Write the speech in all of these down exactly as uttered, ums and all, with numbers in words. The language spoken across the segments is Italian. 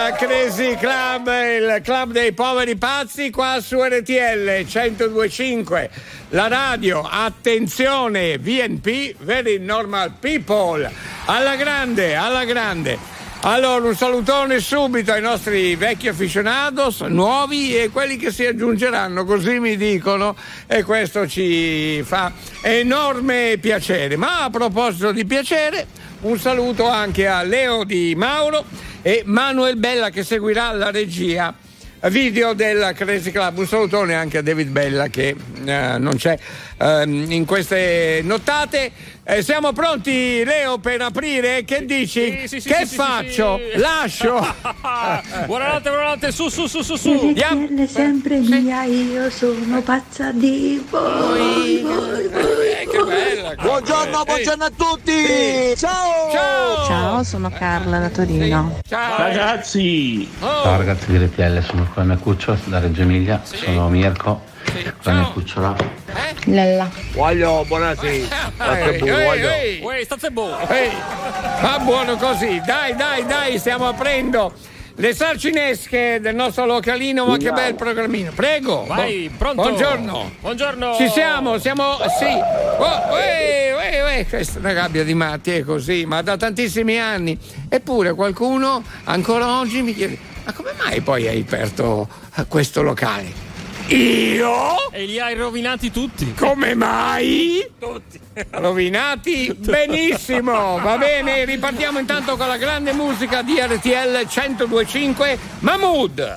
il Crazy Club, il club dei poveri pazzi qua su R T L centodue e cinque, la radio, attenzione, V N P, Very Normal People, alla grande, alla grande. Allora un salutone subito ai nostri vecchi aficionados, nuovi e quelli che si aggiungeranno, così mi dicono, e questo ci fa enorme piacere. Ma a proposito di piacere, un saluto anche a Leo Di Mauro e Manuel Bella che seguirà la regia video del Crazy Club. Un salutone anche a David Bella che eh, non c'è eh, in queste nottate. Eh, siamo pronti, Leo, per aprire? Che dici? Sì, sì, sì, che sì, faccio? Sì, sì. Lascio? Buonanotte, buonanotte, su, su, su, su, su. R T L sempre mia, io sono pazza di voi, voi, voi. Eh, che bella. Buongiorno, buongiorno a tutti. Ciao. Ciao. Ciao, sono Carla da Torino. Ciao. Ragazzi, Oh. ciao ragazzi di R T L, sono con la Cuccio da Reggio Emilia, Sì. sono Mirko, Sì. con la Ciao. Cucciola. Lella. Voglio, buonasera. Ehi, ehi, ehi. Uè, state buono. Ehi, va buono così, dai, dai, dai, stiamo aprendo le sarcinesche del nostro localino, ma che bel programmino. Prego. Vai, Bu- pronto? Buongiorno. Buongiorno. Ci siamo, siamo, sì. Oh, uè, uè, uè, questa è una gabbia di matti, è così, ma da tantissimi anni. Eppure qualcuno ancora oggi mi chiede, ma come mai poi hai aperto eh, questo locale? Io? E li hai rovinati tutti. Come mai? Tutti. Rovinati? Benissimo, va bene, ripartiamo intanto con la grande musica di R T L centodue e cinque, Mahmood.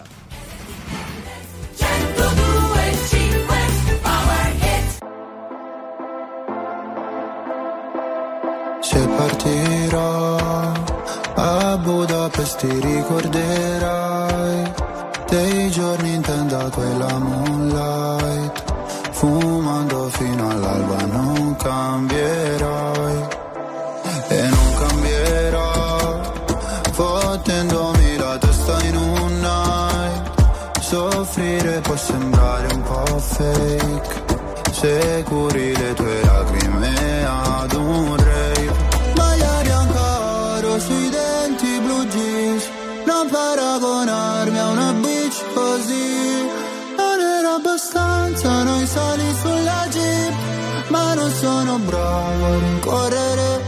Se partirò a Budapest ti ricorderai dei giorni in tenda quella moonlight, fumando fino all'alba non cambierai e non cambierò, fottendomi la testa in un night. Soffrire può sembrare un po' fake se curi le tue lacrime ad un rave. Magliari ancora sui denti blu jeans, non paragonarmi a una bitch così. Non era abbastanza noi sali sulla jeep, ma non sono bravo a rincorrere.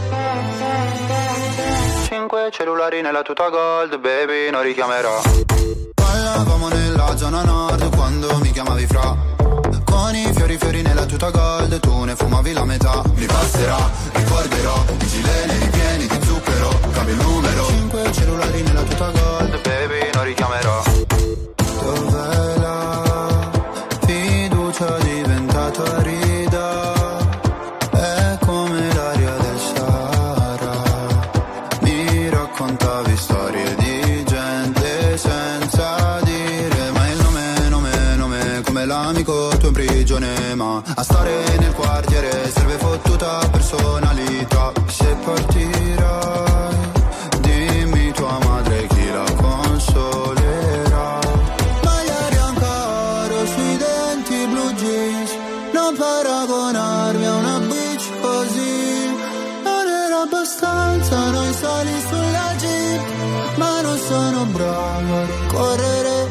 Cinque cellulari nella tuta gold, baby, non richiamerò. Parlavamo nella zona nord quando mi chiamavi fra. Con i fiori fiori nella tuta gold, tu ne fumavi la metà. Mi passerà, ricorderò, i gileni ripieni di zucchero, cambio il numero. Cinque cellulari nella tuta gold, baby, non richiamerò. Dov'è la fiducia diventata rida? È come l'aria del Sahara. Mi raccontavi storie di gente senza dire mai il nome, nome, nome, come l'amico tuo in prigione, ma a stare nel quartiere serve fottuta personalità. Se partirai, dimmi tua madre chi la consolerà. Magliari ancora sui denti blu jeans, non paragonarmi a una bitch così. Non era abbastanza noi sali sulla jeep, ma non sono bravo a correre.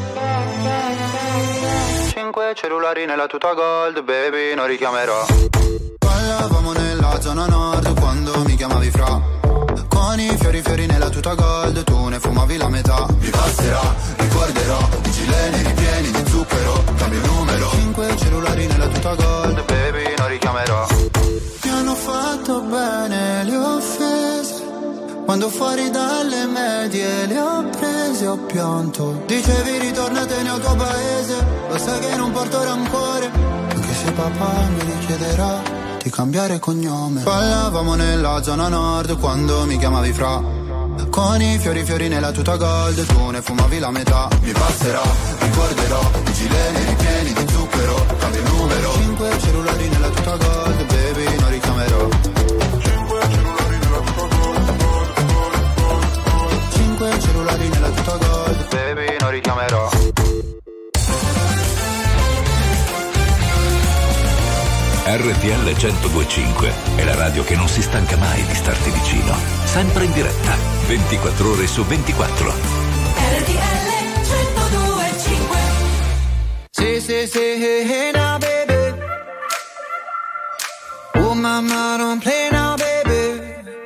Cinque cellulari nella tuta gold, baby, non richiamerò. Parlavamo nella zona nord quando mi chiamavi fra. Con i fiori fiori nella tuta gold, tu ne fumavi la metà. Mi passerà, ricorderò, i gileni ripieni di zucchero, cambio il numero. Cinque cellulari nella tuta gold, baby, non richiamerò. Mi hanno fatto bene le offese, quando fuori dalle medie le ho prese, ho pianto. Dicevi ritornatene al tuo paese, lo sai che non porto rancore, anche se papà mi richiederà di cambiare cognome. Parlavamo nella zona nord quando mi chiamavi fra. Con i fiori fiori nella tuta gold, tu ne fumavi la metà. Mi passerà, ricorderò, i gileni ripieni di zucchero, cambio il numero. Cinque cellulari nella tuta gold, baby, non richiamerò. Cinque cellulari nella tuta gold, baby, non richiamerò. R T L centodue e cinque è la radio che non si stanca mai di starti vicino, sempre in diretta, ventiquattro ore su ventiquattro. R T L centodue e cinque. Say, say, say, hey, hey now, baby. Oh, mama, don't play now, baby.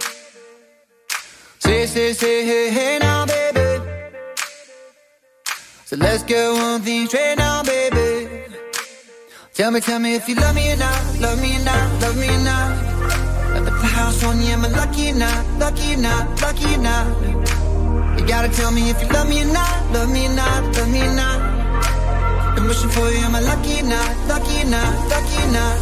Say, say, say, hey, hey now, baby. So let's get one thing straight now, baby. Tell me, tell me if you love me or not, love me or not, love me or not. I put the house on you, am I lucky or not, lucky or not, lucky or not? You gotta tell me if you love me or not, love me or not, love me or not. I'm wishing for you, am I lucky or not, lucky or not, lucky or not?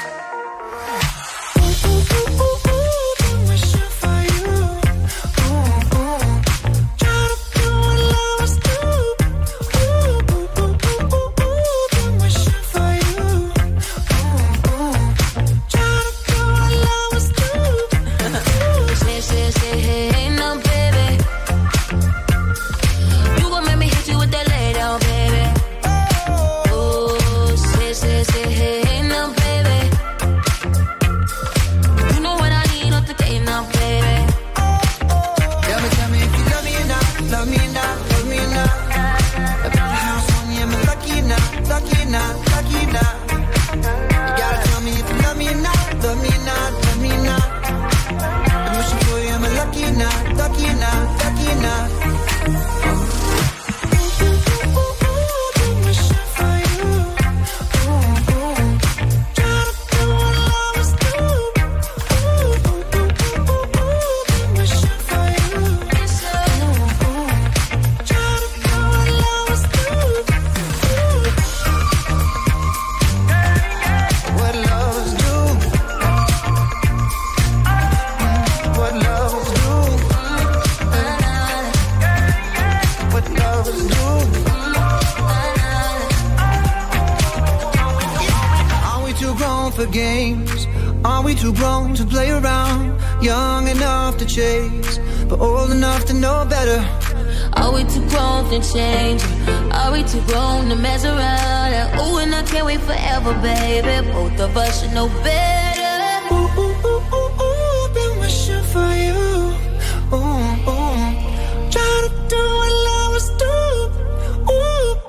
Change. Are we too grown to mess around? Ooh, and I can't wait forever, baby. Both of us should know better. Ooh, ooh, ooh, ooh, ooh, been wishing for you. Ooh, ooh, try to do what lovers do. Ooh.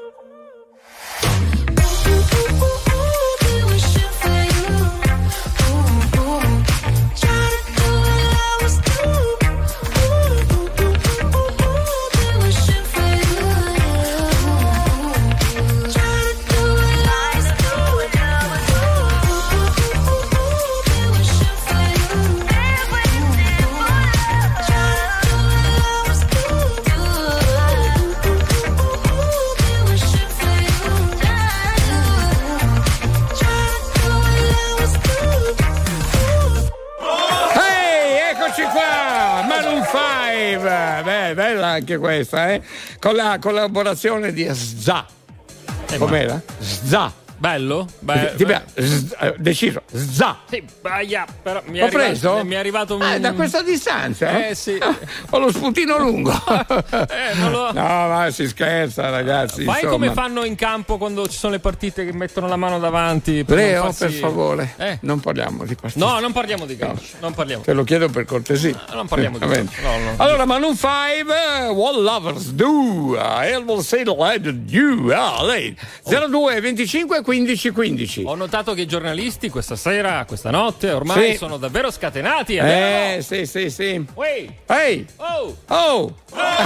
Bella anche questa, eh? Con la collaborazione di Zza. Eh, Com'era? Zza. Bello? Beh, ti piace? Deciso. Zza. Sì, baia, però mi è Ho arrivato, preso? Mi è arrivato un... eh, da questa distanza? Eh sì. Ah, ho lo spuntino lungo. eh, non lo... No, ma si scherza, ragazzi. Fai insomma. come fanno in campo quando ci sono le partite che mettono la mano davanti. Per Leo, non farsi... per favore, eh? non parliamo di partite. No, non parliamo di calcio. No. Non parliamo. Te lo chiedo per cortesia. No, non parliamo di calcio. No, no. Allora, Maroon five, What Lovers Do. I will say the light of you. Ah, lei. zero due venticinque quindici quindici. Ho notato che i giornalisti questa sera, questa notte, ormai sì. sono davvero scatenati. Eh, sì, sì, sì. Ehi! Ehi! Oh! Oh!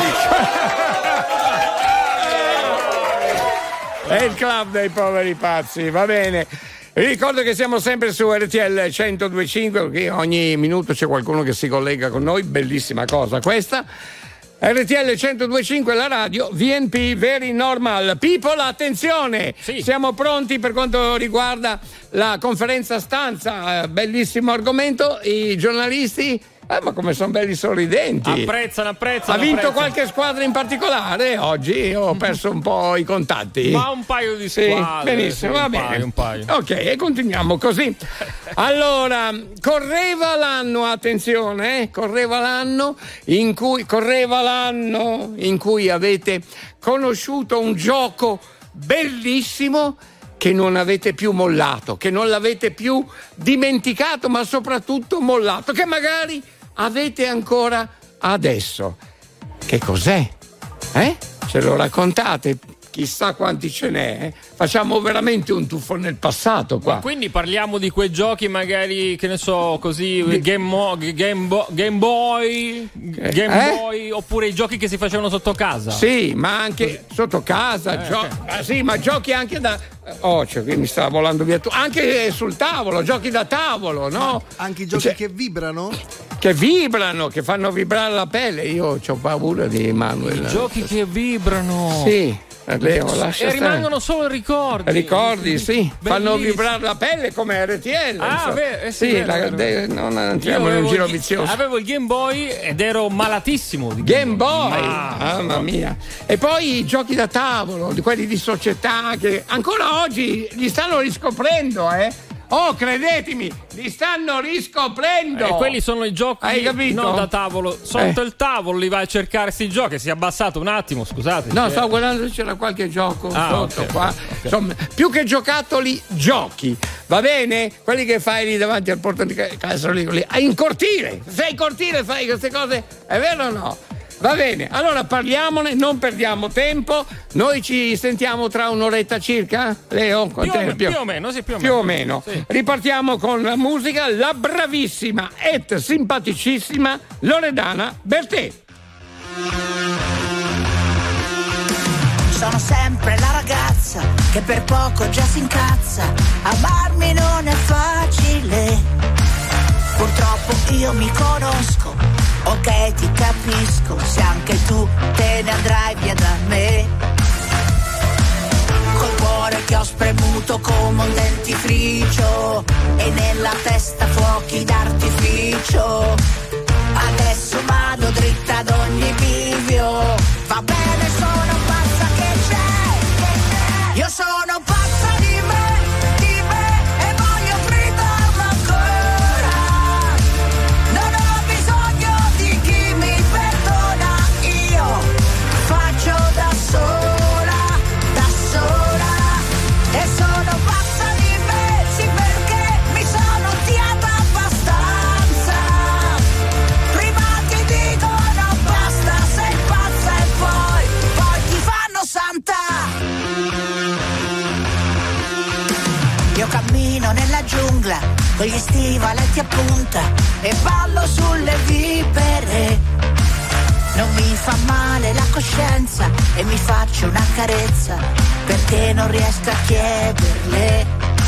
È il club dei poveri pazzi, va bene. Vi ricordo che siamo sempre su R T L centodue e cinque, perché ogni minuto c'è qualcuno che si collega con noi, bellissima cosa questa. R T L centodue e cinque la radio, V N P Very Normal People, attenzione, sì. Siamo pronti per quanto riguarda la conferenza stampa, bellissimo argomento, i giornalisti Eh, ma come sono belli sorridenti. Apprezzano, apprezzano. Ha vinto apprezzano. qualche squadra in particolare oggi? Ho perso un po' i contatti. Ma un paio di Sì, squadre. benissimo, sì, va un bene. Paio, un paio. Ok, e continuiamo così. Allora, correva l'anno, attenzione, eh, correva l'anno in cui correva l'anno in cui avete conosciuto un gioco bellissimo che non avete più mollato, che non l'avete più dimenticato, ma soprattutto mollato, che magari avete ancora adesso. Che cos'è? Eh? Ce lo raccontate? Chissà quanti ce n'è, eh? Facciamo veramente un tuffo nel passato qua. Ma quindi parliamo di quei giochi magari, che ne so, così, di... Game, Mo- Game, Bo- Game Boy, Game eh? Boy, oppure i giochi che si facevano sotto casa. Sì, ma anche sotto casa, eh, gio- okay. ah, sì, ma giochi anche da... Oh, cioè, qui mi sta volando via tu. Anche sul tavolo, giochi da tavolo, no? Anche i giochi cioè, che vibrano? Che vibrano, che fanno vibrare la pelle. Io ho paura di Emanuele. I giochi che vibrano. Sì. Leo, lascia e stare. rimangono solo ricordi. Ricordi, sì. Bellissimo. Fanno vibrare la pelle come R T L. Ah, beh, eh sì, sì, vero, la, vero. De, non entriamo in un giro vizioso. Avevo il Game Boy ed ero malatissimo di Game Boy. Boy. Ma, Mamma mia. E poi i giochi da tavolo, di quelli di società che ancora oggi li stanno riscoprendo, eh? Oh, credetemi, li stanno riscoprendo. E quelli sono i giochi. Hai capito? Non da tavolo, sotto eh. il tavolo li vai a cercare sti giochi. Si è abbassato un attimo, scusate. No, stavo guardando se c'era qualche gioco ah, sotto okay, qua. okay. Insomma, più che giocattoli, giochi. Va bene? Quelli che fai lì davanti al portone di casa lì, lì. In cortile. Sei in cortile, fai queste cose. È vero o no? Va bene, allora parliamone, non perdiamo tempo. Noi ci sentiamo tra un'oretta circa, Leo? Più, o, più o meno, sì, più o più meno. o meno. Sì. Ripartiamo con la musica, la bravissima et simpaticissima Loredana Bertè. Sono sempre la ragazza che per poco già si incazza. Amarmi non è facile. Purtroppo io mi conosco. Ok, ti capisco, se anche tu te ne andrai via da me. Col cuore che ho spremuto come un dentifricio e nella testa fuochi d'artificio. Adesso vado dritta ad ogni bivio. Va bene, sono pazza che c'è. Io sono pazza di me, di me e voglio gridarlo ancora. Non ho bisogno di chi mi perdona, io faccio da sola, da sola. E sono pazza di me, sì, perché mi sono odiata abbastanza. Prima ti dicono basta, sei pazza e poi, poi ti fanno santa. Io cammino nella giungla con gli stivaletti a punta e ballo sulle vipere. Non mi fa male la coscienza e mi faccio una carezza perché non riesco a chiederle.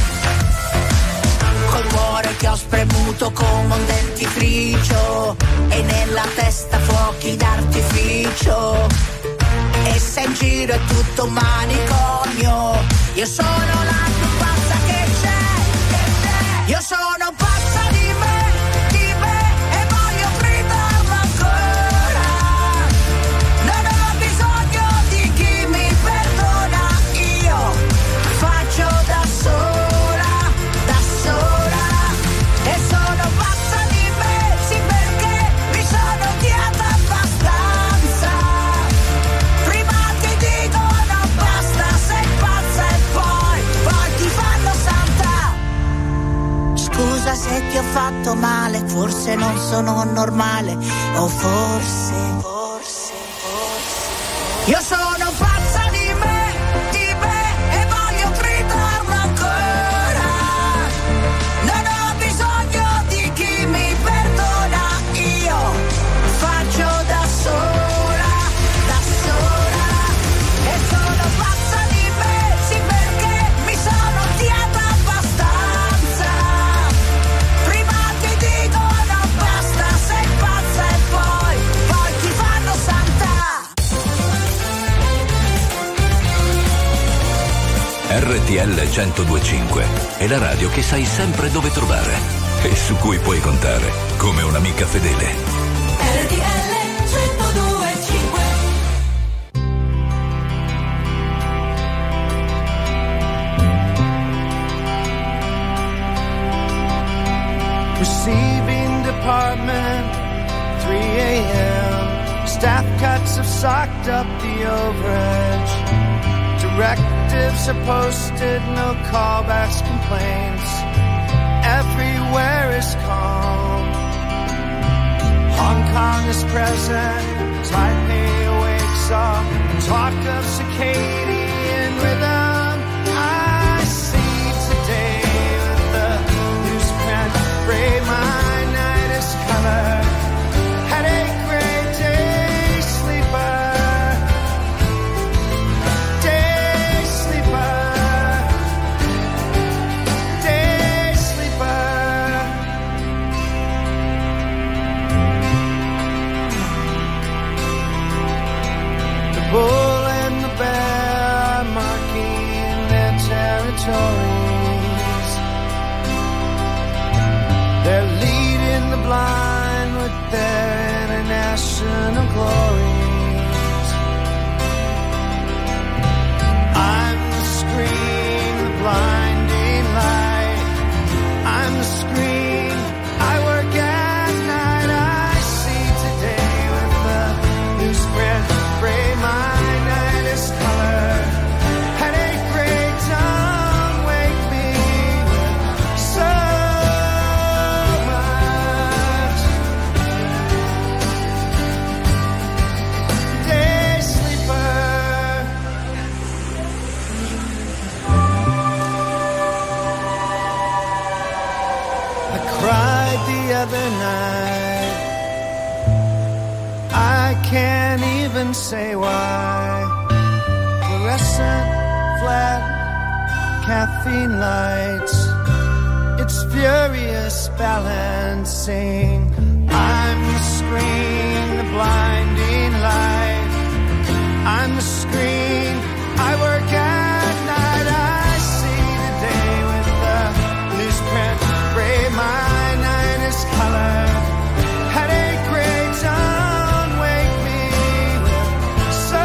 Col cuore che ho spremuto come un dentifricio e nella testa fuochi d'artificio. E se in giro è tutto un manicomio, io sono la più pazza che c'è. Io sono pazza di me, di me e voglio gridarlo ancora. Non ho bisogno di chi mi perdona, io faccio da sola, da sola. E sono pazza di me, sì, perché mi sono odiata abbastanza. Prima ti dicono basta, sei pazza e poi, poi ti fanno santa. Scusa se ti ho fatto male, forse non sono normale, o forse, forse, forse. Io sono pazza di me, di me e voglio gridarlo ancora. Non ho bisogno di chi mi perdona, io faccio da sola, da sola. E sono pazza di me, sì, perché mi sono odiata abbastanza. Prima ti dicono basta, sei pazza e poi, poi ti fanno santa. R T L centodue e cinque è la radio che sai sempre dove trovare e su cui puoi contare come un'amica fedele. R T L centodue e cinque. Receiving department, three a.m. Staff cuts have socked up the overage. Directives are posted, no callbacks, complaints. Everywhere is calm. Hong Kong is present, Taipei awakes saw talk of circadian rhythm. I see today with the newsprint gray, my night is color. Had a great day sleeper, day sleeper, day sleeper. The bull and the bear marking their territories. They're leading the blind with their international glories. I'm the screen, the blinding light. I'm the screen, I work at night. I see today with the newsprint gray, my night is color. Had a great time, wake me with so much. Day sleeper. I cried the other night. I can't even say why. Fluorescent, flat, caffeine lights. It's furious balancing. I'm the screen, the blinding light. I'm the screen, I work at night. I see the day with the newsprint gray, my night is color. Had a great time, wake me with so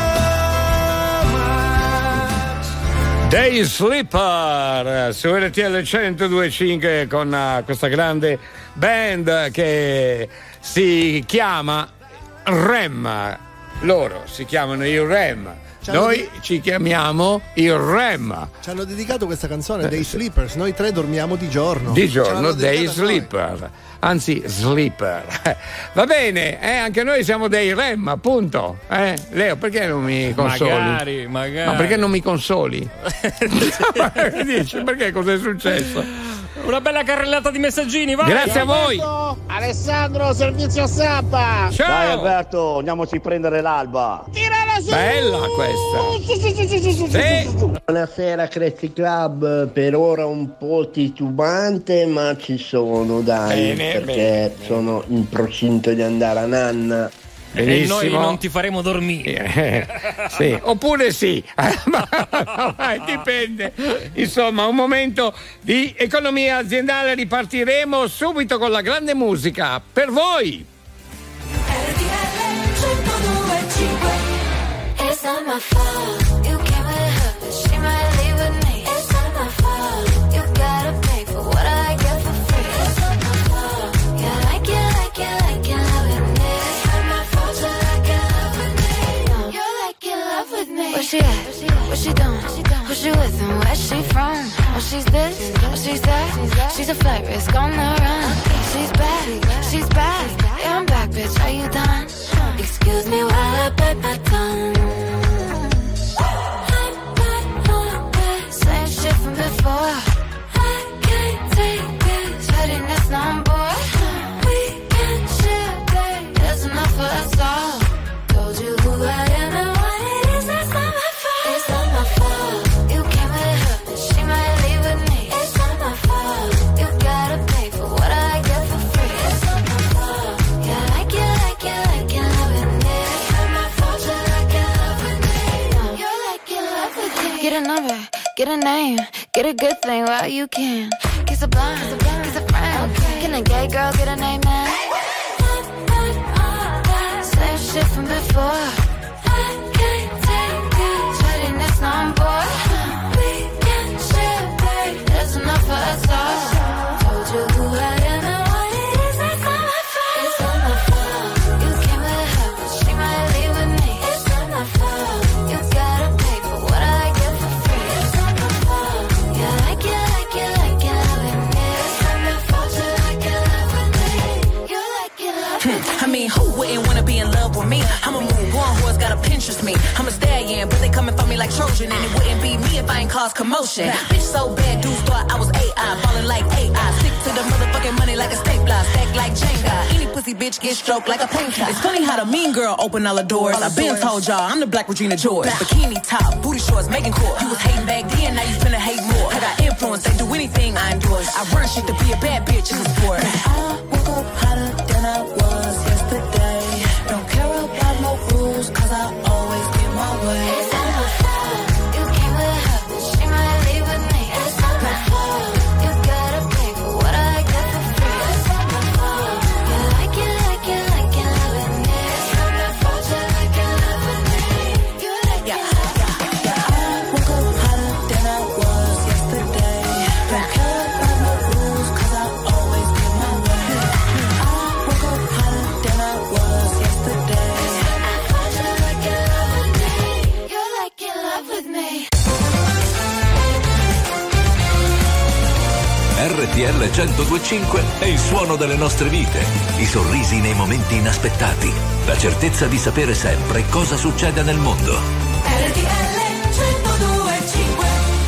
much. Day Sleeper su R T L centodue e cinque con uh, questa grande band che si chiama Rem. Loro si chiamano i Rem. Noi ci chiamiamo il Rem. Ci hanno dedicato questa canzone, Day Sleepers. Noi tre dormiamo di giorno. Di giorno, Day Sleeper. Anzi, Sleeper. Va bene, eh, anche noi siamo dei Rem, appunto. Eh? Leo, perché non mi consoli? Magari, magari. Ma perché non mi consoli? Dici, perché cos'è successo? Una bella carrellata di messaggini, vai! Grazie a voi! Alessandro, servizio stampa. Ciao! Dai Alberto, andiamoci a prendere l'alba. Tirala su! Bella questa! Sì, sì, sì, sì, sì, sì, Sì. sì. Buonasera Crazy Club, per ora un po' titubante ma ci sono, dai, Bene, perché bene. sono in procinto di andare a Nanna. Benissimo. E noi non ti faremo dormire. Eh, sì, oppure sì, ma dipende. Insomma, un momento di economia aziendale, ripartiremo subito con la grande musica per voi. R T L centodue e cinque. It's not my fault. You came with her, but she might leave with me. It's not my fault. You gotta pay for what I get for free. It's not my fault. You like it, like it, like it, love with me. It's not my fault. You like it, love with me. No. You like it, love with me. Where she at? What she doing? Who she with and where she from? Oh, she's this, oh, she's that. She's a flight risk on the run. She's back, she's back. Yeah, I'm back, bitch. Are you done? Excuse me while I bite my tongue. I'm back on that same shit from before. I can't take this pettiness no more. We can share, babe. There's enough for us all. Told you who I am and what it is. That's not my fault. It's not my fault. You came with her, but she might leave with me. It's not my fault. You gotta pay for what I get for free. It's not my fault. Yeah, like it, like it, like it, love with me. It's not my fault. You like it, love with me. No, you like it, love with me. Get a number, get a name, get a good thing while you can. Kiss a blind, kiss a friend. Can a gay girl get a name now? Same shit from before. I can't take this pettiness no more. We can share, babe. There's enough for us all. Told you who I am and what it is. That's not my fault. It's not my fault. You came with her, but she might leave with me. It's not my fault. You gotta pay for what I get for free. It's not my fault. Yeah, like it, like it, like it, love with me. It's not my fault. You like it, love with me. You like it, love with me. I mean, who wouldn't wanna be in love with me? I'ma move on, interest me. I'm a stallion, but they coming for me like Trojan, and it wouldn't be me if I ain't cause commotion. Bitch so bad, dudes thought I was A I, ballin' like A I. Stick to the motherfucking money like a stapler, stack like Jenga. Any pussy bitch get stroked like a painter. It's funny how the mean girl open all the doors. I been told y'all I'm the Black Regina George. Bikini top, booty shorts, making court. You was hating back then, now you finna hate more. I got influence, they do anything I endorse. I run shit to be a bad bitch in the sport. I woke up hotter than I was yesterday. Don't care about no rules, cause I always get my way. It's not my fault, you came with her, but she might leave with me. It's not my fault, you gotta pay for what I get for free. It's not my fault, you like it, like it, like it, loving me. It's not my fault, you like it, loving me. You like it, like it, yeah. I woke up hotter than I was yesterday. Don't care about no rules, cause I always get my way. I woke up hotter than I was yesterday. R T L centodue e cinque è il suono delle nostre vite, i sorrisi nei momenti inaspettati, la certezza di sapere sempre cosa succede nel mondo. R T L centodue e cinque.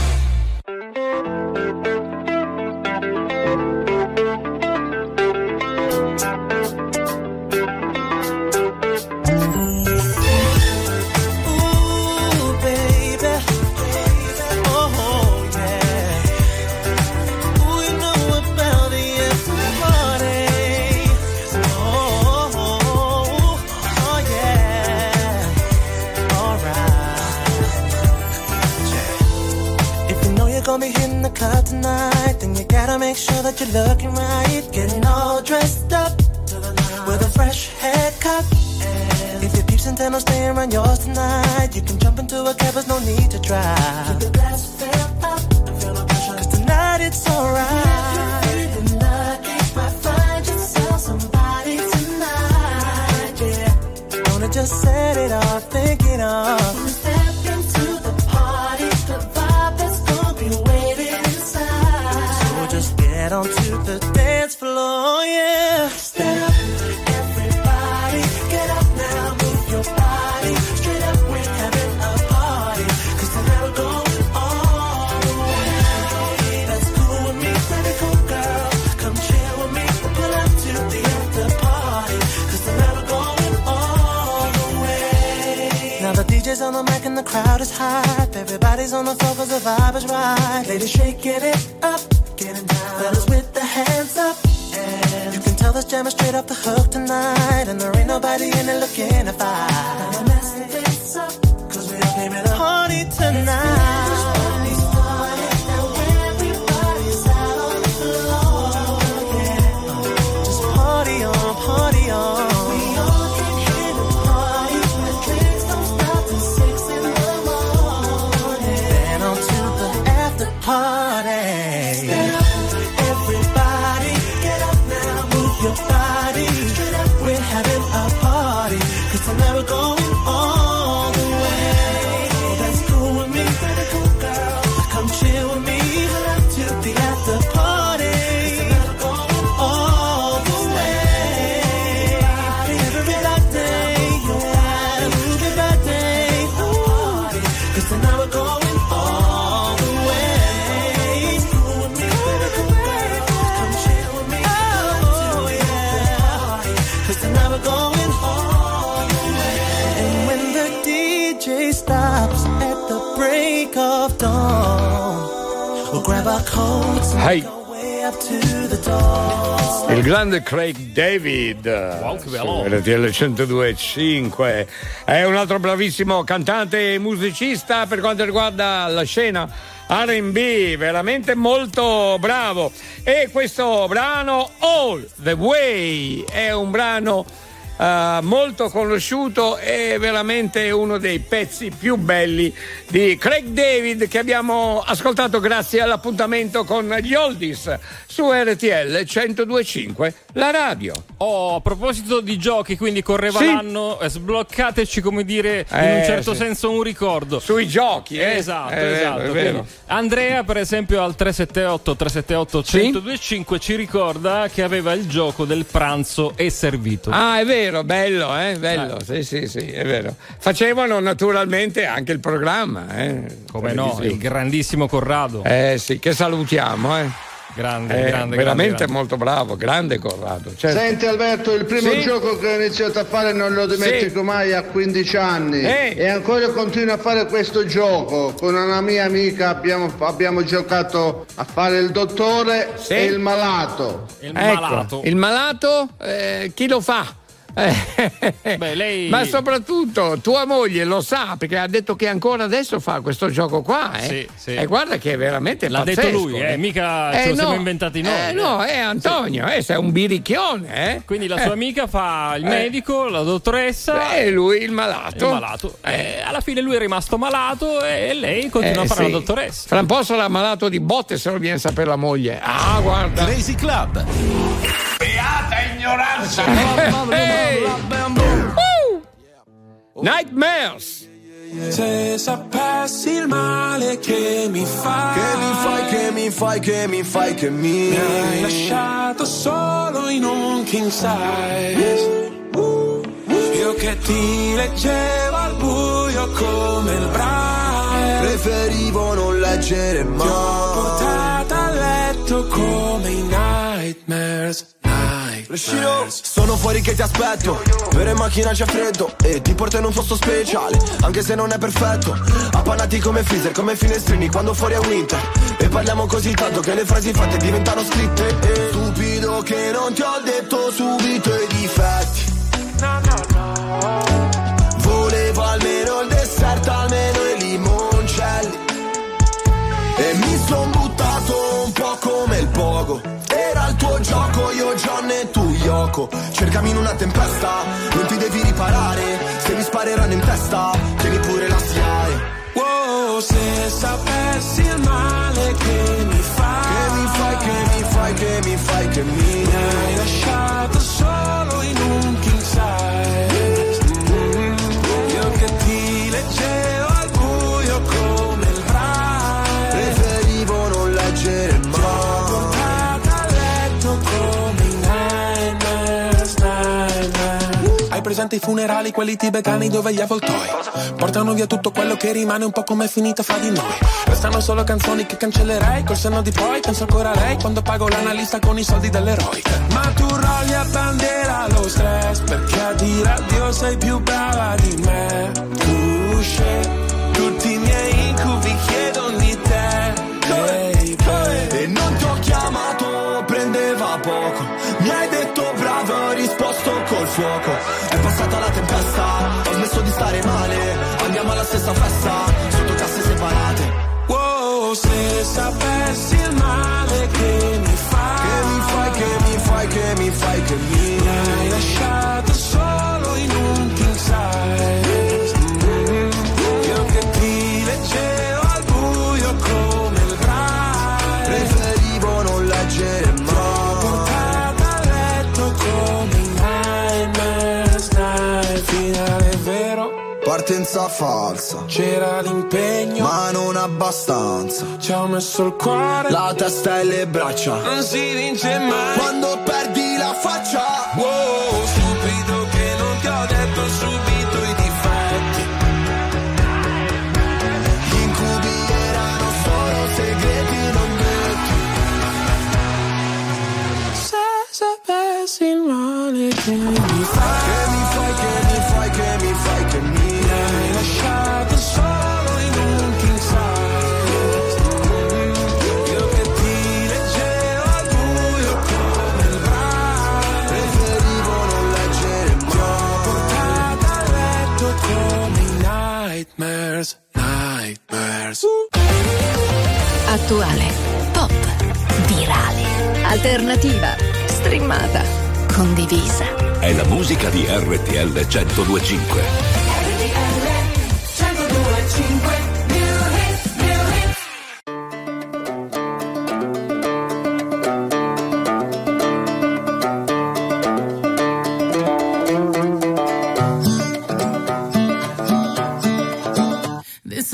Gonna be hitting the club tonight, then you gotta make sure that you're looking right. Getting all dressed up with a fresh haircut. If your peeps intend on staying around yours tonight, you can jump into a cab, there's no need to drive. Keep the glass filled up, feel no pressure, cause tonight it's alright. If you're feeling lucky, might find yourself somebody tonight, yeah. Wanna just set it off, think it off. Step into the party, the vibe that's waiting inside. So just get onto the dance floor, yeah. Stand up, everybody, get up now, move your body. Straight up, we're having a party, cause tonight we're going all the way. That's cool with me, pretty cool girl. Come chill with me, we'll pull up to the after party, cause tonight we're going all the way. Now the D J's on the mic and the crowd is hype. Everybody's on the floor cause the vibe is right. Ladies shaking it up, getting down. Fellas with the hands up. And you can tell this jam is straight off the hook tonight. And there ain't nobody in it looking to fight. Now we're messing this up, cause we all came in a party tonight. Everybody's out on the floor, yeah. Just party on, party on. We all can hit the party. The drinks don't stop till six in the morning. Then on to the after party. Stand up, everybody, get up now, move your body. Straight up, we're having a party, cause tonight we're going all the way. Oh, that's cool with me, pretty cool girl. Come chill with me, pull up to the after party, cause tonight we're going all the way. Every day, yeah, move it back day, ooh, cause tonight we're going all the way. It's cool with me, pretty cool girl. Come chill with me, oh yeah, cause tonight we're going all the way. And when the D J stops at the break of dawn, we'll grab our coats and Hey. go way up to the door. Il grande Craig David, Wow, che bello. su R T L centodue e cinque, è un altro bravissimo cantante e musicista per quanto riguarda la scena R and B, veramente molto bravo. E questo brano All the Way è un brano Uh, molto conosciuto e veramente uno dei pezzi più belli di Craig David che abbiamo ascoltato grazie all'appuntamento con gli Oldies su R T L centodue e cinque, la radio. Oh, a proposito di giochi, quindi correva Sì. l'anno, eh, sbloccateci, come dire, in Eh, un certo sì. senso un ricordo. Sui giochi, eh? Esatto, È vero, esatto. è vero. Quindi Andrea, per esempio, al tre sette otto tre sette otto uno zero due cinque ci ricorda che aveva il gioco del pranzo e servito. Ah, è vero, bello, eh? Bello, sì, sì, sì, è vero. Facevano naturalmente anche il programma, eh? Come no, il grandissimo Corrado. Eh sì, che salutiamo, eh? Grande, Eh, grande, veramente grande, grande. molto bravo, grande Corrado. Certo. Senti Alberto, il primo Sì? gioco che ho iniziato a fare non lo dimentico Sì. mai, a quindici anni. Eh. E ancora continuo a fare questo gioco. Con una mia amica abbiamo, abbiamo giocato a fare il dottore Sì. e il malato. Il Ecco, malato. il malato, eh, chi lo fa? Eh, Beh, lei... Ma soprattutto tua moglie lo sa, perché ha detto che ancora adesso fa questo gioco qua, eh? Sì, sì. E guarda che è veramente L'ha pazzesco, detto lui, eh, mica ce lo siamo inventati noi. Eh, no, è Antonio, eh, sei un biricchione, eh? Quindi la sua Eh. amica fa il Eh. medico, la dottoressa E lui il malato. il malato. Eh, alla fine lui è rimasto malato e lei continua Eh, a fare sì. la dottoressa. Fra un po' sarà malato di botte se lo viene a sapere la moglie. Ah, guarda. Crazy Club. Beata ignoranza. Ehi. Uh. Nightmares. Se sapessi il male che mi fai, Che mi fai, che mi fai, che mi fai, che mi mi hai lasciato solo in un king size. Io che ti leggevo al buio come il Braille, preferivo non leggere ti ho mai. portata a letto come i nightmares. Nightmares. Sono fuori che ti aspetto, per in macchina c'è freddo e ti porto in un posto speciale, anche se non è perfetto. Appannati come freezer, come finestrini quando fuori è winter. E parliamo così tanto che le frasi fatte diventano scritte. E stupido che non ti ho detto subito i difetti. No, no, no. Volevo almeno il dessert, almeno i limoncelli. E mi son buttato un po' come il pogo. Era il tuo gioco, io John e tu Yoko. Cercami in una tempesta, non ti devi riparare. Se mi spareranno in testa, tieni pure la S I A E. Wow, se sapessi il male che mi fai, Che mi fai, che mi fai, che mi fai, che mi mi hai lasciato solo in un king size. Mm, Io che ti leggevo al buio come il Braille, preferivo non leggere ti ho portata a letto come i nightmares, nightmares. Hai presente i funerali, quelli tibetani dove gli avvoltoi portano via tutto quello che rimane, un po' come è finita fra di noi. Restano solo canzoni che cancellerei, col senno di poi penso ancora a lei quando pago l'analista con i soldi dell'eroe. Ma tu rolli a bandiera lo stress, perché a dire addio sei più brava di me. Tu scegli tutti i miei incubi, chiedono di te, baby. E non ti ho chiamato, prendeva poco. Mi hai detto bravo, ho risposto col fuoco. È passata la tempesta, ho smesso di stare male. Andiamo alla stessa festa, sotto casse separate. Wow, se sapessi il male che mi fai, Che mi fai, che mi fai, che mi fai, che mi mi hai lasciato solo in un king size. Mm, Io che ti leggevo al buio come il Braille, preferivo non leggere ti ho portata a letto come i nightmares, night. Finale vero, Partenza falsa, c'era l'impegno, ma non abbastanza. ci ho messo il cuore, La testa e le braccia, non si vince mai. quando perdi la faccia. Wow, stupido che non ti ho detto subito i difetti. Gli incubi erano solo segreti non detti. Se sapessi il male che mi fai, Che mi fai, che mi fai, che mi fai, che mi mi hai lasciato solo in un king size. Io che ti leggevo al buio come il Braille, preferivo non leggere ti ho mai. portata a letto come i nightmares, nightmares. Attuale, pop, virale, alternativa, streamata, condivisa. È la musica di R T L centodue e cinque.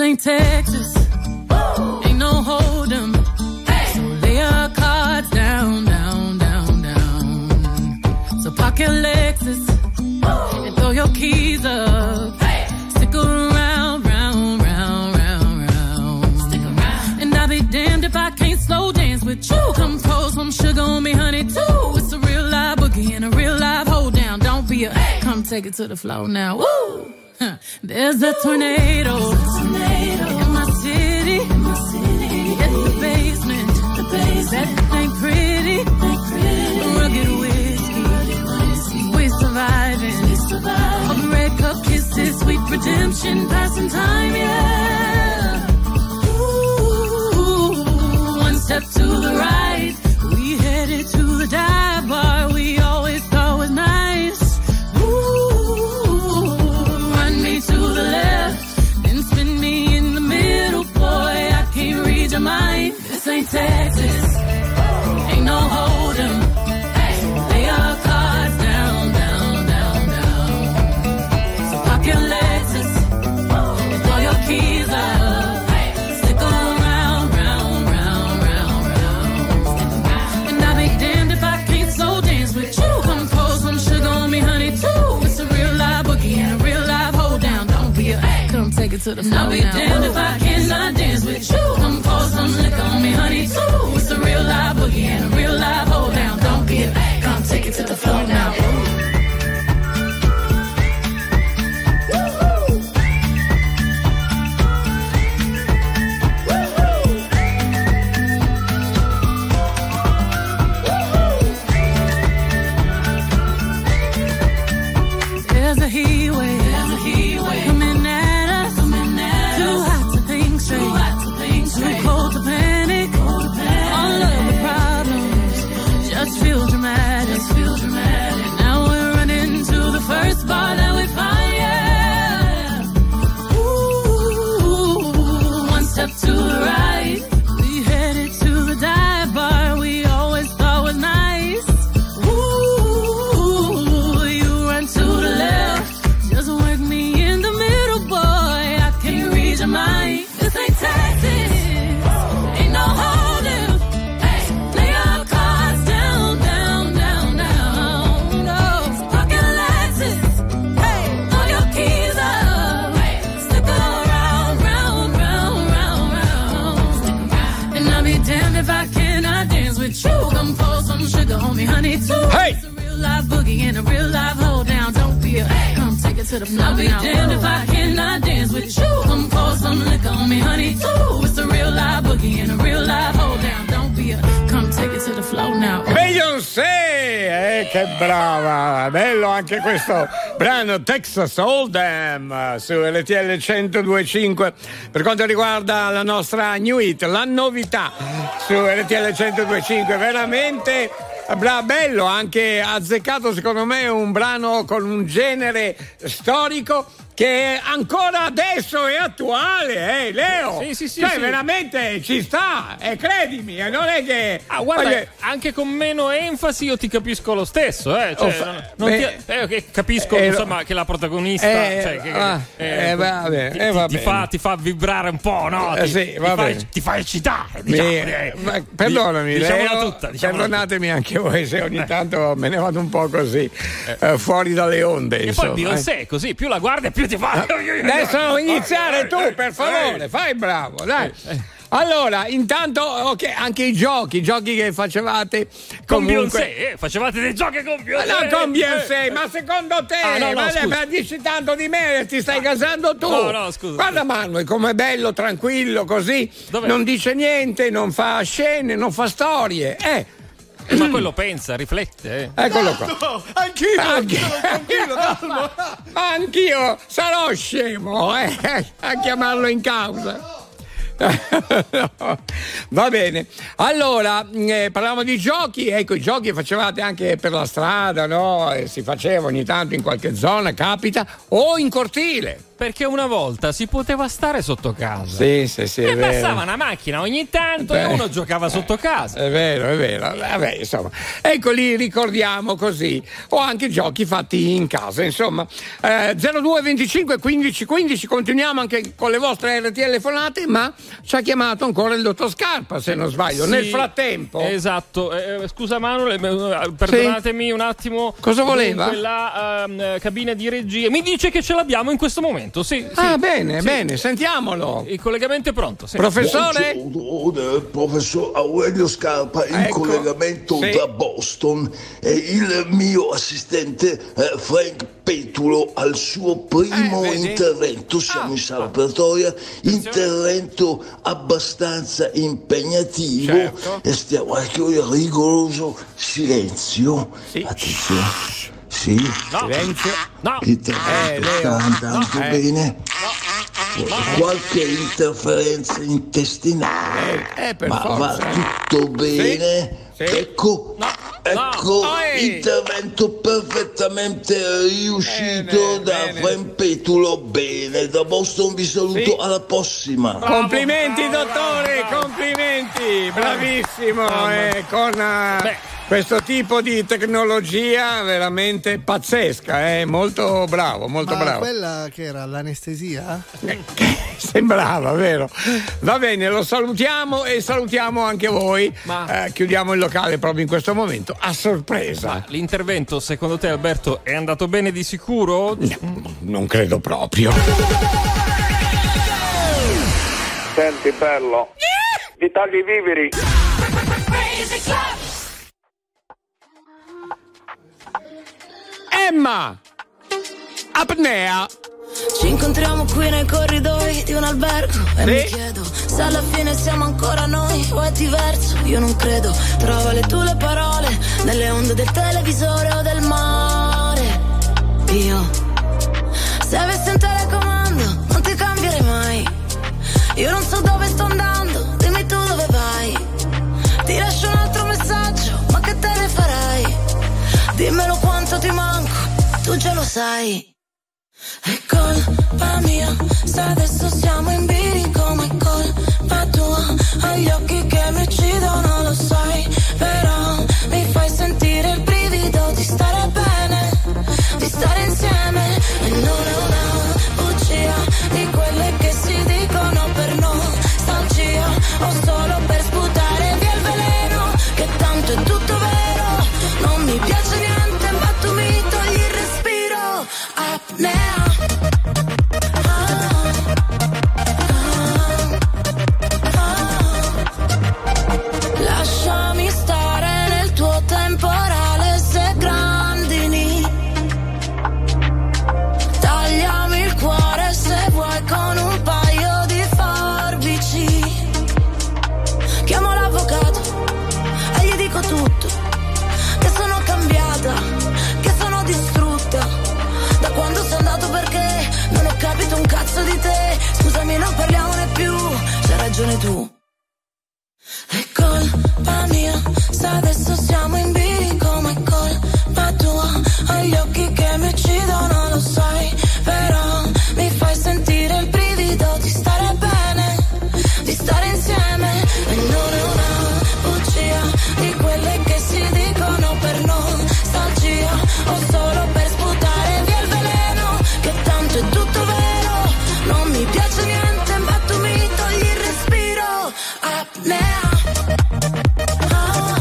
ain't Texas, ain't no hold 'em. So lay your cards down, down, down, down. So park your Lexus and throw your keys up. Stick around, round, round, round, round. Stick around. And I'll be damned if I can't slow dance with you. Come pour some sugar on me, honey, too. It's a real live boogie and a real live hold down. Don't be a come take it to the floor now. Woo! Huh. There's a tornado, tornado in my city. In my city. It's the basement. The basement. That ain't pretty. Ain't pretty. Rugged whiskey. Rugged whiskey. We surviving. We surviving. All the red cup kisses, sweet redemption, passing time, yeah. Ooh, one step to the right, we headed to the dive bar we always thought was nice. To the left, then spin me in the middle, boy, I can't read your mind. This ain't Texas, ain't no hold 'em. Lay your cards down, down, down, down. So park your Lexus and throw your keys up. Stick around, round, round, round, round. And I'll be damned if I can't slow dance with you. Come pour some sugar on me, honey, too. It's a real live boogie and a real live hold down. Come take it to the floor. I'll be now. Damned if I cannot dance with you. Come pour some liquor on me, honey, too. It's a real live boogie and a real live hold down. Don't be a come take it to the floor now. There's a heat wave. There's a heat wave. Coming at us. Coming at Too us. Hot to think straight. Too hot to think straight. Too cold to panic. Cold to panic. All of the problems just feel dramatic. Just feel dramatic. Now we're running to the first bar that we find. Yeah. Ooh, one step to the right. We headed to the dive bar we always thought was nice. Ooh, you run to the left. Just work me in the middle, boy. I can't read your mind. This ain't Texas, ain't no holding. Hey, lay your cards down, down, down, down. No, so park your Lexus. Hey, throw your keys up. Hey, stick around, round, round, round, round. Stick around. And I'll be damned if I cannot dance with you. Come pour some sugar on me, honey, too. Hey. It's a real live boogie and a real live hold down. Don't be a come take it to the floor. I'll be damned if I cannot dance with you. Come pour some liquor on me, honey, too. It's a real live boogie and a real live hold down. Don't be a come take it to the floor now. Beyoncé, eh, che brava, bello anche questo brano Texas Hold'em su R T L centodue e cinque. Per quanto riguarda la nostra new hit, la novità su R T L centodue e cinque, veramente Bra, bello, anche azzeccato secondo me, un brano con un genere storico che ancora adesso è attuale, eh, Leo? Sì, sì, sì. Cioè, sì. veramente ci sta, e eh, credimi, e non è che. Ah, guarda, voglio... anche con meno enfasi io ti capisco lo stesso, eh. Cioè, fa... non, non Beh, ti... eh, capisco eh, insomma che la protagonista eh, cioè, che, ah, eh, eh, vabbè, ti, eh, va ti, ti, fa, ti fa vibrare un po', no? Ti, eh, sì, ti, va fa, bene. ti fa eccitare, diciamo. Eh, ma, perdonami, diciamola Leo, tutta, diciamola perdonatemi tutta. anche voi se ogni tanto me ne vado un po' così eh, fuori dalle onde. E insomma, poi Beyoncé è così, più la guardi più ti fa. Adesso iniziare tu, per favore, fai bravo, dai. Allora, intanto, ok, anche i giochi, i giochi che facevate con comunque... Beyoncé, eh, facevate dei giochi con Beyoncé. Ma non con Beyoncé, eh. ma secondo te, ah, no, no, ma, scusa. ma dici tanto di me, ti stai casando tu. No, no, scusa. Guarda Manuel, com'è bello, tranquillo, così, Dov'è? Non dice niente, non fa scene, non fa storie, eh. Ma quello pensa, riflette. Eh. Eccolo qua. No, anch'io, Anche... tranquillo, calmo. Ma anch'io sarò scemo eh, a chiamarlo in causa. No. Va bene, allora eh, parliamo di giochi. Ecco, i giochi facevate anche per la strada, no? E si faceva ogni tanto in qualche zona, capita, o in cortile. Perché una volta si poteva stare sotto casa. Sì, sì, sì. E è vero. passava una macchina ogni tanto Beh, e uno giocava sotto casa. È vero, è vero. Vabbè, insomma, ecco lì ricordiamo così. O anche giochi fatti in casa, insomma. Eh, zero due venticinque quindici quindici, continuiamo anche con le vostre R T L telefonate, ma ci ha chiamato ancora il dottor Scarpa, se non sbaglio. Sì, Nel frattempo. Esatto. Eh, scusa Manuel, eh, perdonatemi sì. un attimo. Cosa voleva? Dunque, la uh, cabina di regia mi dice che ce l'abbiamo in questo momento. Sì, ah, sì, bene, sì. bene, sentiamolo. Il collegamento è pronto. Sì. Professore? Buongiorno, professor Aurelio Scarpa in ecco. collegamento sì. da Boston e il mio assistente eh, Frank Petulo al suo primo eh, intervento. Siamo ah, in sala apertoria, intervento abbastanza impegnativo certo. e stiamo anche in rigoroso silenzio. Sì. Attenzione. Sì, no. Silenzio. No. L'intervento Eh, sta andando no. bene. No. No. Qualche interferenza intestinale, eh, eh, per ma forza. va tutto bene. Sì. Sì. Ecco, no. ecco no. intervento perfettamente riuscito bene, da bene. Frank Petulo. Bene, da Boston vi saluto, sì. alla prossima. Bravo, complimenti bravo, dottore, bravo. complimenti, bravissimo. Bravo. Eh, con uh, questo tipo di tecnologia veramente pazzesca, eh? Molto bravo, molto Ma bravo. quella che era l'anestesia? Sembrava, vero? Va bene, lo salutiamo e salutiamo anche voi. Ma... Eh, chiudiamo il locale proprio in questo momento, a sorpresa. Ma l'intervento, secondo te, Alberto, è andato bene di sicuro? No, non credo proprio. Senti, bello, ti tagli i viveri. Emma! Apnea! Ci incontriamo qui nei corridoi di un albergo e sì. mi chiedo se alla fine siamo ancora noi o è diverso. Io non credo, trova le tue parole nelle onde del televisore o del mare. Io, se avessi un telecomando, non ti cambierei mai. Io non so dove sto andando, dimmi tu dove vai. Ti lascio un altro messaggio, ma che te ne farai? Dimmelo quanto ti manco, tu già lo sai. È colpa mia, se adesso siamo in bilico, ma è colpa tua. Hai gli occhi che mi uccidono, lo sai, però mi fai sentire il brivido di stare bene, di stare insieme. E non è una bugia di quelle che si dicono per nostalgia, o solo per sputare via il veleno, che tanto è tutto vero. Non mi piace niente, ma tu mi togli il respiro. Apnea. Un cazzo di te, scusami, non parliamone più, c'hai ragione tu. È colpa mia, se adesso siamo in bilico, ma è colpa tua. Hai gli occhi che mi uccidono, lo sai, però mi fai sentire il brivido di stare bene, di stare insieme. E non è una bugia di quelle che si dicono per nostalgia, o solo per sputare via il veleno, che tanto è tutto vero. Non mi piace niente, ma tu mi togli il respiro. Apnea. Ah,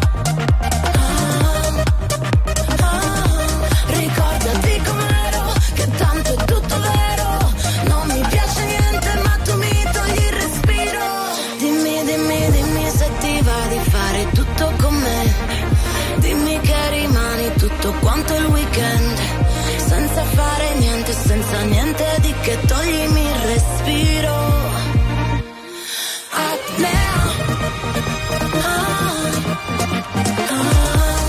ah, ah. Ricordati com'ero, che tanto è tutto vero. Non mi piace niente, ma tu mi togli il respiro. Dimmi, dimmi, dimmi se ti va di fare tutto con me. Dimmi che rimani tutto quanto il weekend, senza fare niente, senza niente di che toglimi il respiro. Apnea. Ah, ah,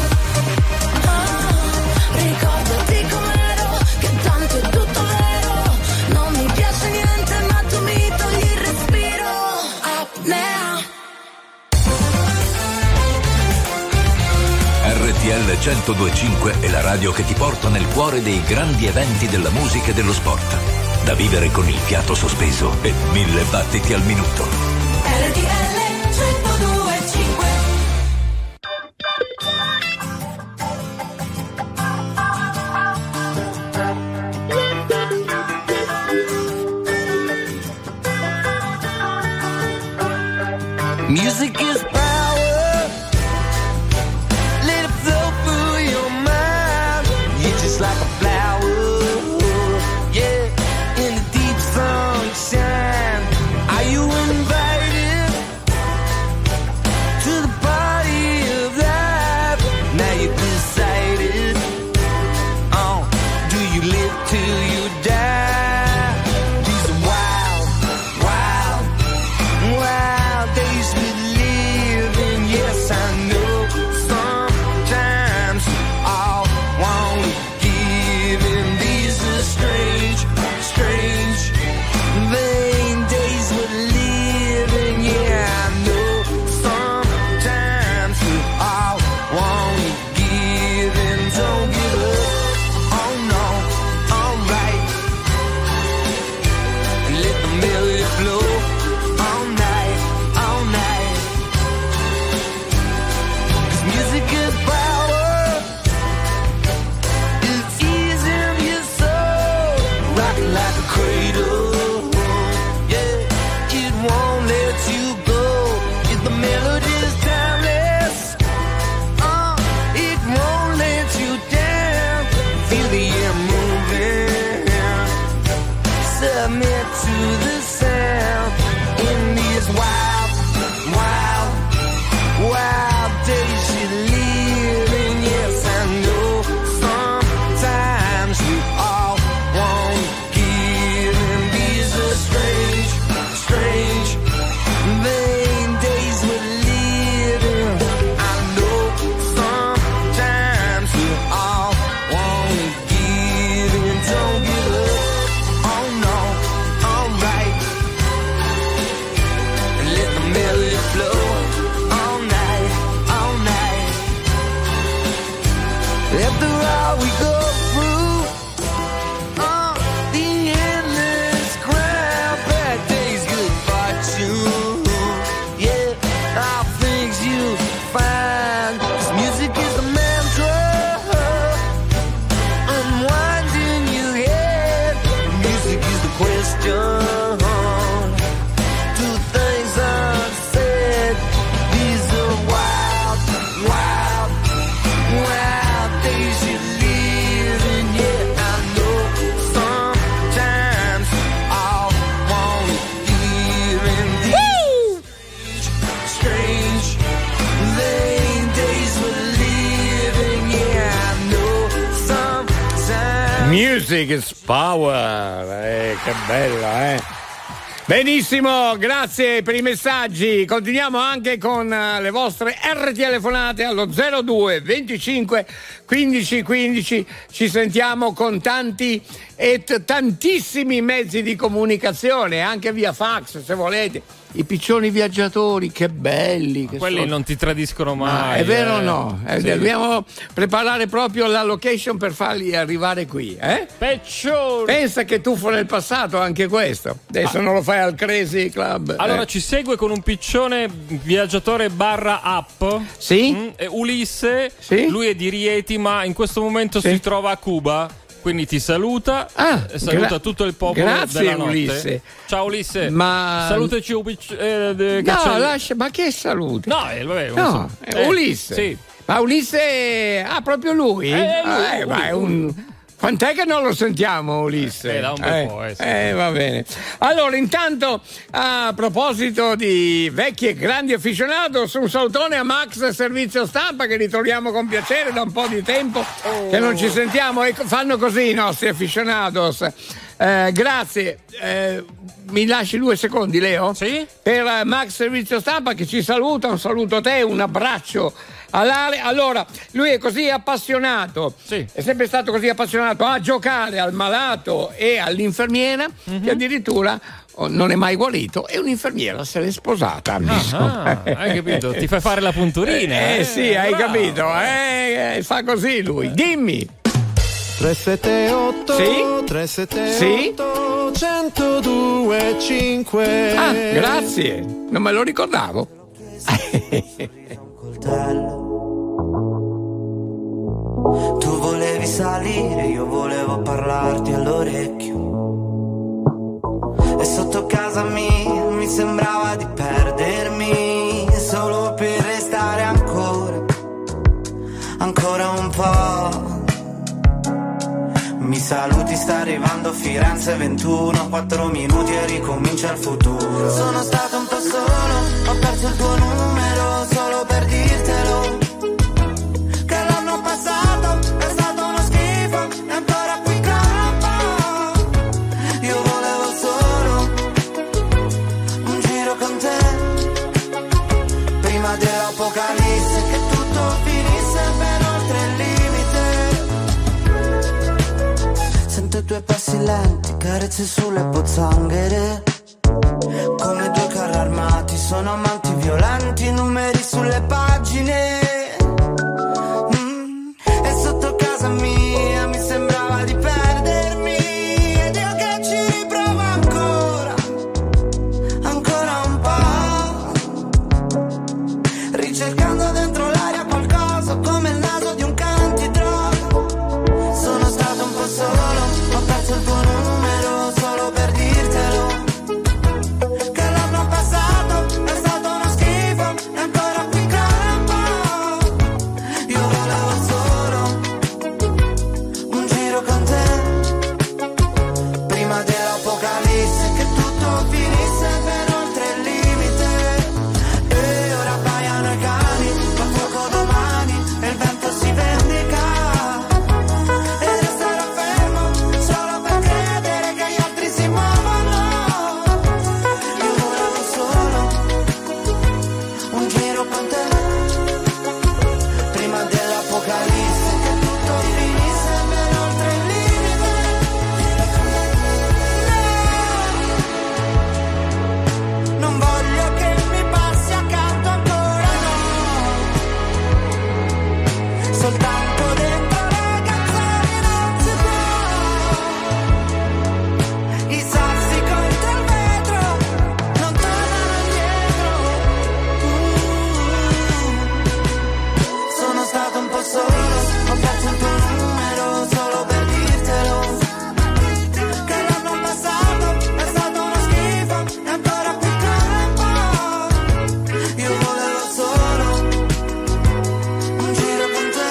ah. Ricordati com'ero, che tanto è tutto vero. Non mi piace niente, ma tu mi togli il respiro. Apnea. R T L centodue e cinque è la radio che ti porta nel cuore dei grandi eventi della musica e dello sport. da vivere con il fiato sospeso e mille battiti al minuto. R T L centodue e cinque. Music is power. Let it flow through your mind. You're just like a flower, yeah, in the deep sunshine. Are you invited to the party of life? Now you've decided. Oh, do you live till you die? These are wild, wild, wild days we live in. Yes, I know sometimes all won't give in. These are strange, strange, vain days we're living. Yeah, I know sometimes we all won't give in. Don't give up, oh no, alright. And let the melody flow all night, all night. 'Cause music is power. It's easy in your soul, rocking like a cradle. Yeah, it won't let you go. If the melody is timeless, uh, it won't let you down. Feel the air moving. Submit to the sound in these wild, wild, wild days you're living. Yes, I know sometimes we all won't give in. These are strange, strange, vain days we're living. I know sometimes we all won't give in. Don't give up, oh no, alright. And let the melody flow all night, all night. After all we go through, uh, the endless crowd, bad days, good fortune. Yeah, all things you find. This music is the mantra, unwinding your head. Music is the question. Two things unsaid. These are wild, wild, wild days you're living. Yeah, I know sometimes all won't give in. These strange, vain days we're living. Yeah, I know sometimes. Music is power, eh, che bella, eh. Benissimo, grazie per i messaggi. Continuiamo anche con eh, le vostre R T L telefonate allo zero due venticinque quindici quindici. Ci sentiamo con tanti e t- tantissimi mezzi di comunicazione, anche via fax se volete. I piccioni viaggiatori, che belli che Quelli sono. non ti tradiscono mai. Ah, è vero o eh. no? Eh, Sì. Dobbiamo preparare proprio la location per farli arrivare qui, eh? Peccioni! Pensa che tuffo nel passato anche questo. Adesso Ah. non lo fai al Crazy Club. Allora eh. ci segue con un piccione viaggiatore barra app. Sì. Mm, è Ulisse. Sì. Lui è di Rieti, ma in questo momento Sì. si trova a Cuba. Quindi ti saluta, Ah, e saluta gra- tutto il popolo grazie, della notte. Ulisse. Ciao Ulisse. Ma- Salutaci un picc- eh, de- No, Cacciari- lascia, ma che saluti? No, eh, vabbè, non No, so. è Eh, Ulisse. Sì. Ma Ulisse, ah, proprio lui? Eh, lui, Ah, eh, lui, ma è un... Quant'è che non lo sentiamo, Ulisse? Eh, da un bel po', eh, sì. eh, va bene. Allora, intanto, a proposito di vecchi e grandi aficionados, un salutone a Max Servizio Stampa, che ritroviamo con piacere da un po' di tempo che non ci sentiamo. Ecco, fanno così i nostri aficionados. Eh, grazie. Eh, mi lasci due secondi, Leo? Sì. Per eh, Max Servizio Stampa che ci saluta, un saluto a te, un abbraccio all'Ale. Allora, lui è così appassionato, sì. è sempre stato così appassionato a giocare al malato e all'infermiera, Mm-hmm. che addirittura oh, non è mai guarito e un'infermiera se l'è sposata. Ah, hai capito? Ti fai fare la punturina. Eh, Eh, sì, hai bravo. capito, eh, eh, fa così lui. Dimmi. tre sette otto Sì? tre sette otto Sì? centodue e cinque. Ah, grazie, non me lo ricordavo. Tu volevi salire, io volevo parlarti all'orecchio. E sotto casa mia mi sembrava di perdermi, solo per restare ancora, ancora un po'. Mi saluti, sta arrivando Firenze ventuno, quattro minuti e ricomincia il futuro. Sono stato un po' solo, ho perso il tuo numero solo per dirtelo, che l'anno passato è stato uno schifo e ancora qui campo. Io volevo solo un giro con te, prima dell'apocalisse, che tutto finisse ben oltre il limite. Sento i tuoi passi lenti, carezze sulle pozzanghere, come due carri armati, sono amanti violenti, numeri sulle pagine. Mm. E sotto casa mia mi sembrava di perdermi, ed io che ci riprovo ancora, ancora un po', ricercando dentro l'aria qualcosa come il naso di un cantidroga. Sono stato un po' solo, ho perso il tuo numero solo per dirtelo, che l'anno passato è stato uno schifo e ancora qui campo. Io volevo solo un giro con te, prima dell'apocalisse, che tutto finisse ben oltre il limite. E ora baiano i cani, fa fuoco domani e il vento si vendica. E resterò fermo solo per credere che gli altri si muovono. Io volevo solo un giro con te, prima dell'apocalisse, che tutto finisse ben oltre il limite. Non voglio che mi passi accanto ancora, no. Soltanto dentro le canzoni non si può. I sassi contro il vetro non tornano indietro. Mm. Sono stato un po' solo, ho perso il tuo numero solo per dirtelo, che l'anno passato è stato uno schifo e ancora qui campo. Io volevo solo un giro con te,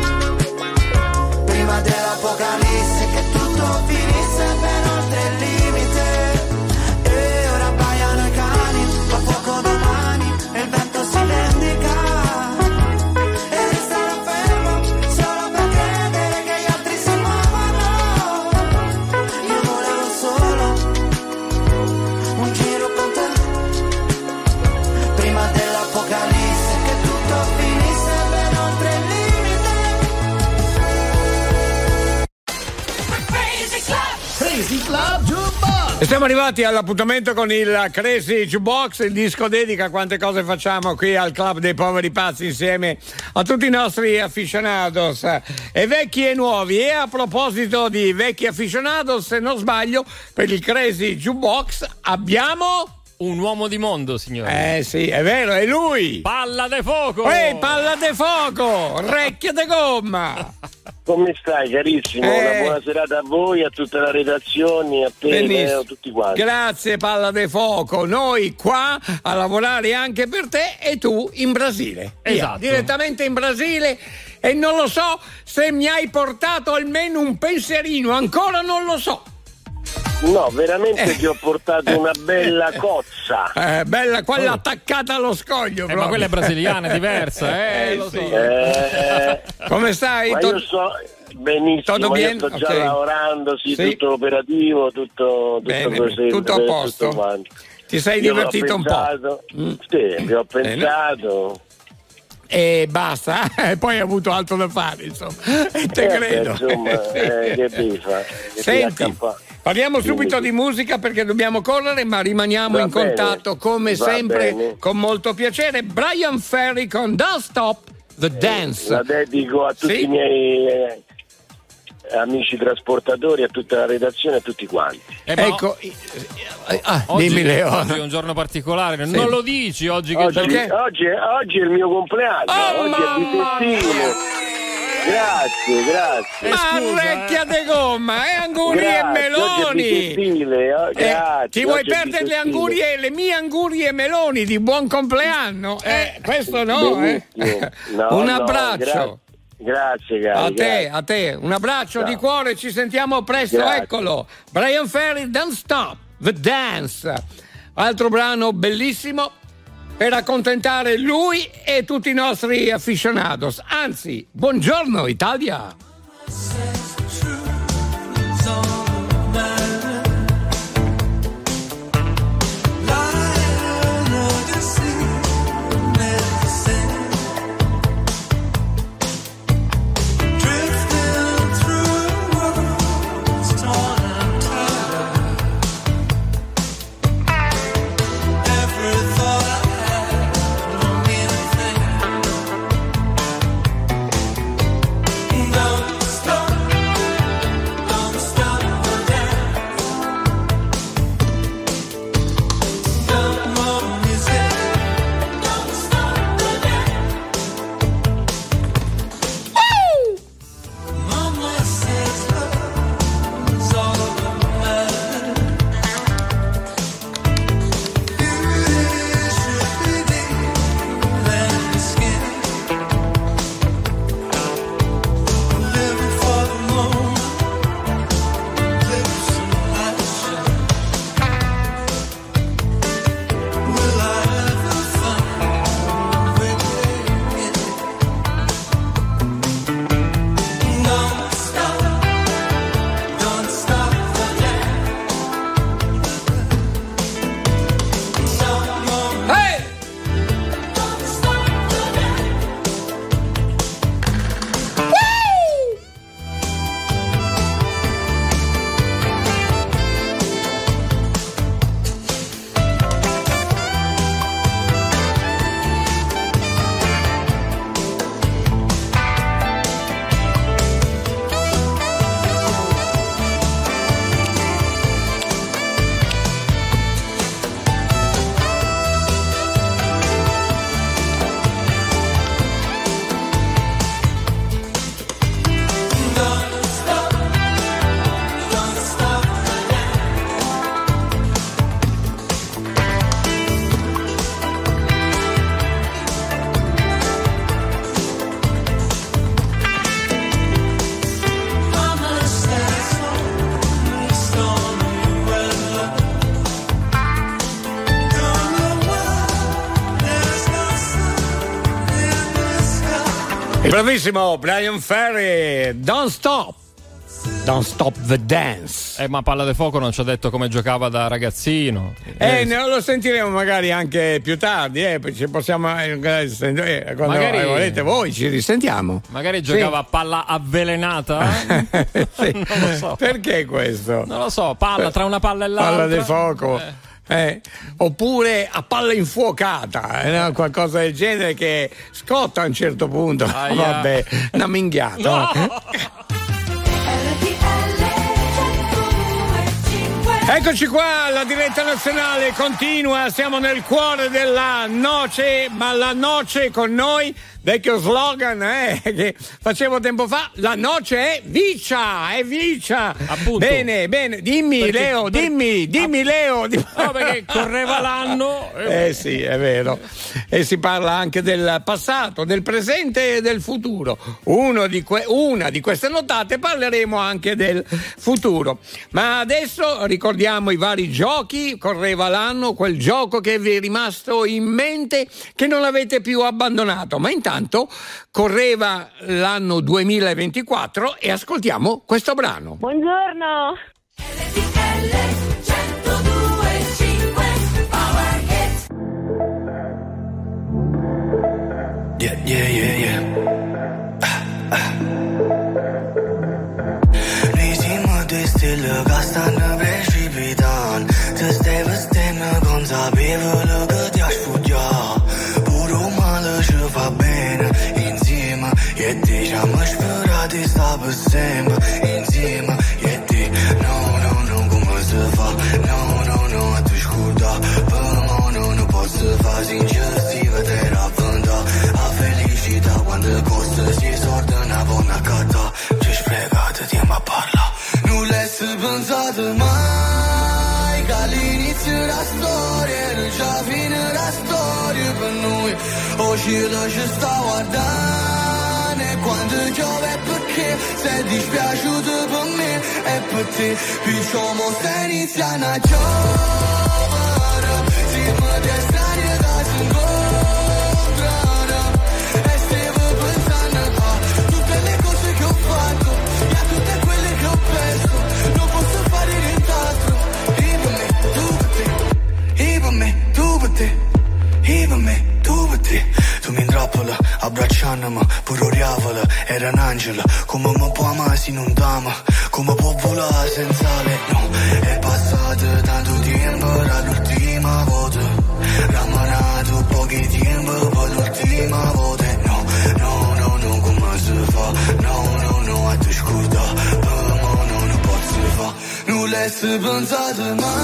prima dell'apocalisse, che tutto finisse ben oltre il limite. E ora baiano i cani, fa fuoco domani e il vento si vendica. E resterò fermo solo per credere che gli altri si muovono. Io volevo solo un giro con te, prima dell'apocalisse, che tutto finisse ben oltre il limite. Crazy Club Jukebox. E siamo arrivati all'appuntamento con il Crazy Jukebox, il disco dedica a quante cose facciamo qui al Club dei Poveri Pazzi insieme a tutti i nostri aficionados, e vecchi e nuovi. E a proposito di vecchi aficionados, se non sbaglio, per il Crazy Jukebox abbiamo un uomo di mondo, signore. Eh sì, è vero, è lui. Palla de fuoco! Ehi, palla de fuoco! Recchia de gomma! Come stai, carissimo? Eh. Una buona serata a voi, a tutta la redazione, a te, Benissimo. a tutti quanti. Grazie, palla de fuoco. Noi qua a lavorare anche per te e tu in Brasile. Via, Esatto. direttamente in Brasile, e non lo so se mi hai portato almeno un pensierino, ancora non lo so. No, veramente ti ho portato una bella cozza. Eh, bella, quella attaccata allo scoglio. Eh, ma quella è brasiliana, è diversa, eh, Eh, lo so. sì. Eh, Come stai? ma io so benissimo, Tutto io bien? sto già Ok. lavorando, sì, Sì. tutto operativo, tutto, tutto Bene, così, tutto a posto? tutto quanto. Ti sei Io divertito ho un po'? pensato, Sì, vi ho Bene. pensato. E basta, e poi hai avuto altro da fare, insomma. E te Eh, credo. beh, insomma, eh, che devi fare? Che devi Senti, accampare? parliamo subito Dimmi. di musica perché dobbiamo correre, ma rimaniamo Va in bene, contatto come va sempre bene. con molto piacere. Brian Ferry con Don't Stop the Dance. La dedico a tutti Sì. i miei eh, amici trasportatori, a tutta la redazione, a tutti quanti. Eh, ma- Ecco, Ah, oggi, dimmi, Leo. Oggi è un giorno particolare, Sì. non lo dici oggi che Oggi, giorno- oggi, è, oggi è il mio compleanno, Oh, oggi è bisestino. Grazie, grazie. Ma recchia de gomma, e angurie Grazie, e meloni. oggi è bisestile, oh, Eh, grazie, ti vuoi oggi è perdere le bisestile. angurie, le mie angurie e meloni di buon compleanno? Eh, questo no, eh. Benissimo. No, Un no, abbraccio. gra- Grazie, cari. A te, grazie. a te, un abbraccio Ciao. di cuore, ci sentiamo presto, Grazie. eccolo. Brian Ferry, Don't Stop, The Dance. Altro brano bellissimo per accontentare lui e tutti i nostri aficionados. Anzi, buongiorno Italia. Il bravissimo Brian Ferry, Don't Stop. Don't Stop the Dance. Eh, ma Palla de Fuoco non ci ha detto come giocava da ragazzino. Eh, Eh, ne- lo sentiremo magari anche più tardi, eh, poi ci possiamo, eh, eh, quando Magari- eh, volete voi ci risentiamo. Magari Sì. giocava a palla avvelenata? Sì. Non lo so. Perché questo? Non lo so, palla tra una palla e l'altra. Palla di fuoco. Eh, oppure a palla infuocata, eh, no? Qualcosa del genere che scotta a un certo punto. Aia. Vabbè, una minchiata. Eccoci qua, la diretta nazionale continua, siamo nel cuore della noce, ma la noce con noi, vecchio slogan eh, che facevo tempo fa, la noce è vicia, è vicia. Appunto. Bene, bene, dimmi Perché- Leo, per- dimmi, dimmi Leo. Di- No, perché correva l'anno. Eh sì, è vero. E si parla anche del passato, del presente e del futuro. Uno di que- una di queste notate parleremo anche del futuro. Ma adesso ricordiamo i vari giochi, correva l'anno, quel gioco che vi è rimasto in mente, che non avete più abbandonato. Ma intanto correva l'anno duemilaventiquattro e ascoltiamo questo brano. Buongiorno. Yeah, yeah, yeah, yeah. Risimo de stille castană precipitan. Să stai văstene consapevolă că te-aș fugia. Puro mală și va bene insieme. E deja mă spera de stare sempre insieme. E te, no, no, no, come se fa. inizia la storia, era già fine la storia per noi. O cielo ci sta guardando, e quando piove perché sei dispiaciuto per me e per te. Perciò mo stai iniziando a giovere, siamo dei strani che si incontrano, e stiamo pensando a tutte le cose che ho fatto e a tutte quelle che ho perso. Non posso fare nient'altro. E per me, tu per te, e per me, tu per te, e per me, tu per te. Tu mi intrappola, abbracciandomi, pure oriavola, era un angelo. Come mi può amare se non t'ama? Come può volare senza lei? No, è passato tanto tempo dall'ultima volta. Rammanato pochi tempo, poi l'ultima volta. No, no, no, no, come si fa? No, no, no, a te scorda, per me non posso fa. Non l'hai pensato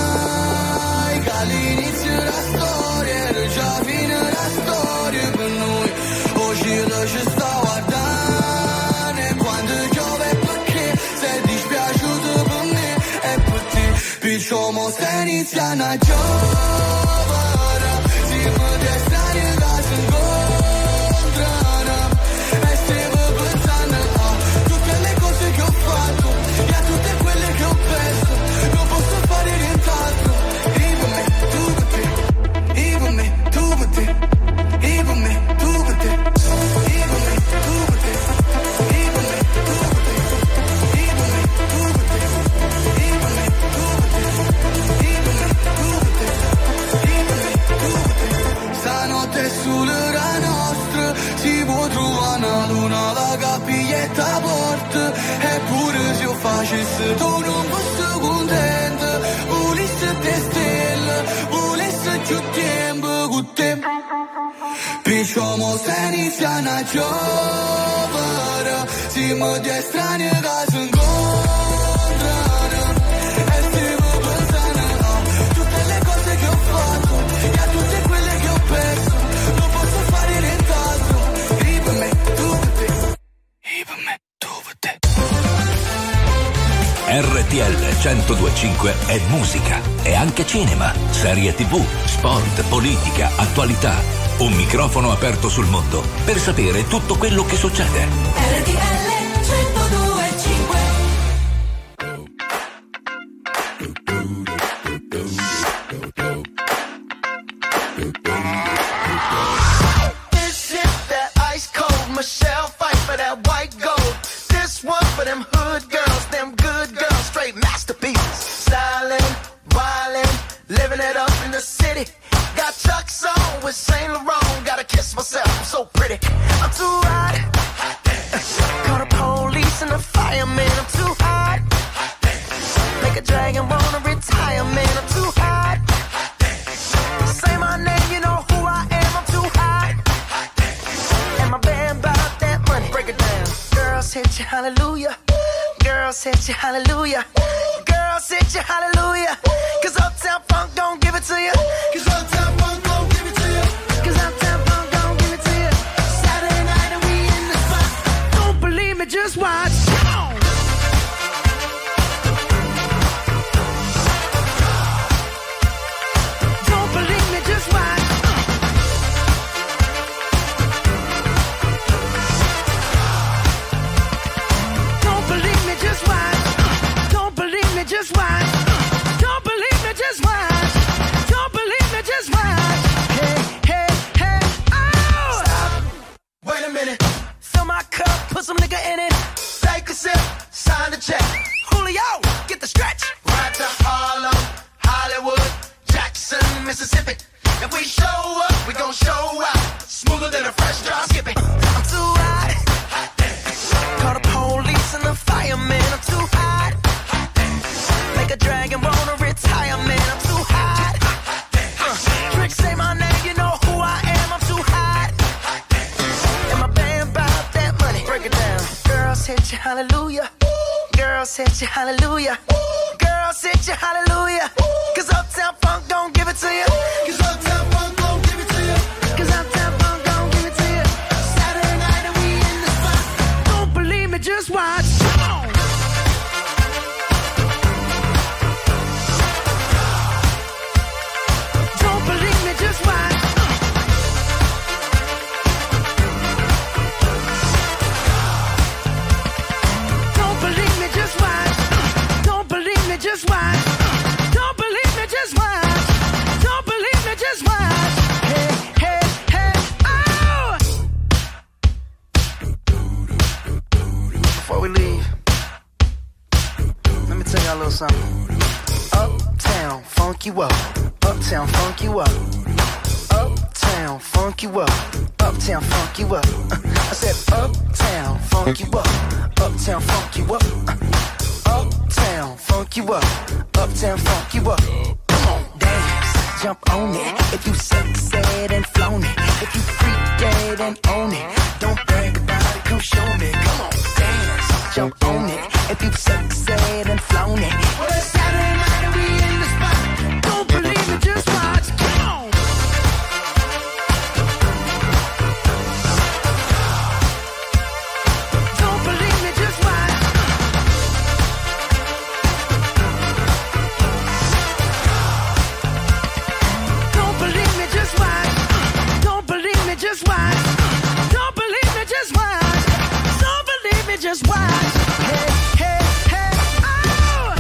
mai, che all'inizio della storia era già fine la storia per noi. O cielo ci sta guardando, e quando piove perché sei dispiaciuto per me e per te. Perciò mo stai iniziando a giovere, siamo dei strani che si incontrano, e stiamo pensando a tutte le cose che ho fatto e a tutte quelle che ho perso. Non posso fare nient'altro. E per me, tu per te, e per me, tu per te, e per me, tu per te, e per me, tu per te, e per me, tu per te, e per me, tu per te, e per me, tu per te, e per me, tu per te, e per me, tu per te. Stanotte sulla nostra si può trovare una luna, la capiglietta a porta. Eppure se io facessi tu non fossi contento, volessi te stelle, volessi più tempo con te. Perciò mo stai iniziando a giovere, siamo dei strani che si incontrano, e stiamo pensando a tutte le cose che ho fatto e a tutte quelle che ho perso. Non posso fare nient'altro. E per me, tu per te, e per me, tu per te. R T L centodue e cinque è musica, è anche cinema, serie tivù, sport, politica, attualità. Un microfono aperto sul mondo per sapere tutto quello che succede. R T L centodue e cinque. This is that ice cold Michelle fight for that white gold. This one for them hood girls, them good girls, straight masterpieces. Stylin', wildin', living it up in the city. Got Chuck's on with Saint Laurent. Gotta kiss myself, I'm so pretty. I'm too hot. Call the police and the fireman. I'm too hot. Make a dragon wanna retire, man. I'm too hot. Say my name, you know who I am. I'm too hot. And my band bought that money. Break it down. Girls hit you, hallelujah. Girls hit you, hallelujah. Girls hit you, hallelujah. Cause Uptown Funk don't give it to you. Cause Uptown Funk don't give it to you. Cause Uptown Funk don't give it to you. Saturday night and we in the spot. Don't believe me, just watch. Come on. Don't believe me, just watch. Don't believe me, just watch. Don't believe me, just watch. Don't believe me, just watch. Don't believe me, just watch. Hey, hey, hey, oh! Stop. Wait a minute. Fill my cup, put some nigga in it. Take a sip, sign the check. Julio, get the stretch. Right to Harlem, Hollywood, Jackson, Mississippi. If we show up, we gon' show out. Smoother than a fresh drop skipping. I'm too hot. Call the police and the fireman. I'm too hot. Make a dragon wanna retire, man. I'm too hot. Uh, Trick say my name, you know who I am. I'm too hot. And my band bought that money. Break it down. Girls hit you, hallelujah. Girls hit you, hallelujah. Girls hit you, hallelujah. Cause Uptown Funk don't give it to you. Cause Uptown Funk don't give it to you. Cause Uptown Funk don't give it to you. Saturday night and we in the spot. Don't believe me, just watch. Come on. funk you up. Uptown funk you up. Uptown funk you up. Uptown funk you up. I said uptown funk you up. Uptown funk you up. Uptown funk you up. Uptown funk you up. Come on, dance, jump on it. If you sexed and flown it. If you freak dead and own it. Don't brag about it, come show me. Come on, dance, jump on it. If you sexed and flown it. Well, it's Saturday night and we in the spot. Don't believe me, just watch. Come on. Don't believe me, just watch. Don't believe me, just watch. Don't believe me, just watch. Don't believe me, just watch. Don't believe me, just watch. Hey, hey, hey, oh!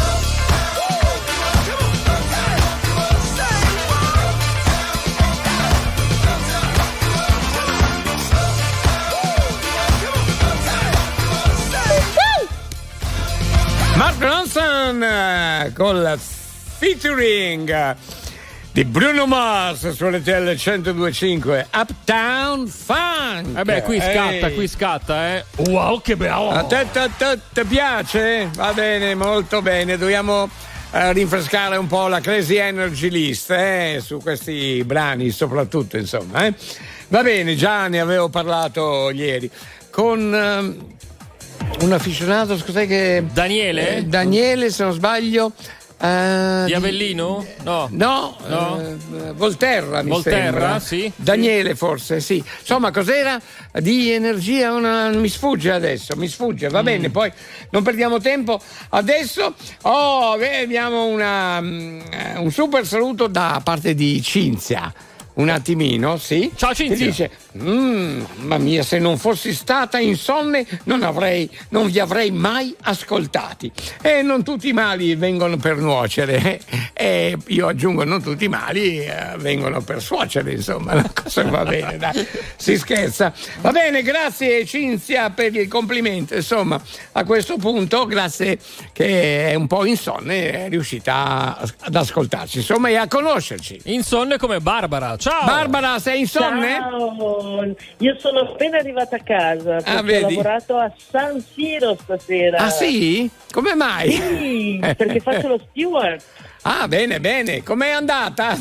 Mark Ronson eh, con la featuring eh, di Bruno Mars su R T L centodue e cinque, Uptown Funk. Eh beh, qui scatta, Ehi. qui scatta, eh. Wow, che bello! A te, te, te, te piace? Va bene, molto bene. Dobbiamo eh, rinfrescare un po' la Crazy Energy List eh, su questi brani, soprattutto, insomma. Eh. Va bene, già ne avevo parlato ieri con ehm, un afficionato, scusate che... Daniele? Eh, Daniele, se non sbaglio... eh, Di Avellino? No. No, No? eh, Volterra mi Volterra, sembra. sì. Daniele forse, sì. Insomma, cos'era? Di energia, una... mi sfugge adesso, mi sfugge, va Mm. bene, poi non perdiamo tempo. Adesso oh, beh, abbiamo una, mm, un super saluto da parte di Cinzia. Un attimino, sì. Ciao Cinzia. Che dice: "Mm, mamma mia, se non fossi stata insonne non avrei, non vi avrei mai ascoltati. E non tutti i mali vengono per nuocere. E io aggiungo, non tutti i mali eh, vengono per suocere, insomma, la cosa va bene, dai. Si scherza. Va bene, grazie Cinzia per il complimento. Insomma, a questo punto, grazie che è un po' insonne, è riuscita ad ascoltarci, insomma, e a conoscerci. Insonne come Barbara. Ciao! Barbara, sei insonne? Ciao, io sono appena arrivata a casa perché Ah, ho vedi? lavorato a San Siro stasera. Ah sì? Come mai? Sì, perché faccio lo steward. Ah, bene, bene. Com'è andata?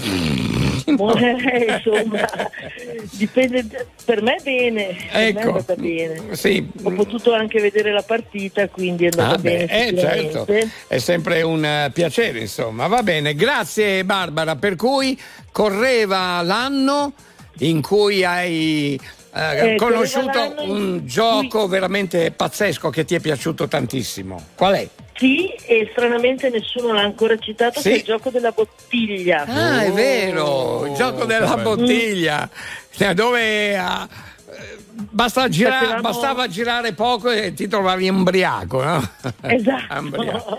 Eh, insomma, dipende, per me bene, per me è Ecco. andata bene. Sì. Ho potuto anche vedere la partita, quindi è andata Ah, bene. beh, eh, certo, sicuramente. è sempre un eh, piacere, insomma. Va bene, grazie Barbara. Per cui correva l'anno in cui hai eh, Eh, conosciuto correva l'anno in un gioco veramente pazzesco che ti è piaciuto tantissimo. Qual è? Sì, e stranamente nessuno l'ha ancora citato, Sì. che è il gioco della bottiglia. Ah, è vero, il gioco della bello. bottiglia, cioè, dove ah, eh, basta gira- Facevamo- bastava girare poco e ti trovavi embriaco, no? Esatto. Embriaco.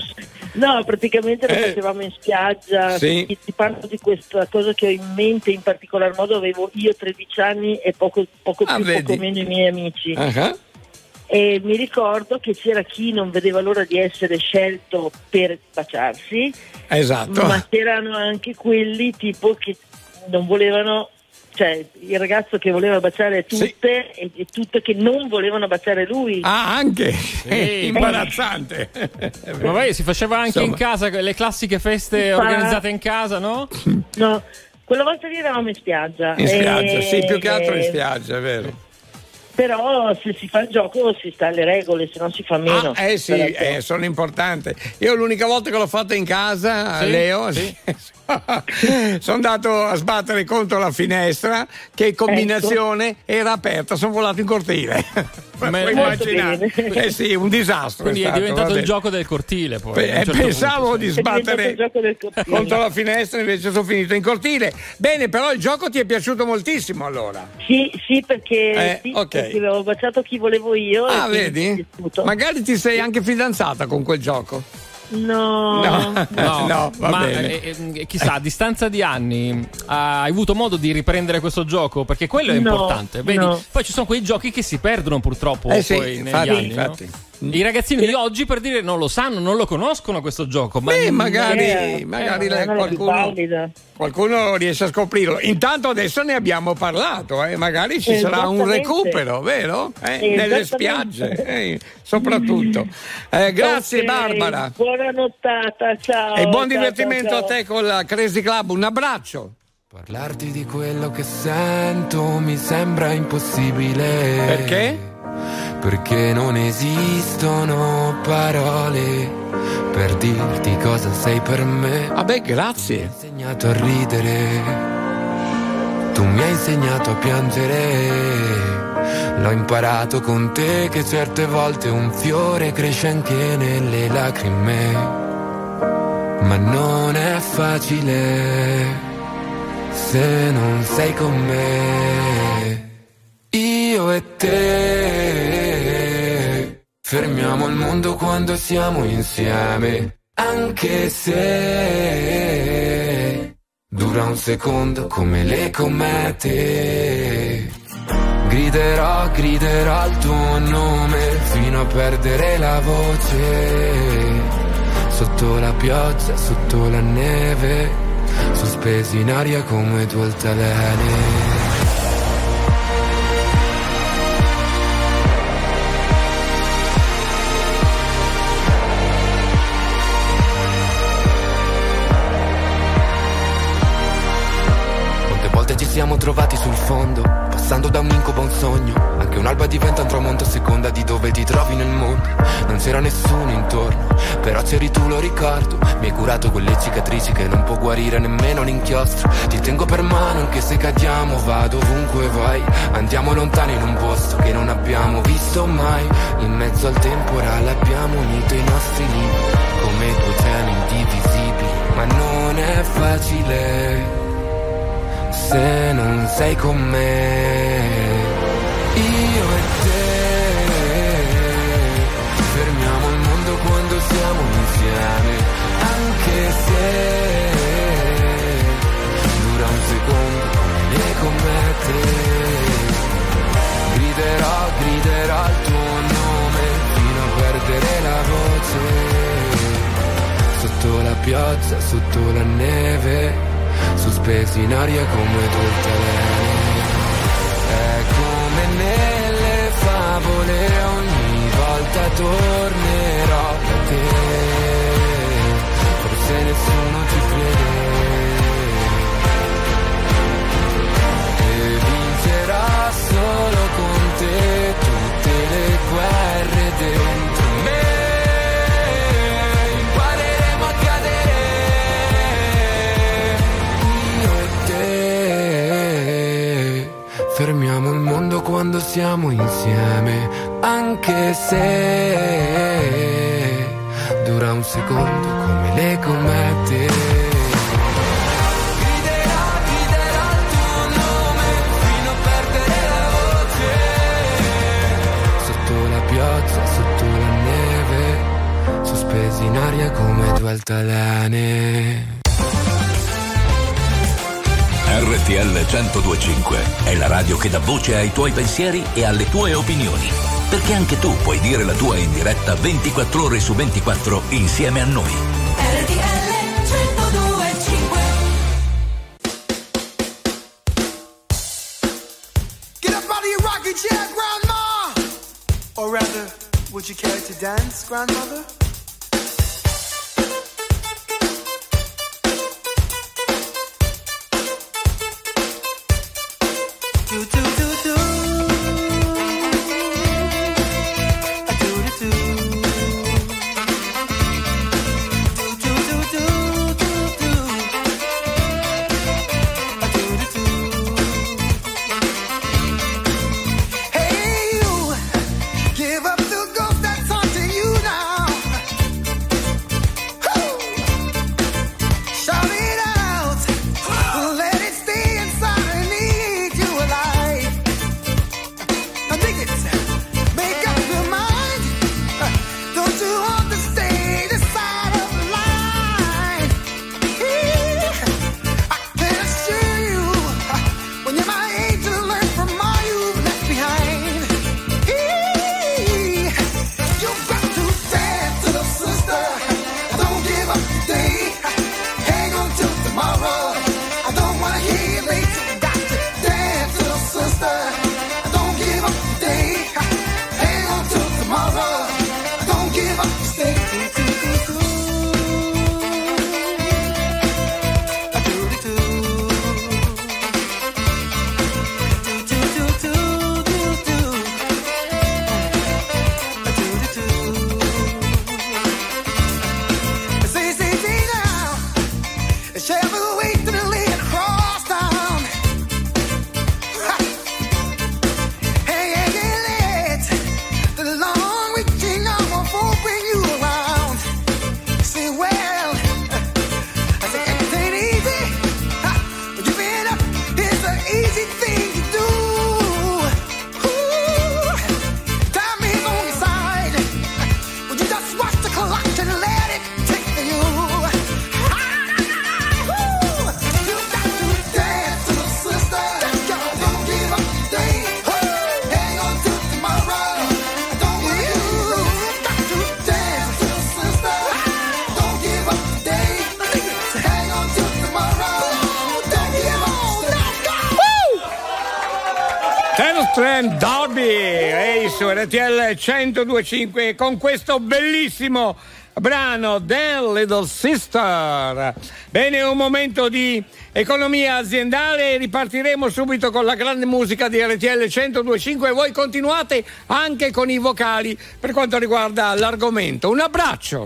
No, praticamente lo Eh. facevamo in spiaggia. Sì. Ti, ti parlo di questa cosa che ho in mente, in particolar modo avevo io tredici anni e poco, poco Ah, più, vedi? poco meno i miei amici. Ah, E mi ricordo che c'era chi non vedeva l'ora di essere scelto per baciarsi, esatto. ma c'erano anche quelli tipo che non volevano, cioè il ragazzo che voleva baciare tutte e, e tutte che non volevano baciare lui. Ah, anche? Sì. Imbarazzante. Vabbè, si faceva anche Insomma. in casa le classiche feste Si fa- organizzate in casa, no? No, quella volta lì eravamo in spiaggia. In spiaggia, E- sì, più che altro in spiaggia, è vero. Però se si fa il gioco si sta alle regole, se no si fa meno. Ah, eh sì, Però- eh, sono importanti. Io l'unica volta che l'ho fatta in casa, Sì? Leo, Sì. sono andato a sbattere contro la finestra, che combinazione era aperta, sono volato in cortile. Me- Puoi molto immaginare? bene. Eh sì, un disastro. Quindi è, stato, diventato vabbè. il gioco del cortile poi. Pe- a un certo pensavo punto, di sì. È diventato sbattere il gioco del cortile. contro la finestra, invece sono finito in cortile. Bene, però il gioco ti è piaciuto moltissimo allora. Sì, sì, perché, Eh, sì, ok. perché avevo baciato chi volevo io. Ah, e quindi mi è vedi? piaciuto. Magari ti sei anche fidanzata con quel gioco. No, No, No, no, va ma bene. eh, eh, chissà, a distanza di anni hai avuto modo di riprendere questo gioco? Perché quello è No, importante. Vedi? no. Poi ci sono quei giochi che si perdono purtroppo Eh sì, poi negli infatti, anni. infatti. No? I ragazzini di oggi, per dire, non lo sanno, non lo conoscono questo gioco. Ma Beh, magari, Eh, magari eh, le- non è più qualcuno, valida. qualcuno riesce a scoprirlo. Intanto adesso ne abbiamo parlato, eh, magari ci sarà un Esattamente. recupero, vero? Eh, nelle Esattamente. spiagge, eh, soprattutto. Eh, grazie Ok, Barbara. Buona nottata, ciao. E buon ciao, divertimento ciao, a te con la Crazy Club. Un abbraccio. Parlarti di quello che sento mi sembra impossibile. Perché? Perché non esistono parole per dirti cosa sei per me. Vabbè, grazie. Mi hai insegnato a ridere, tu mi hai insegnato a piangere. L'ho imparato con te che certe volte un fiore cresce anche nelle lacrime. Ma non è facile se non sei con me. Io e te fermiamo il mondo quando siamo insieme, anche se dura un secondo come le comete. Griderò, griderò il tuo nome fino a perdere la voce. Sotto la pioggia, sotto la neve, sospesi in aria come due altalene. Ci siamo trovati sul fondo, passando da un incubo a un sogno. Anche un'alba diventa un tramonto a seconda di dove ti trovi nel mondo. Non c'era nessuno intorno, però c'eri tu, lo ricordo. Mi hai curato quelle cicatrici che non può guarire nemmeno l'inchiostro. Ti tengo per mano anche se cadiamo, vado ovunque vai. Andiamo lontani in un posto che non abbiamo visto mai. In mezzo al temporale abbiamo unito i nostri limiti come due oceani indivisibili. Ma non è facile se non sei con me. Io e te fermiamo il mondo quando siamo insieme, anche se dura un secondo come le comete. Griderò, griderò il tuo nome fino a perdere la voce. Sotto la pioggia, sotto la neve, sospesi in aria come due altalene. È come nelle favole, ogni volta tornerò da te. Forse nessuno ti crede e vincerò solo con te tutte le guerre dentro me. Impareremo a cadere, fermiamo il mondo quando siamo insieme, anche se dura un secondo come le comete. Griderò, griderò il tuo nome fino a perdere la voce. Sotto la pioggia, sotto la neve, sospesi in aria come due altalene. R T L centodue e cinque è la radio che dà voce ai tuoi pensieri e alle tue opinioni. Perché anche tu puoi dire la tua in diretta ventiquattro ore su ventiquattro insieme a noi. R T L centodue e cinque. Get up out of your rocking chair, Grandma! Or rather, would you care to dance, Grandmother? Do, do, do, do. A do, do, do. Do, do, do, do, do, do. A do, do, do. Hey, you, give up the ghost that's haunting you now. straight to the lane across town. Hey, hey, hey, let the long reaching arm won't bring you around. Say, well, I say it ain't easy, but giving up is an easy thing to do. Ooh, time is on your side. Would you just watch the clock and let it take you? You got to dance, little sister. Don't give up today. Hang on to tomorrow. Don't worry, you got to dance, little sister. Don't give up today. Hang on to tomorrow. Don't give up. Let's go. Taylor Strand, Darby, ehi su R T L centodue e cinque con questo bellissimo brano Damn Little Sister. Bene, un momento di economia aziendale, ripartiremo subito con la grande musica di R T L centodue e cinque e voi continuate anche con i vocali per quanto riguarda l'argomento. Un abbraccio.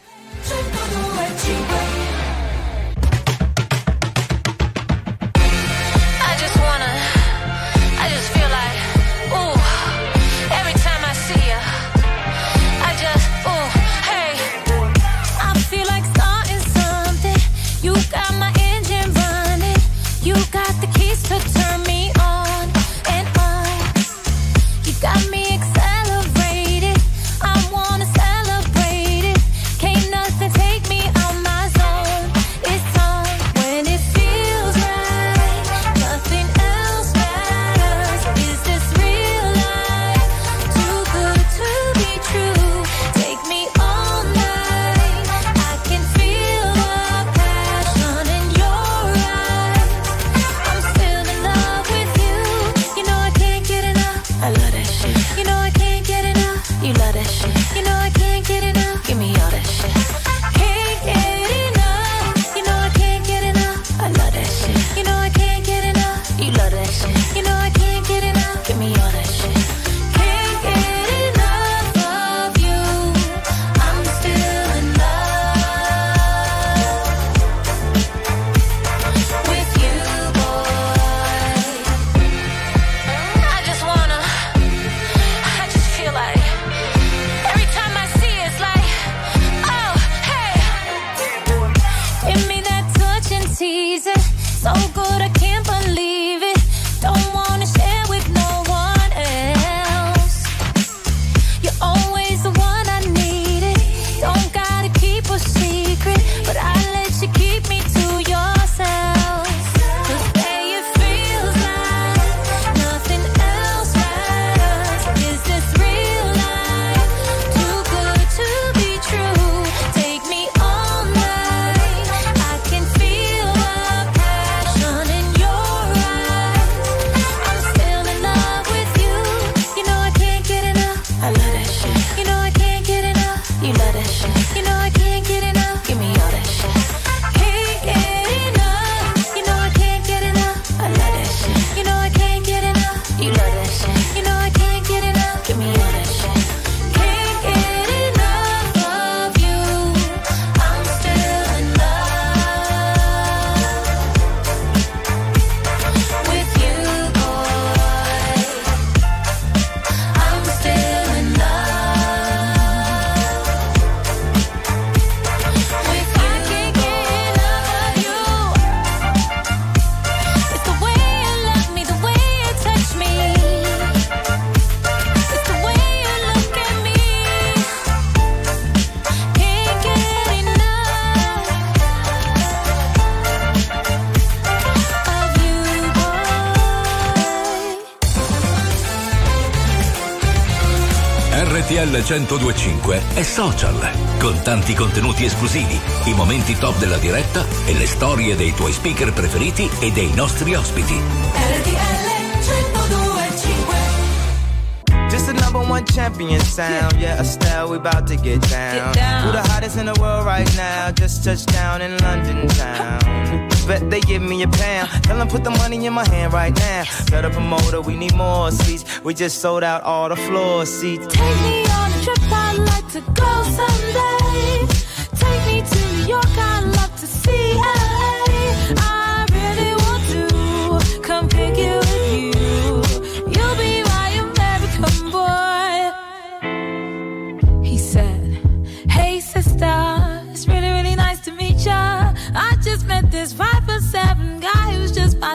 I just wanna, I just feel like, ooh, every time I see ya, I just, ooh, hey, I feel like starting something. You got my engine running, you got the keys to turn me on and on. You got me accelerated, I wanna celebrate it. Can't nothing take me out my zone. It's on when it feels right. Nothing else matters. Is this real life? Too good to be true. Take me all night. I can feel the passion in your eyes. I'm still in love with you. You know I can't get enough. I love that shit. You know I can't get enough. You love that shit. You know I can't get enough. Give me all that shit. Can't get enough. You know I can't get enough. I love that shit. You know I can't get enough. You love that shit. You know I can't get enough. Give me all that shit. Can't get enough of you. I'm still in love with you, boy. I just wanna, I just feel like every time I see it, it's like, oh, hey. Give me that touch and tease it. So good I can't believe it. Don't wanna share with no one else. You're always the one I needed. Don't gotta keep a secret, but I let you keep me to yourself. 'Cause babe, it feels like nothing else matters. Is this real life? Too good to be true. Take me all night. I can feel the passion in your eyes. I'm still in love with you. You know I can't get enough. I love that shit. You know I can't get enough. You love that shit. You know I can't get enough. Give me all that shit. Can't get enough. You know I can't get enough. I love that shit. You know I can't get enough. You love that shit. You know I can't get enough. Give me all that shit. Can't get enough of you. I'm still in love with you, boy. I'm still in love with you. I can't get enough of you. It's the way you love me, the way you touch me. It's the way you look at me. Can't get enough of you, boy. R T L centodue e cinque è social, con tanti contenuti esclusivi, i momenti top della diretta e le storie dei tuoi speaker preferiti e dei nostri ospiti. R T L centodue e cinque. Just the number one champion sound. Yeah, Estelle, we about to get down. Get down. Who the hottest in the world right now? Just touched down in London town. Bet they give me a pound. Tell them put the money in my hand right now. Better promoter, we need more seats. We just sold out all the floor seats. Take me on a trip, I'd like to go someday. Take me to New York, I'd love to see L A. I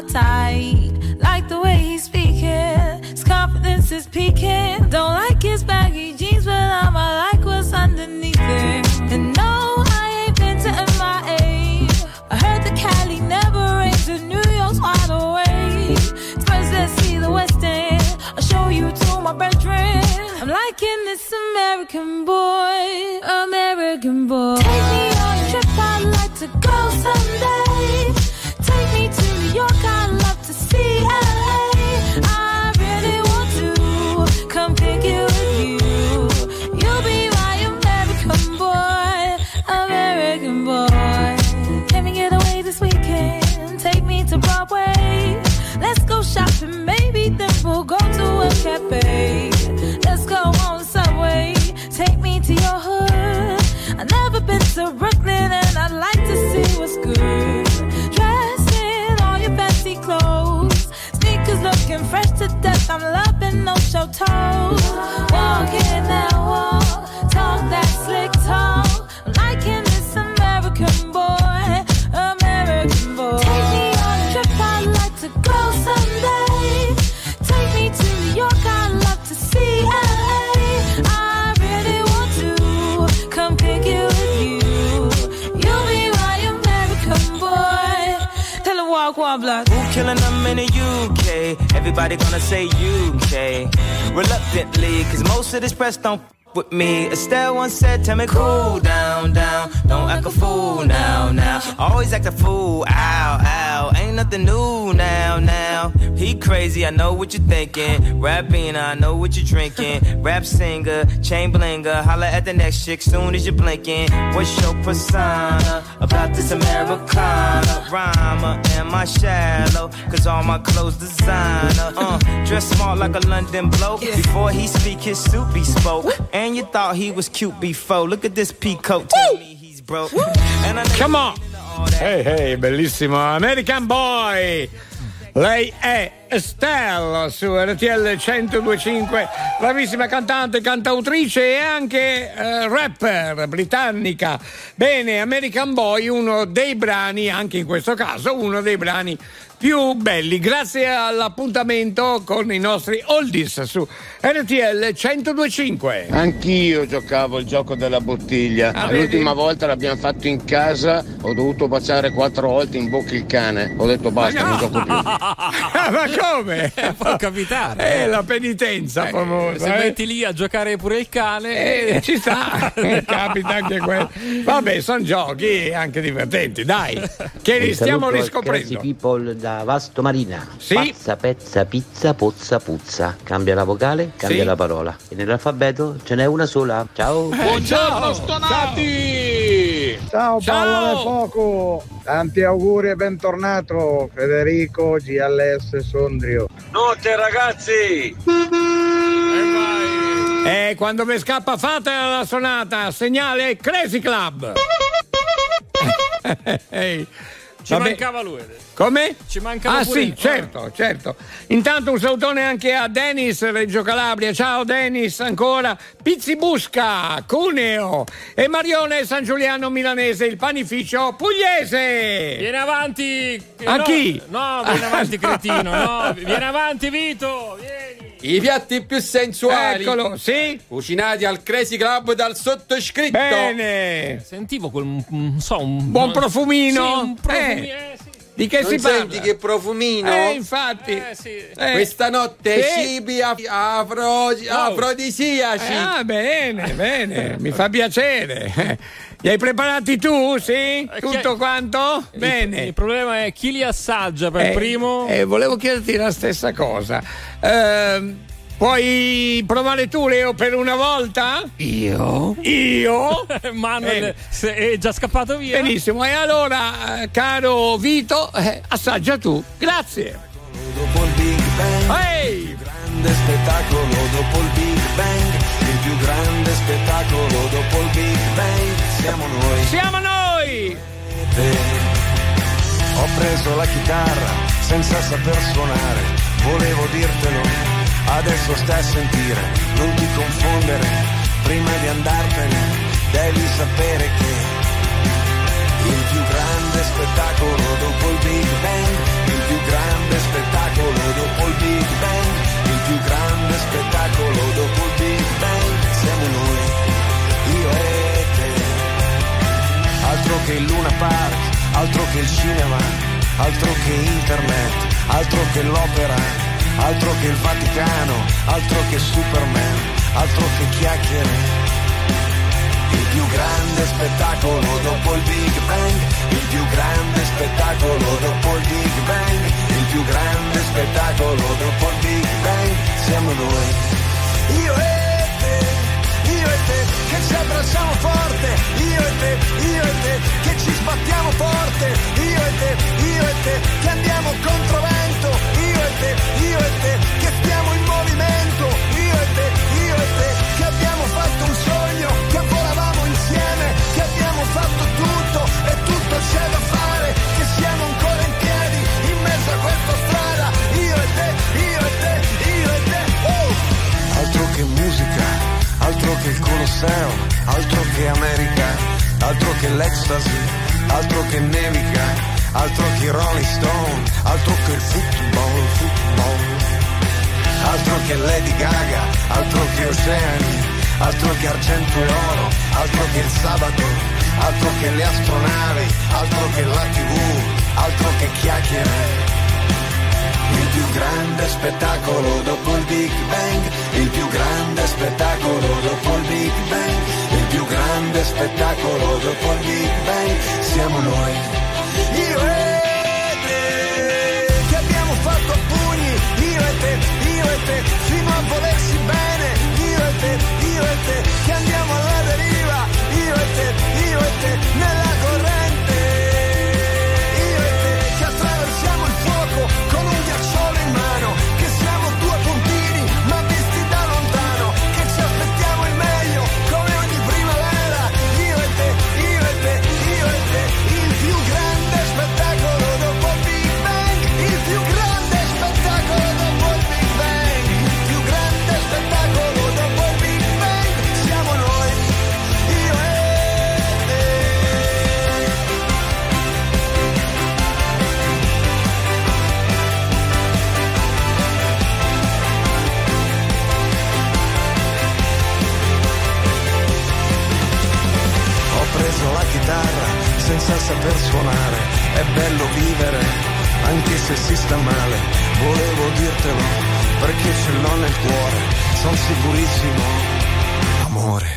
tight. Like the way he's speaking, his confidence is peaking. Don't like his baggy jeans, but I'ma like what's underneath it. And no, I ain't been to M I A. I heard the Cali never rains and New York's wide awake. First let's see the West End, I'll show you to my bedroom. I'm liking this American boy, American boy. Take me on a trip, I'd like to go someday. Take me to New York, I'd love to see L A. I really want to come pick you with you. You'll be my American boy, American boy. Can we get away this weekend? Take me to Broadway. Let's go shopping, maybe then we'll go to a cafe. Let's go on Subway, take me to your hood. I've never been to Brooklyn and I'd like to see what's good. Dress in all your fancy clothes, sneakers looking fresh to death. I'm loving no show toes. Walk in that walk, talk that slick talk. I'm liking this American boy, American boy. Take me on a trip, I'd like to go someday. Take me to New York, I'd love to see L A. I really want to come pick you with you. You'll be my American boy. Tell her walk one block. Who killing them in the U K? Everybody gonna say U K. Reluctantly, cause most of this press don't with me. Estelle once said, tell me cool down, down. Don't act a fool now, now. Always act a fool, ow, ow. Ain't nothing new now, now. He crazy, I know what you're thinking. Rapping, I know what you're drinking. Rap singer, chain blinger. Holla at the next chick soon as you're blinking. What's your persona about this Americana? Rhymer, am I shallow? Cause all my clothes designer. Uh, dress smart like a London bloke. Before he speak, his suit be spoke. And you thought he was cute before. Look at this peacoat, tell me he's broke. And I Come on! Hey, hey, bellissimo American Boy! Lei è Estelle su R T L centodue e cinque, bravissima cantante, cantautrice e anche eh, rapper britannica. Bene, American Boy, uno dei brani, anche in questo caso, uno dei brani più belli, grazie all'appuntamento con i nostri oldies su R T L centodue e cinque. Anch'io giocavo il gioco della bottiglia. Ah, l'ultima vedi? volta l'abbiamo fatto in casa, ho dovuto baciare quattro volte in bocca il cane. Ho detto basta, Ma no! non gioco più. Ma come? Può capitare. È la penitenza Eh, famosa. se eh. metti lì a giocare pure il cane, Eh, ci sta, capita anche quello. Vabbè, sono giochi anche divertenti, dai, che li stiamo riscoprendo. Crazy People da Vasto Marina. Sì. Pazza, pezza, pizza, pozza, puzza. Cambia la vocale, cambia Sì. la parola. E nell'alfabeto ce n'è una sola. Ciao. Buongiorno, stonati! Ciao, Ciao. palla di fuoco! Tanti auguri e bentornato Federico G L S Sondrio. Notte ragazzi! E quando mi scappa fate la sonata, segnale Crazy Club. Ehi. ci Vabbè. mancava lui adesso. Come? Ci mancava Ah pure- sì, certo, certo. Intanto un salutone anche a Dennis Reggio Calabria. Ciao Dennis, ancora Pizzibusca, Cuneo e Marione San Giuliano Milanese, il panificio pugliese. Vieni avanti. A no, chi? No, vieni avanti, Ah, no. cretino. No, vieni avanti, Vito. Vieni. I piatti più sensuali. Eccolo, sì. Cucinati al Crazy Club dal sottoscritto. Bene. Sentivo quel, non so, un Buon profumino. Sì, un profumino. Eh. eh, sì. Di che Non si parla? senti che profumino? Eh, infatti. Eh, sì. Eh. Questa notte Sì. cibi af- afro- afrodisiaci. Ah, bene, bene, mi fa piacere. Li hai preparati tu, sì? Tutto quanto? Bene. Il, il problema è chi li assaggia per Eh, primo. eh, volevo chiederti la stessa cosa. Ehm, puoi provare tu, Leo, per una volta? Io? Io? Manuel Eh. se- è già scappato via. Benissimo, e allora, eh, caro Vito, eh, assaggia tu. Grazie. Dopo il Big Bang, Ehi! il grande spettacolo dopo il Big Bang, il più grande spettacolo dopo il Big Bang, siamo noi. Siamo noi! Ho preso la chitarra senza saper suonare, volevo dirtelo, adesso stai a sentire, non ti confondere, prima di andartene devi sapere che il più grande spettacolo dopo il Big Bang, il più grande altro che il cinema, altro che internet, altro che l'opera, altro che il Vaticano, altro che Superman, altro che chiacchiere. Il più grande spettacolo dopo il Big Bang, il più grande spettacolo dopo il Big Bang, il più grande spettacolo dopo il Big Bang, siamo noi. Io e te, io e te, che ci abbracciamo forte, io e te, io e te, che ci sbattiamo forte, io e te, io e te, che andiamo contro vento, io e te, io e te, che stiamo in movimento, io e te, io e te, che abbiamo fatto un sogno, che volavamo insieme, che abbiamo fatto tutto e tutto c'è da fare, che siamo ancora in piedi in mezzo a questa strada, io e te, io e te, io e te, oh! Altro che musica, altro che il Colosseo, altro che America, altro che l'ecstasy, altro che nevica, altro che i Rolling Stone, altro che il football, football, altro che Lady Gaga, altro che oceani, altro che argento e oro, altro che il sabato, altro che le astronavi, altro che la tivù, altro che chiacchiere. Il più grande spettacolo dopo il Big Bang, il più grande spettacolo dopo il Big Bang, il più grande spettacolo dopo il Big Bang, siamo noi. Io e te, che abbiamo fatto a pugni, io e te, io e te, fino a volersi bene, io e te, io e te, che andiamo alla deriva, io e te, io e te, nella corrente, io e te, che attraversiamo il fuoco con un ghiacciolo in mano, che siamo due puntini ma visti da lontano, che ci aspettiamo il meglio come ogni primavera, io e te, io e te, io e te, il più grande spettacolo dopo il Big Bang, il più grande spettacolo dopo il Big Bang, il più grande spettacolo dopo il Big Bang, siamo noi, io e te. Ho preso la chitarra senza saper suonare, è bello vivere anche se si sta male, volevo dirtelo perché ce l'ho nel cuore, son sicurissimo, amore.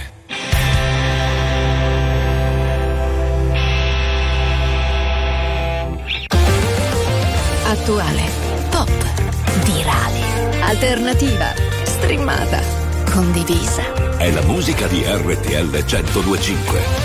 Attuale, pop, virale, alternativa, streamata, condivisa. È la musica di R T L centodue e cinque.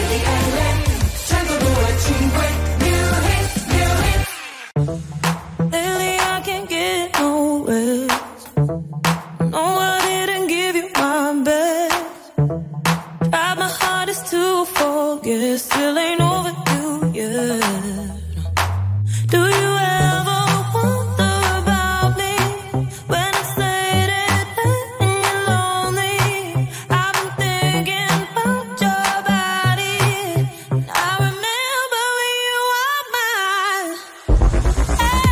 Lately I can't get no rest. No, I didn't give you my best. Tried my hardest to forget, still ain't over you yet. Do you ever wonder about me when it's late at night and you're lonely? I've been thinking about your body. I remember when you were mine.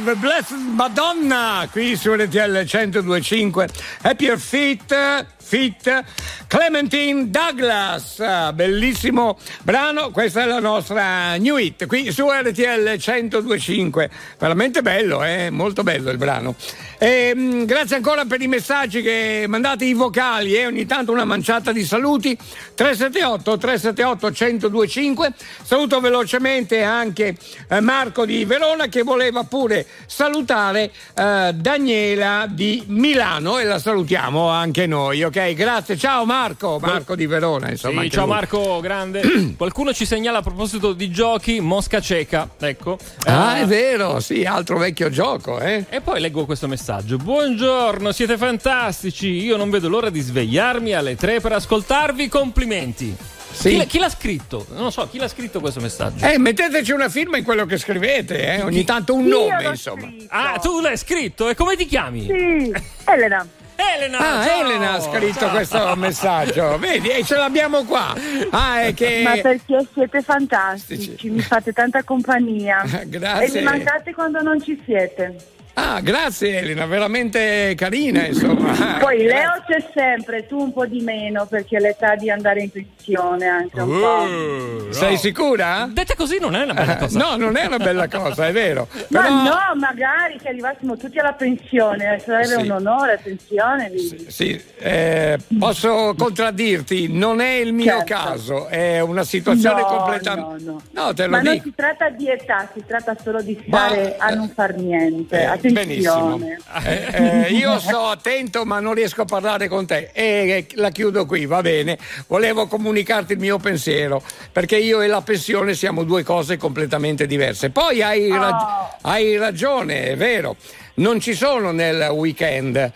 Live, Blessed Madonna, qui su R T L centodue e cinque. Happier Feet, Feet, Clementine Douglas, bellissimo brano, questa è la nostra new hit, qui su R T L centodue e cinque, veramente bello, eh? Molto bello il brano. E, mh, grazie ancora per i messaggi che mandate, i vocali e eh? ogni tanto una manciata di saluti. Tre sette otto tre sette otto uno zero due cinque. Saluto velocemente anche eh, Marco di Verona che voleva pure salutare eh, Daniela di Milano e la salutiamo anche noi, ok? Grazie, ciao Marco, Marco di Verona, insomma. Sì, ciao lui. Marco, grande. Qualcuno ci segnala a proposito di giochi, Mosca Cieca, ecco. Ah, Eh, è vero, sì, altro vecchio gioco, eh? E poi leggo questo messaggio. Buongiorno, siete fantastici. Io non vedo l'ora di svegliarmi alle tre per ascoltarvi. Complimenti. Sì. Chi, chi l'ha scritto? Non lo so, chi l'ha scritto questo messaggio? Eh, metteteci una firma in quello che scrivete, eh? Ogni tanto un Io nome, l'ho insomma. Ah, tu l'hai scritto? E come ti chiami? Sì, Elena. Elena, Ah, ciao. Elena ha scritto Ciao. questo messaggio, vedi, e ce l'abbiamo qua. Ah, è che... Ma perché siete fantastici, mi fate tanta compagnia. Grazie. E mi mancate quando non ci siete. Ah, grazie Elena, veramente carina, insomma. Poi Leo c'è sempre, tu un po' di meno, perché è l'età di andare in pensione anche un po'. Sei sicura? Detta così non è una bella cosa. No, non è una bella cosa, è vero. Ma Però... no, magari che arrivassimo tutti alla pensione, sarebbe Sì. un onore, attenzione. Lì. Sì, eh, posso contraddirti, non è il mio Certo. caso, è una situazione No, completamente... no, no. No, te lo Ma non dico. si tratta di età, si tratta solo di stare a non far niente. Eh, benissimo. Attenzione. Eh, eh, io sto attento ma non riesco a parlare con te e eh, la chiudo qui, va bene. Volevo comunicarti il mio pensiero perché io e la pensione siamo due cose completamente diverse. Poi hai, rag- Oh. hai ragione, è vero, non ci sono nel weekend,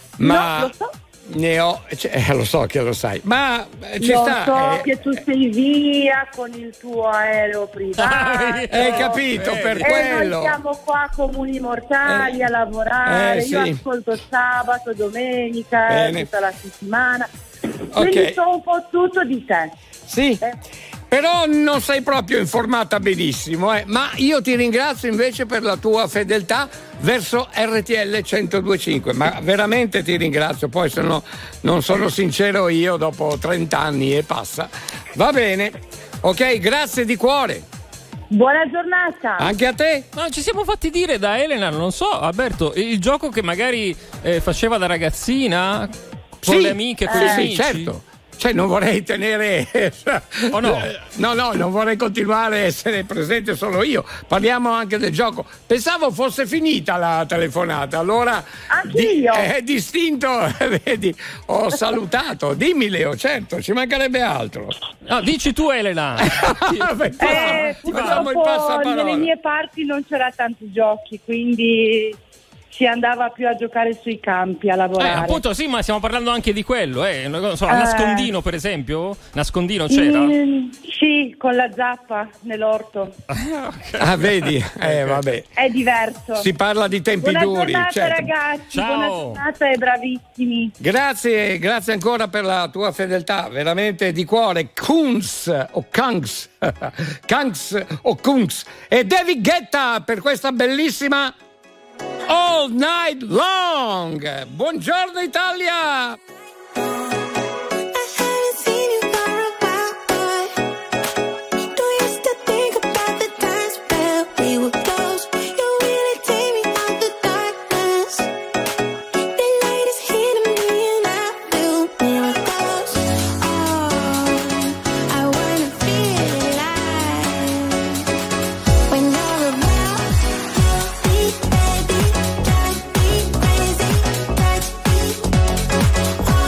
ma No, lo so. ne ho, cioè, eh, lo so che lo sai, ma eh, ci Lo sta. so eh, che tu sei via con il tuo aereo privato. Hai capito, per e quello. noi siamo qua comuni mortali a lavorare. eh, Io sì. ascolto sabato, domenica, Bene. tutta la settimana. Quindi Ok. so un po' tutto di te. Sì. Però non sei proprio informata benissimo, eh? Ma io ti ringrazio invece per la tua fedeltà verso R T L centodue e cinque, ma veramente ti ringrazio, poi se no non sono sincero io dopo trenta anni e passa. Va bene, ok, grazie di cuore. Buona giornata. Anche a te. Ma ci siamo fatti dire da Elena, non so, Alberto, il gioco che magari eh, faceva da ragazzina con Sì, le amiche, con sì, gli sì, amici. certo. Cioè non vorrei tenere O no? no no non vorrei continuare a essere presente solo io, parliamo anche del gioco. Pensavo fosse finita la telefonata, allora Anch'io. di, è distinto. Vedi, ho salutato, dimmi Leo, certo, ci mancherebbe altro. No, dici tu Elena. Eh, Ti facciamo il purtroppo passaparola. nelle mie parti non c'era tanti giochi, quindi si andava più a giocare sui campi, a Eh, lavorare. appunto sì, ma stiamo parlando anche di quello, eh. Non so, Eh. nascondino per esempio? Nascondino c'era? Mm, sì, con la zappa nell'orto. Ah, vedi, eh vabbè, È diverso. si parla di tempi Buona duri, giornata certo. ragazzi, Ciao. buona giornata e bravissimi. Grazie, grazie ancora per la tua fedeltà, veramente di cuore. Kunz o Kungs, Kungs o Kungs e David Guetta per questa bellissima All Night Long. Buongiorno Italia! All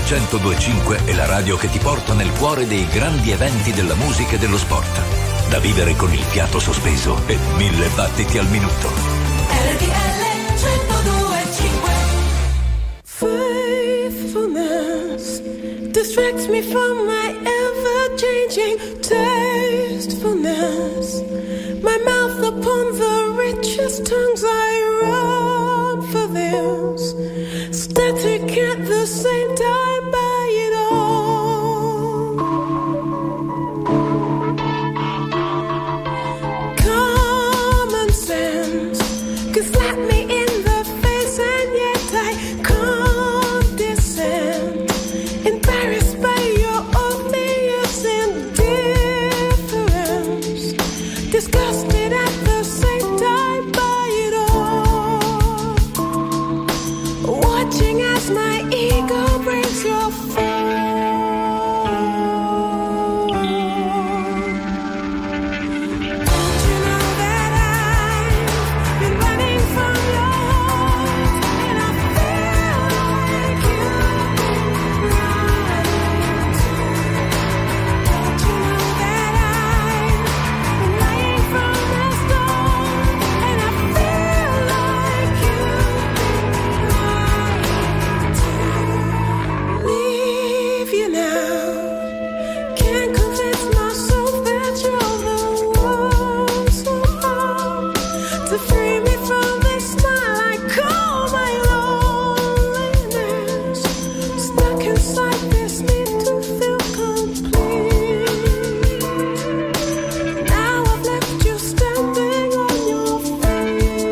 centodue e cinque è la radio che ti porta nel cuore dei grandi eventi della musica e dello sport. Da vivere con il fiato sospeso e mille battiti al minuto. R T L centodue e cinque. Faithfulness distracts me from my ever-changing tastefulness. My mouth upon the richest tongues, I run for this. Static at the same time, by it all. Common sense can slap me in the face, and yet I condescend. Embarrassed by your obvious indifference. Disgusted at the same time, by it all. Watching as my ego breaks your fall. Don't you know that I've been running from your heart, and I feel like you've been running too. Don't you know that I've been lying from the start, and I feel like you've been lying too. Leave you now. Can't convince myself that you're the one so hard to free me from this smile I call my loneliness. Stuck inside this need to feel complete. Now I've left you standing on your feet.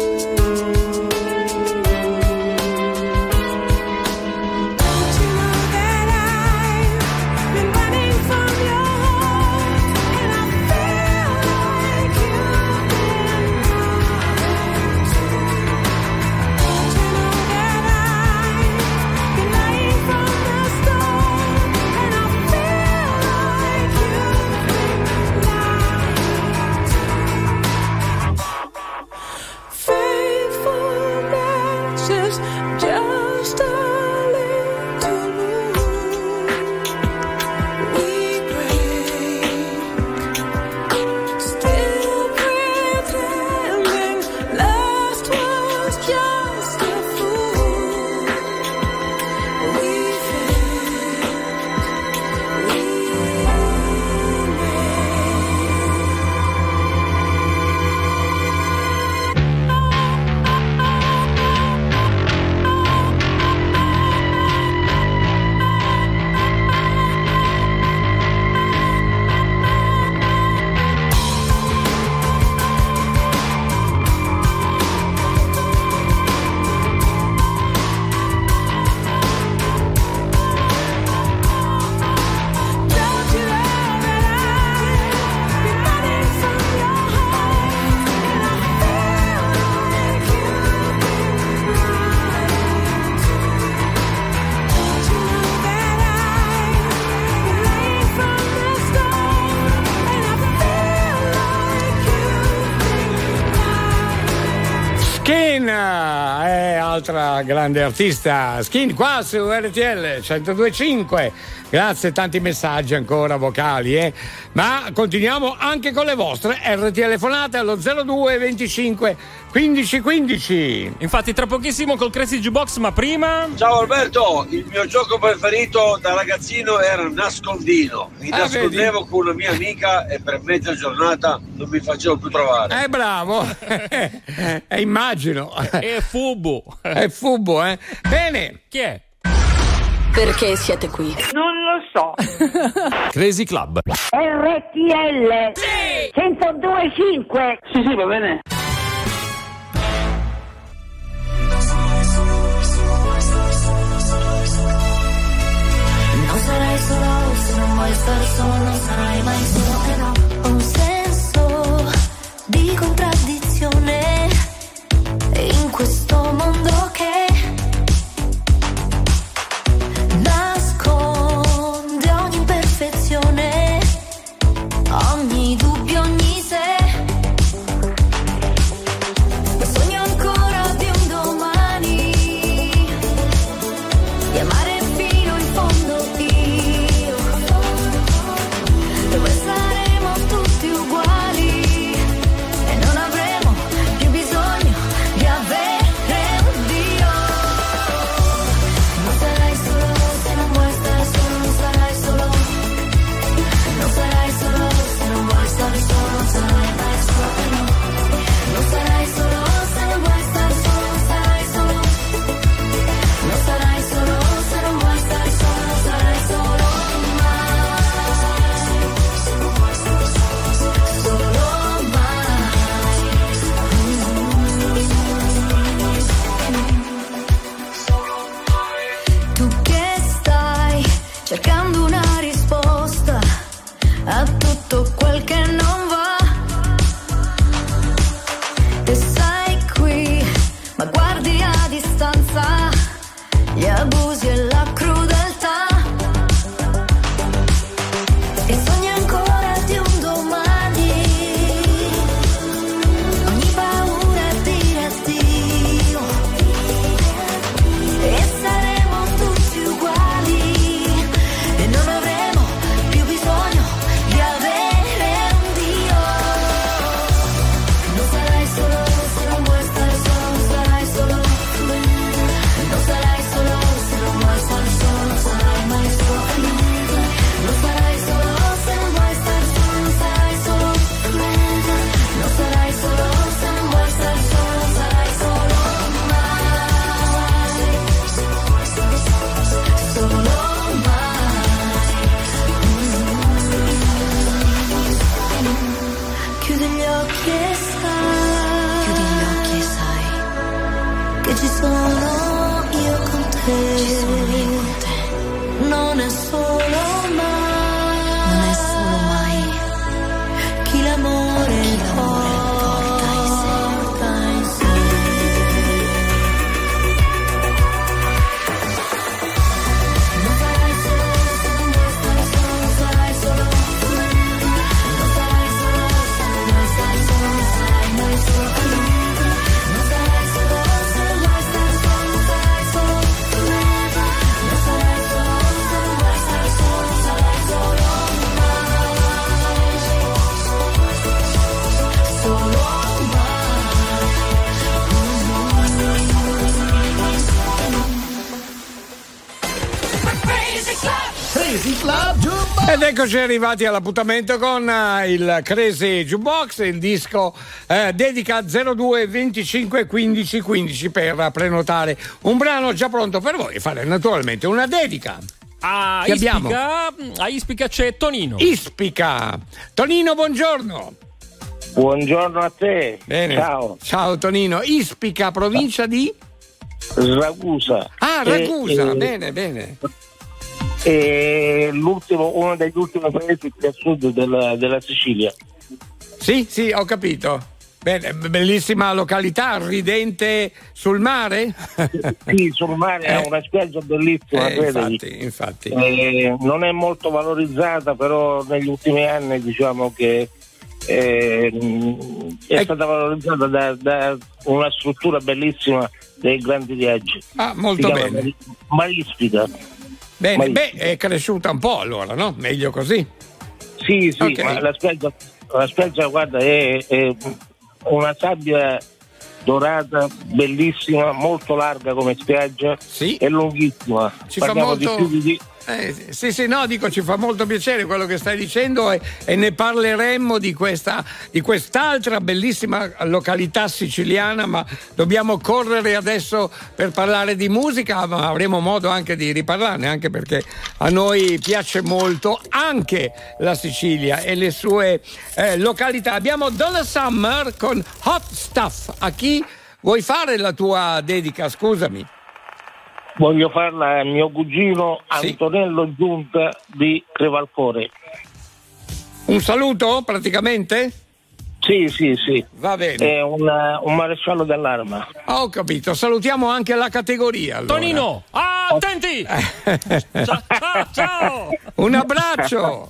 Don't you know that I've been running from your heart, and I feel like you've been running too. Don't you know that I've been lying from the start, and I feel like you've been lying too. Faithfulness is just a little we break, still pretending last was just a fool. We fake, we Skin è altra grande artista. Skin qua su R T L centodue e cinque. Grazie, tanti messaggi ancora vocali, eh. Ma continuiamo anche con le vostre R T telefonate allo zero due venticinque quindici quindici. Infatti tra pochissimo col Crazy Jukebox, ma prima... Ciao Alberto, il mio gioco preferito da ragazzino era nascondino. Mi Ah, nascondevo vedi? con una mia amica e per mezza giornata non mi facevo più trovare. Eh, bravo. Eh, immagino. È fubbo. È fubbo, eh. Bene. Chi è? Perché siete qui? Non lo so. Crazy Club. R T L centodue e cinque. Sì, sì, va bene. Non sarai solo se non vuoi stare solo, non sarai mai solo. E no, un senso di contraddizione in questo mondo che nasconde ogni imperfezione, ogni dubbio, ogni se. Sogno ancora di un domani, di amare fino in Ed eccoci arrivati all'appuntamento con uh, il Crazy Jukebox, il disco eh, dedica zero due venticinque quindici quindici per prenotare un brano già pronto per voi e fare naturalmente una dedica. A Che Ispica, a Ispica c'è Tonino. Ispica. Tonino, buongiorno. Buongiorno a te. Bene. Ciao. Ciao Tonino. Ispica, provincia di? Ragusa. Ah, Ragusa, E- e- bene, bene. È l'ultimo, uno degli ultimi paesi più a sud della, della Sicilia. Sì, sì, ho capito. Bene, bellissima località, ridente sul mare? Sì, sul mare ha Eh. una spiaggia bellissima, Eh, credimi. infatti, infatti. Eh, non è molto valorizzata, però negli ultimi anni diciamo che eh, è stata valorizzata da, da una struttura bellissima dei grandi viaggi. Ah, molto Si chiama bene. Mari- Marispita. Bene, Mai- beh, è cresciuta un po' allora, no? Meglio così. Sì, sì, Ok. ma la spiaggia, la spiaggia guarda, è, è una sabbia dorata, bellissima, molto larga come spiaggia e lunghissima. Ci fa Parliamo di molto- più di- Eh, sì, sì, no, dico, ci fa molto piacere quello che stai dicendo e, e ne parleremmo di questa di quest'altra bellissima località siciliana, ma dobbiamo correre adesso per parlare di musica, ma avremo modo anche di riparlarne, anche perché a noi piace molto anche la Sicilia e le sue eh, località. Abbiamo Donna Summer con Hot Stuff. A chi vuoi fare la tua dedica? Scusami. Voglio farla a mio cugino Antonello Giunta di Crevalcore. Un saluto praticamente? Sì, sì, sì. Va bene. È una- un maresciallo dell'arma. Ah, ho capito, salutiamo anche la categoria. Allora. Tonino, ah, attenti! ciao, ciao, ciao! Un abbraccio!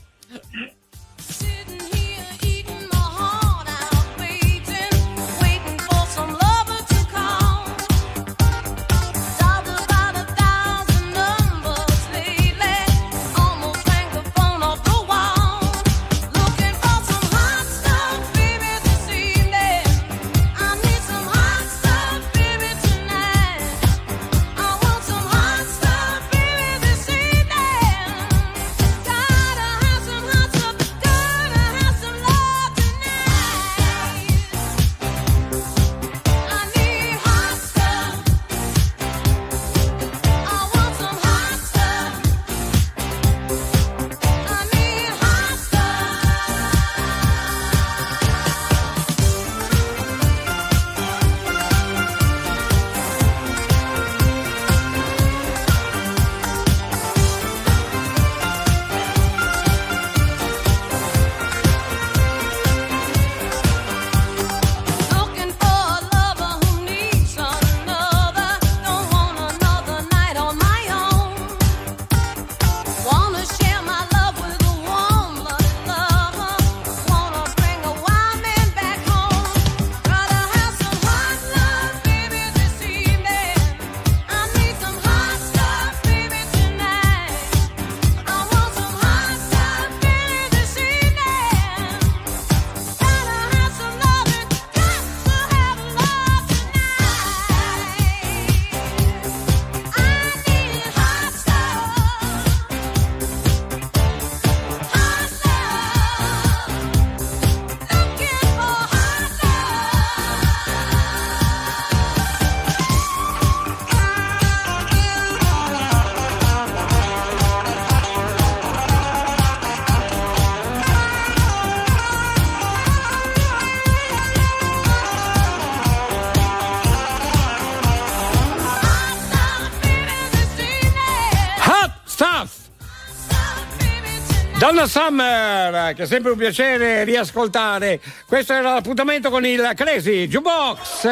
Donna Summer, che è sempre un piacere riascoltare. Questo era l'appuntamento con il Crazy Jukebox.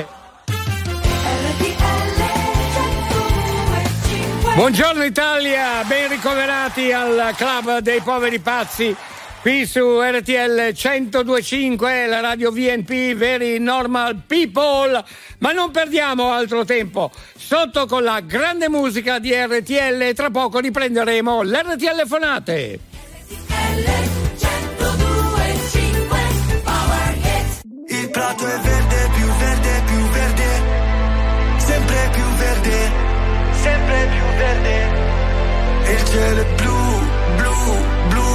Buongiorno Italia, ben ricoverati al Club dei Poveri Pazzi. Qui su R T L centodue e cinque, la radio V N P, Very Normal People. Ma non perdiamo altro tempo. Sotto con la grande musica di R T L e tra poco riprenderemo l'R T L Fonate. Il prato è verde, più verde, più verde, sempre più verde, sempre più verde. E il cielo è blu, blu, blu.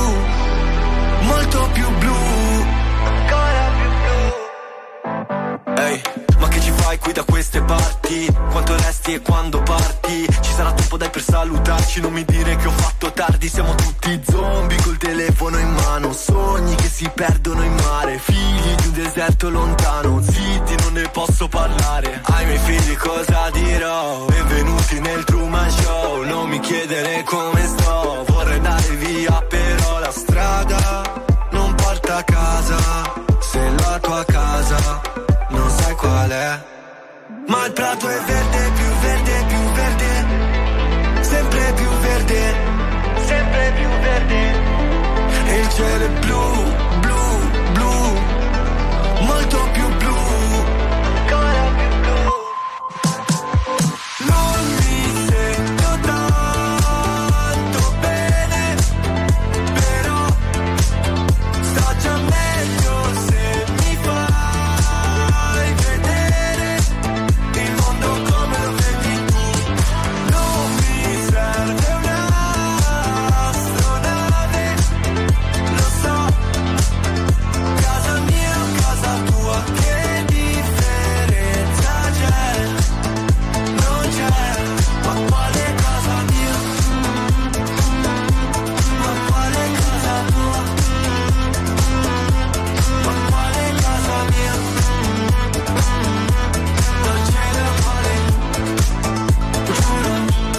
parti, quanto resti e quando parti. Ci sarà tempo dai per salutarci, non mi dire che ho fatto tardi. Siamo tutti zombie col telefono in mano, sogni che si perdono in mare, figli di un deserto lontano. Zitti, non ne posso parlare, ai miei figli cosa dirò? Benvenuti nel Truman Show, non mi chiedere come sto. Vorrei andare via però la strada non porta a casa. Se la tua casa non sai qual è, ma il prato è verde, più verde, più verde, sempre più verde, sempre più verde. E il cielo è blu, blu, blu, molto più blu, ancora più blu. Non mi sento tanto bene, però sto già meglio se mi fai vedere il mondo come lo vedi tu. Non mi serve un'astronave, lo so, casa mia o casa tua, che differenza c'è? Non c'è, ma quale casa mia? Ma quale casa tua? Ma quale casa mia? Non c'è da fare, giuro.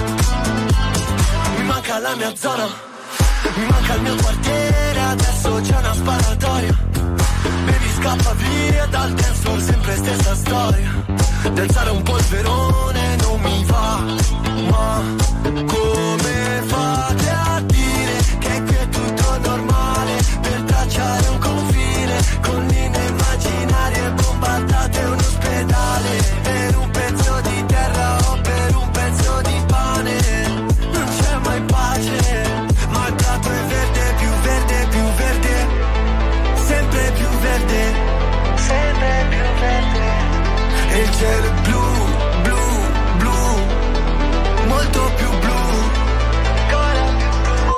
Mi manca la mia zona, mi manca il mio quartiere, adesso c'è una sparatoria. Baby scappa via dal dance floor, sempre stessa storia. Di alzare un polverone non mi va, ma come fate a dire che qui è tutto normale? Per tracciare un confine con linee immaginarie, bombardate un ospedale per un pezzo di terra o per un pezzo di pane. Non c'è mai pace, ma il prato è verde, più verde, più verde, sempre più verde, sempre più verde. E il cielo è blu, blu, blu, molto più blu, ancora più blu.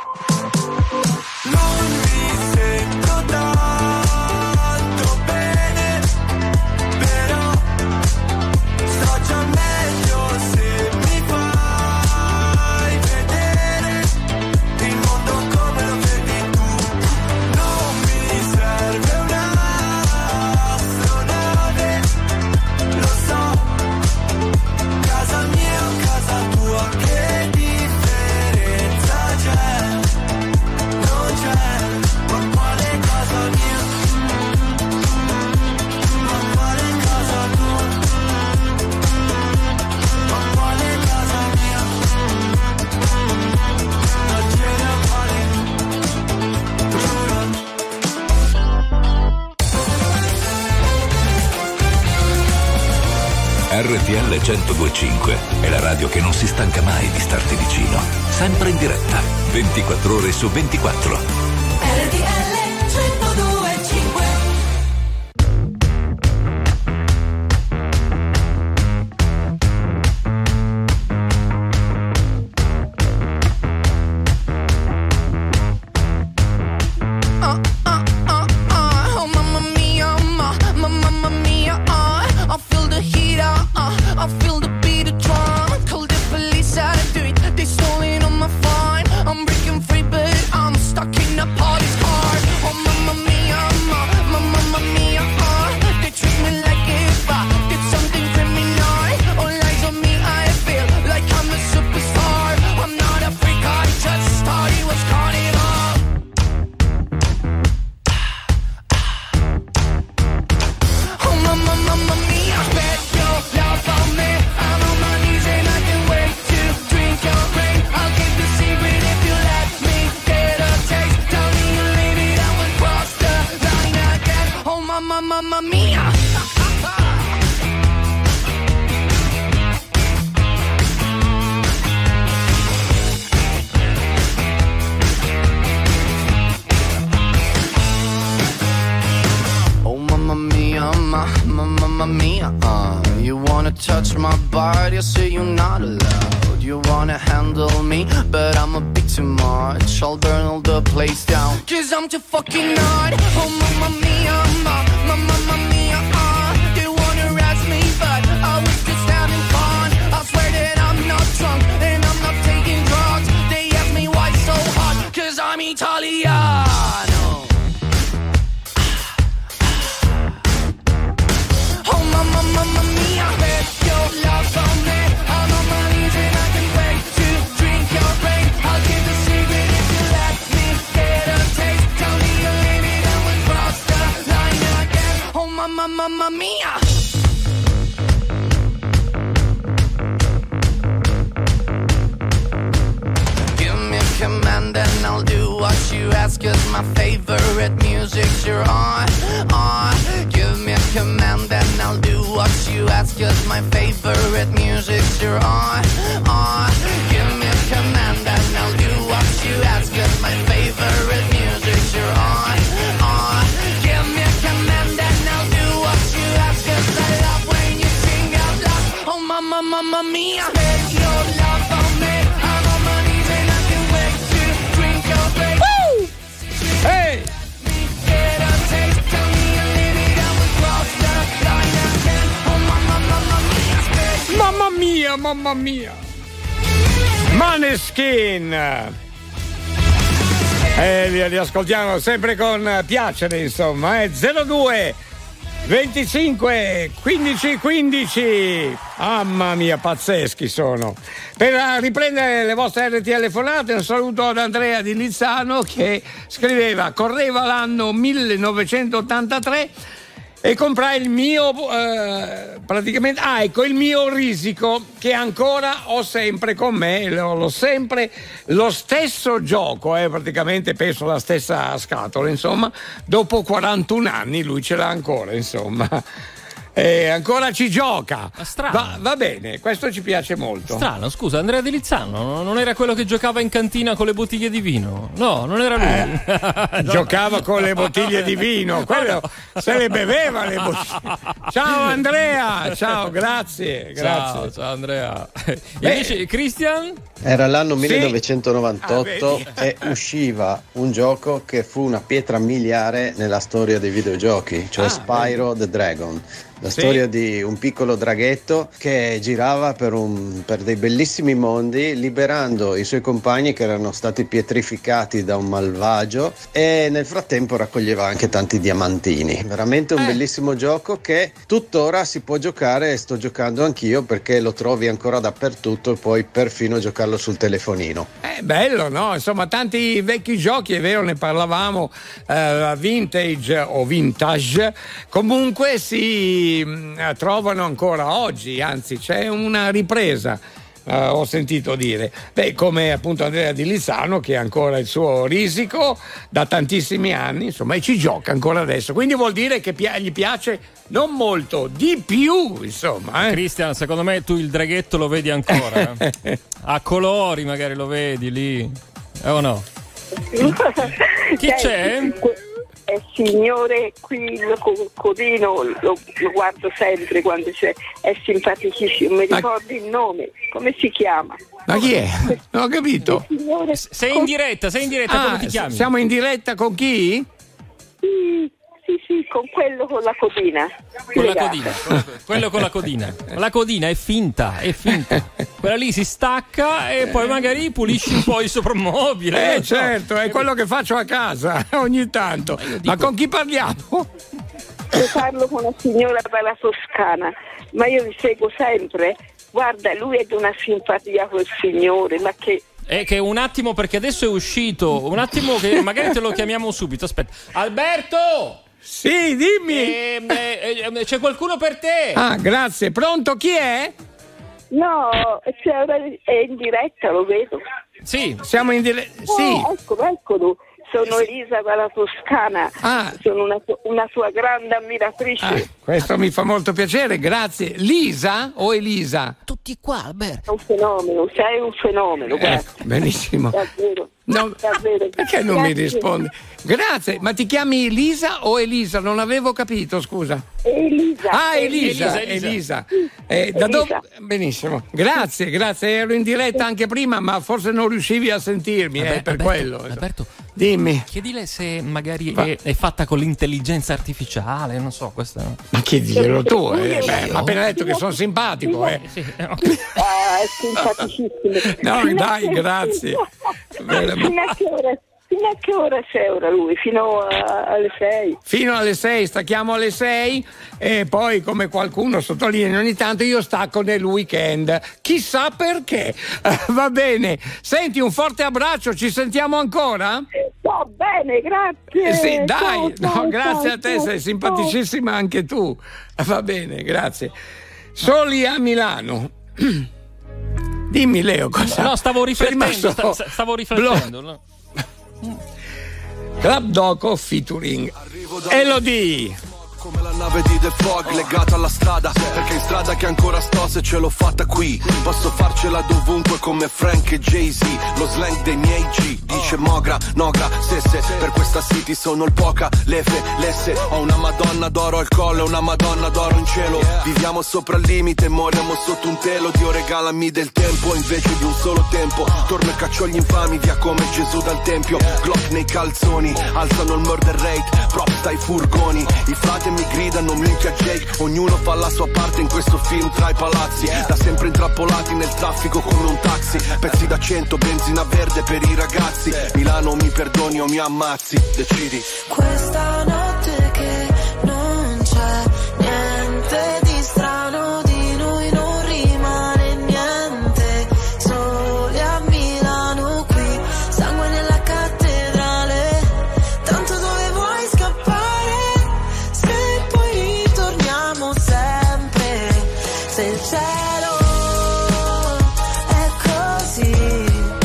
Non mi sento tanto bene, però sto già meglio se mi fai vedere il mondo come lo vedi tu. Non mi serve un'astronave, lo so, casa mia o casa tua, che differenza c'è? Non c'è, ma quale casa mia? Ma quale casa tua? Ma quale casa mia? Non c'è da fare, giuro. R T L centodue e cinque è la radio che non si stanca mai di starti vicino, sempre in diretta, ventiquattro ore su ventiquattro. R T L centodue e cinque. Uh, uh, uh, uh. Oh, mamma mia, ma, ma, mamma mia, uh. I feel the heat, uh, uh. I feel the beat of drum. Call the police, I do it. They stolen on my phone. I'm breaking free, but I'm stuck in a party's car. Oh, mamma mia, ma, ma, mamma mia, uh. They treat me like if I did something criminal. All eyes on me, I feel like I'm a superstar. I'm not a freak, I just thought it was carnival. Oh, mamma, mamma mia, bet your love on me. I'm on my knees and I can't wait to drink your rain. I'll keep the secret if you let me get a taste. Tell me you leave it, I will cross the line again. Oh, mamma, mamma mia. Oh mamma mia, ma, ma, mamma mia, uh, you wanna touch my body, I say you're not allowed. You wanna handle me, but I'm a bit too much. I'll burn all the place down, cause I'm too fucking hot. Oh mamma mia, ma, ma, mamma mia, uh, they wanna arrest me, but I was too mamma, mamma mia. Give me a command and I'll do what you ask, 'cause my favorite music's you're on, on. Give me a command and I'll do what you ask, 'cause my favorite music's you're on, on. Give me a command and I'll do what you ask, 'cause my favorite music's you're on, on. Give me a command and I'll do what you ask, 'cause I love when you sing out loud. Oh mamma, mamma mia, spend your love on me. I'm on my knees and I can wait to drink your baby. Woo! Hey! Get a taste, tell me a little that was cross the line again. Oh mamma, mamma mia, spend. Mamma mia, mamma mia. Maneskin. E li, li ascoltiamo sempre con piacere, insomma, eh. zero due venticinque quindici quindici. Mamma mia, pazzeschi sono. Per riprendere le vostre R T L telefonate, un saluto ad Andrea di Lizzano che scriveva: correva l'anno millenovecentottantatré e comprai il mio eh, praticamente ah ecco il mio risico, che ancora ho sempre con me, l'ho, l'ho sempre lo stesso gioco, eh, praticamente penso la stessa scatola, insomma, dopo quarantuno anni lui ce l'ha ancora, insomma. E ancora ci gioca. Va, va bene, questo ci piace molto. Strano, scusa, Andrea Di Lizzano non era quello che giocava in cantina con le bottiglie di vino? No, non era lui. Eh, no. Giocava con le bottiglie di vino, quello se le beveva le bottiglie. Ciao Andrea, ciao, grazie, grazie. Ciao, ciao Andrea. E invece Christian? Era l'anno Sì. millenovecentonovantotto Ah, e usciva un gioco che fu una pietra miliare nella storia dei videogiochi, cioè Ah, Spyro the Dragon. La Sì. storia di un piccolo draghetto che girava per, un, per dei bellissimi mondi, liberando i suoi compagni che erano stati pietrificati da un malvagio, e nel frattempo raccoglieva anche tanti diamantini. Veramente un Eh. bellissimo gioco che tuttora si può giocare, e sto giocando anch'io perché lo trovi ancora dappertutto e puoi perfino giocarlo sul telefonino. È bello, no? Insomma, tanti vecchi giochi, è vero, ne parlavamo, eh, vintage o vintage, comunque si mh, trovano ancora oggi, anzi c'è una ripresa. Uh, ho sentito dire, beh, come appunto Andrea Di Lizzano, che ha ancora il suo risico da tantissimi anni, insomma, e ci gioca ancora adesso, quindi vuol dire che pi- gli piace non molto, di più, insomma. Eh? Cristian, secondo me tu il draghetto lo vedi ancora, eh? A colori magari lo vedi lì, eh, o no? Chi c'è? È signore qui, il codino, lo, lo guardo sempre quando c'è, è simpaticissimo, mi ricordo il nome, come si chiama? Ma chi è? Non ho capito. Sei in diretta, sei in diretta, Ah, come ti chiami? siamo in diretta con chi? Sì, sì, sì, con quello con la codina. Con la Legato. codina, quello con la codina. La codina è finta, è finta. Quella lì si stacca e poi magari pulisci un po' il soprammobile. Eh, non so. certo, è quello che faccio a casa ogni tanto. Ma con chi parliamo? Io parlo con una signora dalla Toscana, ma io vi seguo sempre. Guarda, lui è di una simpatia quel signore, ma che... È che un attimo, perché adesso è uscito. Un attimo, che magari te lo chiamiamo subito. Aspetta, Alberto! Sì, dimmi! Ehm, eh, eh, c'è qualcuno per te? Ah, grazie. Pronto, chi è? No, cioè, ora è in diretta, lo vedo. Sì, siamo in diretta. Oh, Sì. eccolo, eccolo. Sono Elisa dalla Toscana. Ah. Sono una, una tua grande ammiratrice. Ah, questo mi fa molto piacere, grazie. Lisa o Elisa? Tutti qua, Alberto. È un fenomeno, sei un fenomeno. guarda. Ecco, benissimo. Davvero. No, davvero. perché non mi Grazie. risponde? Grazie, ma ti chiami Lisa o Elisa? Non avevo capito, scusa. Elisa. Ah, Elisa, Elisa. Elisa. Eh, da dove? Benissimo. Grazie, grazie. Ero in diretta anche prima, ma forse non riuscivi a sentirmi, eh, per Alberto, quello. Alberto, dimmi. Chiedile se magari Va. è, è fatta con l'intelligenza artificiale, non so, questa. Ma chiediglielo tu, eh. Beh, ma appena detto che sono simpatico, eh. Ah, è simpaticissimo. No, dai, grazie. Fino a che ora, fino a che ora sei ora lui? Fino a, alle sei? Fino alle sei, stacchiamo alle sei e poi, come qualcuno sottolinea ogni tanto, io stacco nel weekend. Chissà perché. Va bene. Senti, un forte abbraccio, ci sentiamo ancora? sto bene, grazie. Eh sì, dai, Ciao, no, ciao, grazie ciao, a te, ciao, sei ciao. simpaticissima anche tu. Va bene, grazie. Soli a Milano. Dimmi Leo cosa. No, stavo riflettendo, Sei rimasto sta- stavo riflettendo. no? Club Doco featuring Elodie. Come la nave di The Fog legata alla strada, perché in strada che ancora sto se ce l'ho fatta qui. Posso farcela dovunque come Frank e Jay-Z. Lo slang dei miei G dice Mogra, Nogra, Sesse. Per questa city sono il poca, lefe, lesse. Ho una madonna d'oro al collo e una madonna d'oro in cielo. Viviamo sopra il limite, moriamo sotto un telo. Dio regalami del tempo invece di un solo tempo. Torno e caccio gli infami via come Gesù dal tempio. Glock nei calzoni, alzano il murder rate. Prop dai furgoni, i frati mi gridano minchia Jake. Ognuno fa la sua parte in questo film tra i palazzi. Da sempre intrappolati nel traffico come un taxi. Pezzi da cento, benzina verde per i ragazzi. Milano mi perdoni o mi ammazzi, decidi. Questa notte che non c'è niente di strano, di noi non rimane niente. Soli a Milano qui, sangue nella cattedrale. Tanto dove vuoi scappare, se poi ritorniamo sempre. Se il cielo è così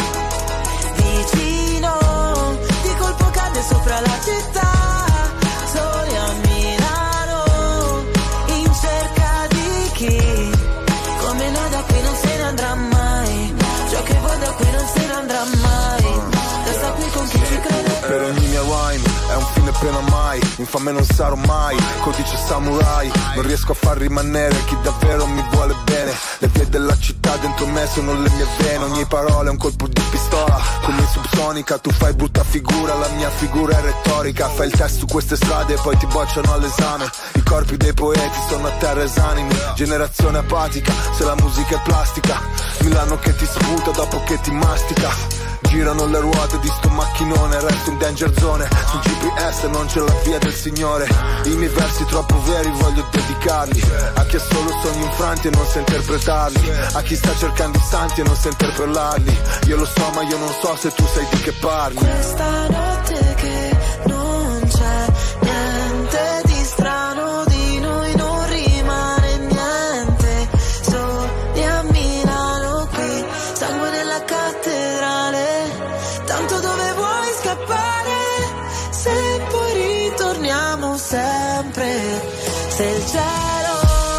vicino, di colpo cade sopra la città. Soli a Milano, in cerca di chi come noi da qui non se ne andrà mai. Ciò che vuoi da qui non se ne andrà mai. Resta qui con chi ci crede. Per ogni mia rhyme è un fine pena mai. Infame non sarò mai, codice samurai. Non riesco a far rimanere chi davvero mi vuole bene. Le vie della città dentro me sono le mie vene. Ogni parola è un colpo di pistola, come subsonica. Tu fai brutta figura, la mia figura è retorica. Fai il test su queste strade e poi ti bocciano all'esame. I corpi dei poeti sono a terra esanimi. Generazione apatica, se la musica è plastica. Milano che ti sputa dopo che ti mastica. Girano le ruote di sto macchinone, resto in danger zone. Sul G P S non c'è la via del Signore. I miei versi troppo veri voglio dedicarli a chi ha solo sogni infranti e non sa interpretarli, a chi sta cercando i santi e non sa interpellarli. Io lo so ma io non so se tu sai di che parli. Questa notte che non c'è niente di strano, di noi non rimane niente. Soli a Milano qui, sangue nella cattedrale. Tanto dove vuoi scappare, se poi ritorniamo sempre. Se il cielo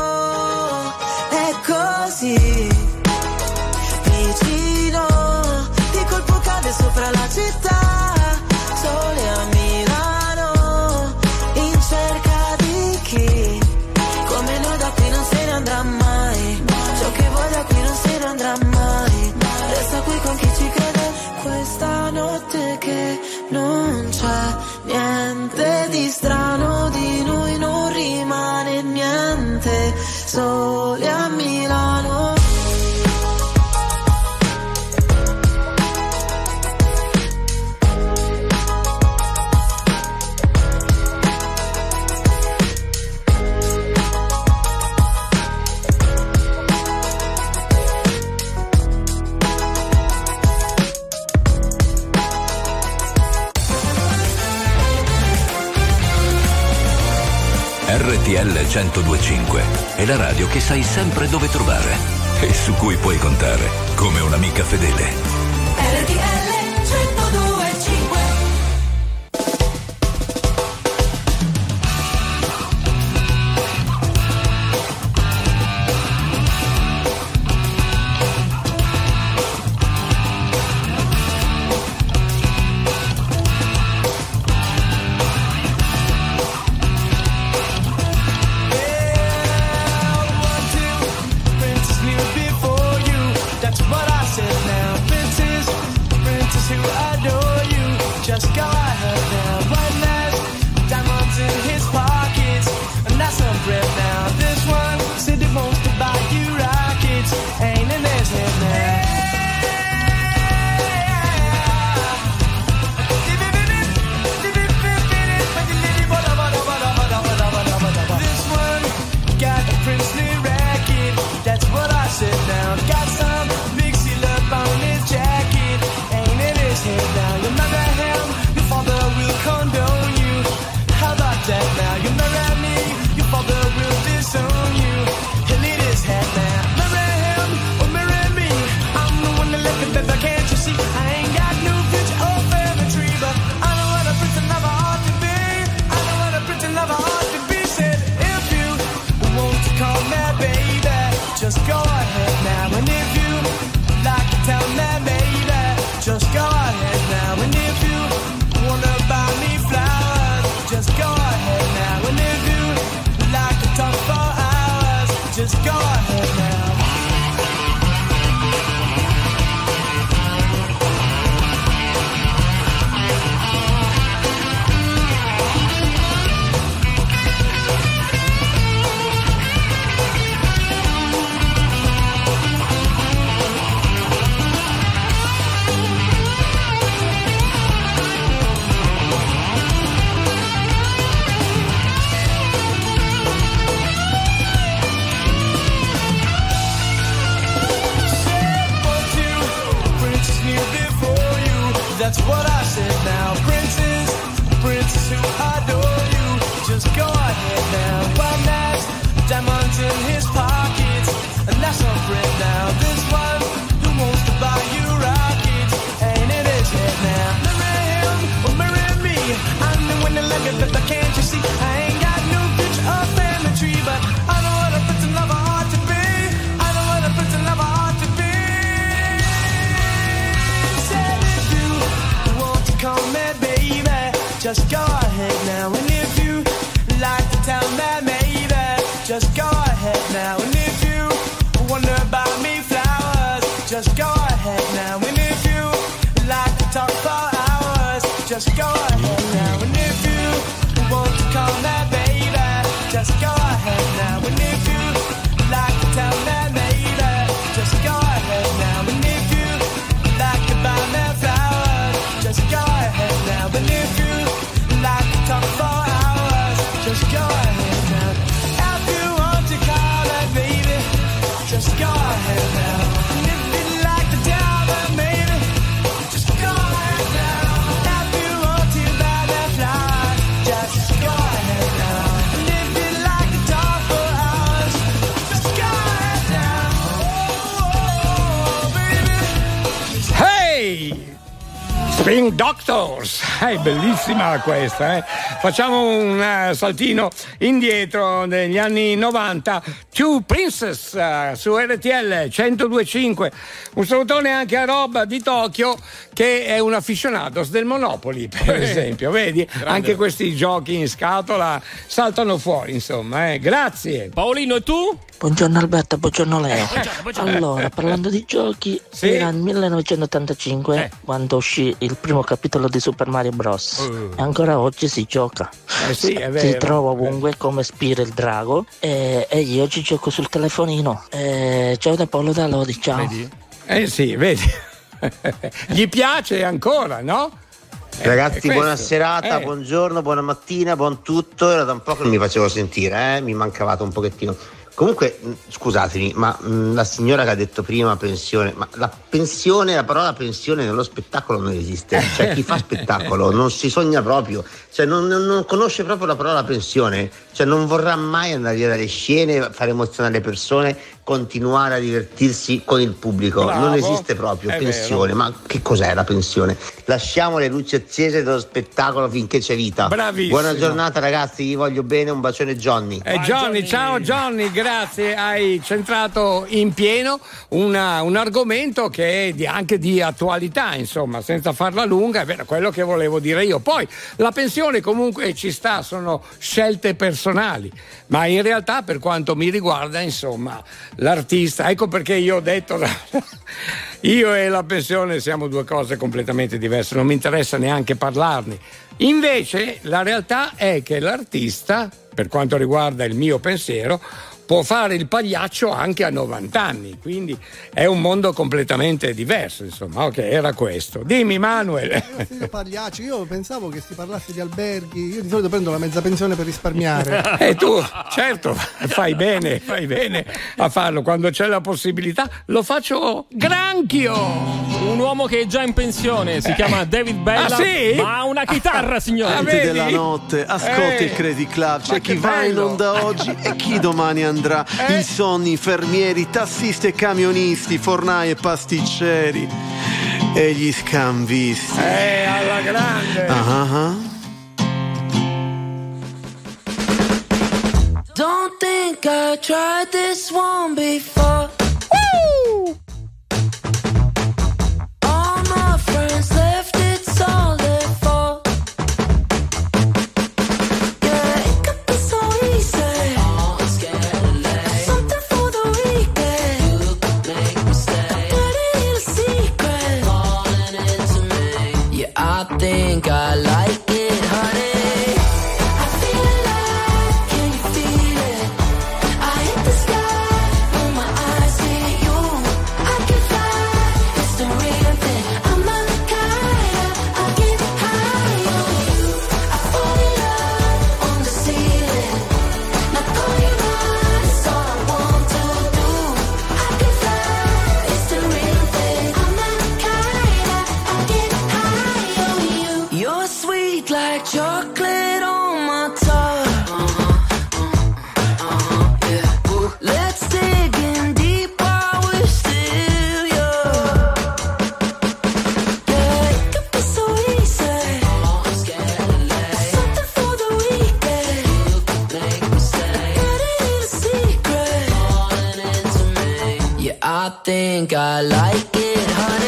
è così vicino, di colpo cade sopra la città. Soli a Milano, in cerca di chi come noi da qui non se ne andrà mai. Ciò che vuoi da qui non se ne andrà mai. Resta qui con chi ci crede. Questa notte che non c'è niente di strano, di noi non rimane niente. Soli a Milano. R T L centodue e cinque è la radio che sai sempre dove trovare e su cui puoi contare come un'amica fedele. R T L centodue e cinque. Princess knew before you. That's what I said now. Princess just go ahead now. One has diamonds in his pockets, and that's a friend now. This one who wants to buy you rockets, ain't it his head now? Marry him or marry me, I'm the one that look at that, can't you see? I ain't got no future or family tree, but I know what a pretty lover ought to be. I know what a pretty lover ought to be. Said if you want to call me baby, just go ahead now. And if you like to tell me maybe, just go ahead now. And if you wonder about me flowers, just go ahead now. And if you like to talk for hours, just go ahead now. And if you want to call me baby, just go ahead now. And if you like to tell me maybe, just go ahead now. And if you like to buy me flowers, just go ahead now. And if you like to talk for hours, just go ahead now. If you want to call that baby, just go ahead now. And if you like to tell that maybe, just go ahead now. If you want to buy that flower, just go ahead now. And if you like to talk for hours, just go ahead now. Oh, baby. Hey! Spring Doctors, è bellissima questa, eh? Facciamo un uh, saltino indietro negli anni novanta. Two Princess uh, su R T L centodue e cinque. Un salutone anche a Rob di Tokyo, che è un aficionados del Monopoly, per Eh. esempio, vedi? Grande. Anche questi giochi in scatola saltano fuori, insomma, eh? Grazie. Paolino, e tu? Buongiorno Alberto, buongiorno Leo. buongiorno, buongiorno. Allora, parlando di giochi, Sì? era nel millenovecentottantacinque Eh. quando uscì il primo capitolo di Super Mario Bros. Uh. E ancora oggi si gioca. Eh sì, è Si vero. trova ovunque come Spiro il drago e, e io ci gioco sul telefonino. E, ciao da Paolo da Lodi, ciao. Vedi? Eh sì, vedi. Gli piace ancora, no? Eh, Ragazzi, è questo. buona serata, Eh. buongiorno, buona mattina, buon tutto. Era da un po' che non mi facevo sentire, eh? Mi mancavate un pochettino. Comunque, mh, scusatemi, ma mh, la signora che ha detto prima pensione, ma la pensione, la parola pensione nello spettacolo non esiste. Cioè, chi fa spettacolo non si sogna proprio, cioè non, non- non conosce proprio la parola pensione, cioè non vorrà mai andare via dalle scene, fare emozionare le persone, continuare a divertirsi con il pubblico. Bravo. Non esiste proprio È pensione. vero. Ma che cos'è la pensione? Lasciamo le luci accese dello spettacolo finché c'è vita. Bravissimo. Buona giornata ragazzi, vi voglio bene, un bacione Johnny. Eh, Johnny, ciao Johnny, grazie, hai centrato in pieno una- un argomento che è di- anche di attualità, insomma, senza farla lunga, è vero, quello che volevo dire io. Poi la pensione comunque ci sta, sono scelte personali, ma in realtà per quanto mi riguarda, insomma, l'artista, ecco perché io ho detto io e la pensione siamo due cose completamente diverse, non mi interessa neanche parlarne. Invece la realtà è che l'artista, per quanto riguarda il mio pensiero, può fare il pagliaccio anche a novanta anni, quindi è un mondo completamente diverso, insomma. Ok, era questo. Dimmi Manuel. Io Pagliacci, io pensavo che si parlasse di alberghi, io di solito prendo la mezza pensione per risparmiare. E tu, certo, fai bene, fai bene a farlo, quando c'è la possibilità lo faccio granchio. Un uomo che è già in pensione, si chiama David Bella, Ah, sì? ma ha una chitarra, signore. Ah, Gente vedi? della notte, ascolta Eh. il Crazy Club. C'è Ma chi che va in bello. onda oggi e chi domani andrà. Eh. Insonni, infermieri, tassisti e camionisti, fornai e pasticceri e gli scambisti. Eh, alla grande. Ah, ah. Don't think I tried this one before. All my friends left, it's all their fault. Yeah, it could be so easy. Something for the weekend. Dirty little secret. Yeah, I think I like it, honey. I feel alive, can you feel it? I hit the sky, oh my eyes I think I like it, honey.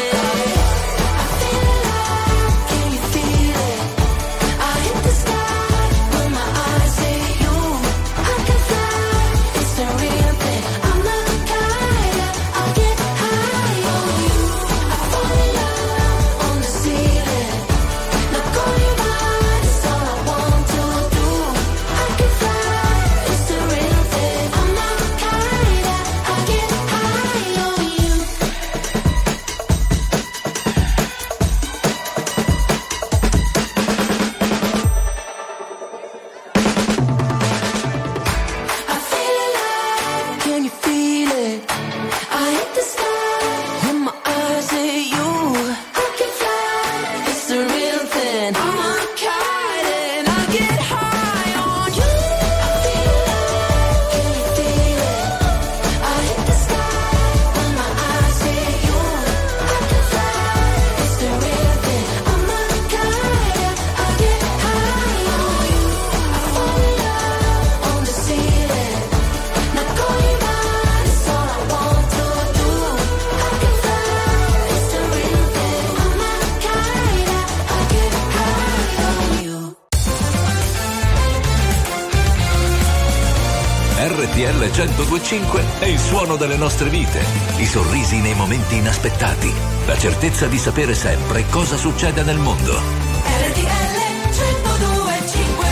R T L centodue e cinque è il suono delle nostre vite, i sorrisi nei momenti inaspettati, la certezza di sapere sempre cosa succede nel mondo. R T L centodue e cinque.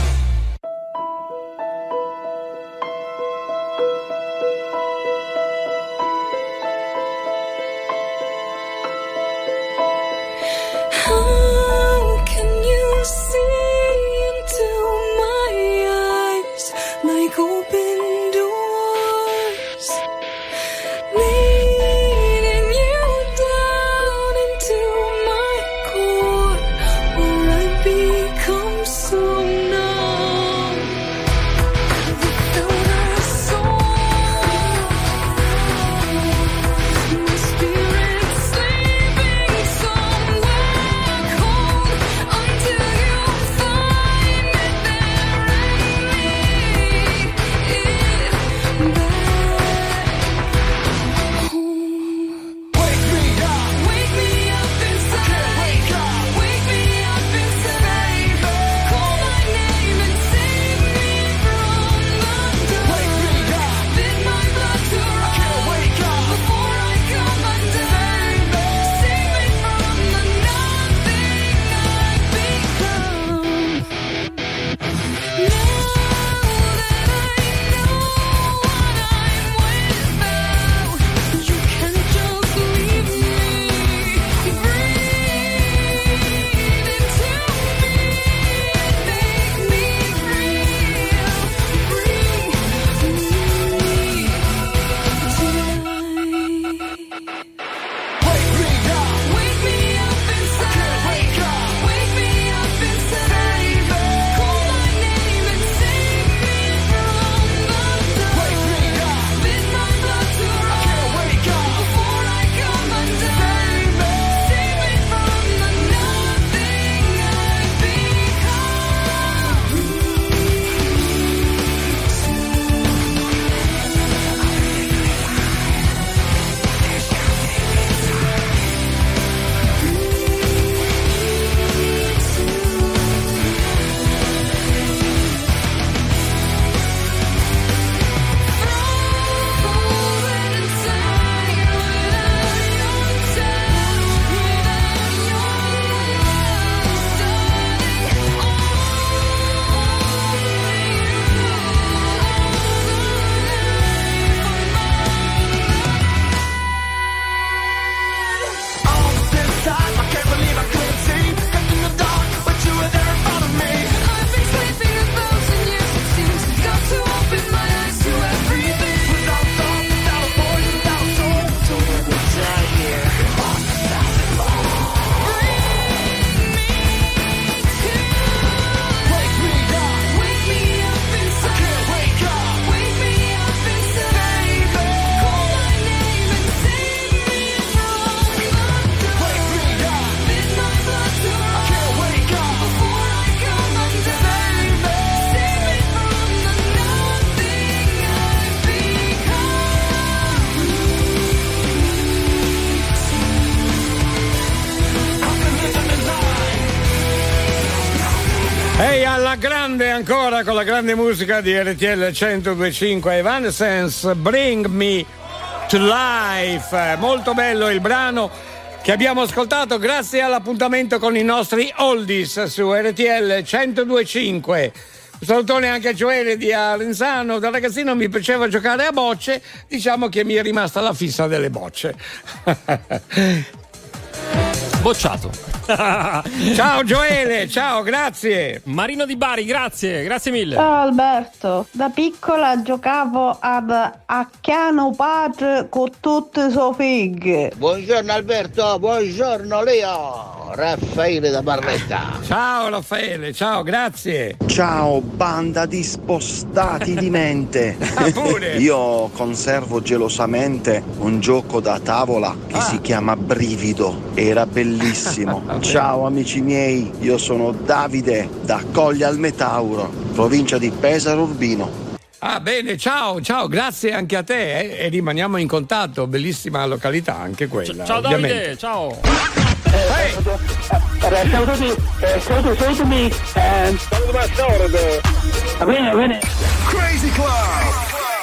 How can you see into my eyes like open doors, leading you down into my core, where I become so numb without a soul. My spirit sleeping somewhere cold until you find it there in me. ancora con la grande musica di R T L centodue e cinque, Evanescence, Bring Me to Life. Molto bello il brano che abbiamo ascoltato grazie all'appuntamento con i nostri oldies su R T L centodue e cinque. Un salutone anche a Gioele di Arenzano. Da ragazzino mi piaceva giocare a bocce, diciamo che mi è rimasta la fissa delle bocce. Bocciato. Ciao Gioele, ciao, grazie. Marino di Bari, grazie, grazie mille. Ciao Alberto, da piccola giocavo ad Acchiano Padre con tutte le sue fighe. Buongiorno Alberto, buongiorno Leo. Raffaele da Barletta. Ciao Raffaele, ciao, grazie. Ciao banda di spostati di mente. Ah, pure. Io conservo gelosamente un gioco da tavola che ah. si chiama Brivido. Era bellissimo. Ciao amici miei, io sono Davide da Colli al Metauro, provincia di Pesaro Urbino. Ah bene, ciao, ciao, grazie anche a te eh, e rimaniamo in contatto, bellissima località anche quella. Ciao ovviamente. Davide, ciao. Hey. Ciao a tutti, ciao, salutami, saluto Bastardo. Va bene, va bene. Crazy Club.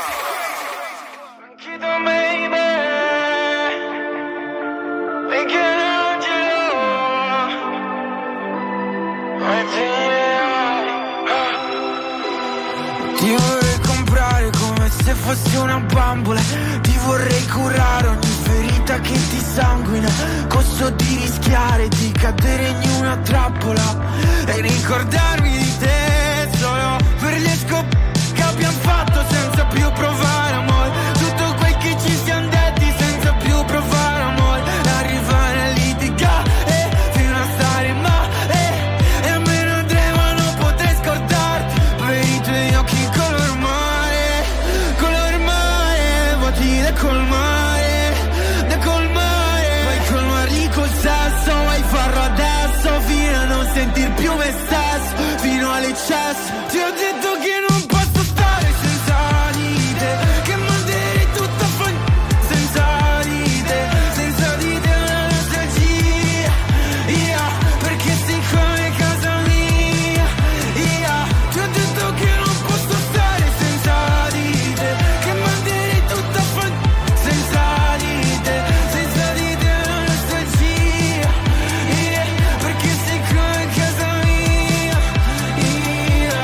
Ti vorrei comprare come se fossi una bambola. Ti vorrei curare ogni ferita che ti sanguina. Costo di rischiare di cadere in una trappola e ricordarmi di te solo per le scop che abbiamo fatto senza più provare amore. Tutto quel che ci siamo detti senza più provare amore. Arrivare a litigare fino a stare male e a me non trema, non potrei scordarti per i tuoi occhi color mare, color mare, vuoti da colmare, da colmare. Vuoi colmarli col sesso, vuoi farlo adesso fino a non sentir più me stesso, fino all'eccesso. Ti ho detto che non posso stare senza di te, che manderei tutto a fan senza di te, senza di te una nostalgia, yeah, perché sei come casa mia, yeah. Ti ho detto che non posso stare senza di te, che manderei tutto a fan senza di te, senza di te una nostalgia, yeah, perché sei come casa mia, yeah.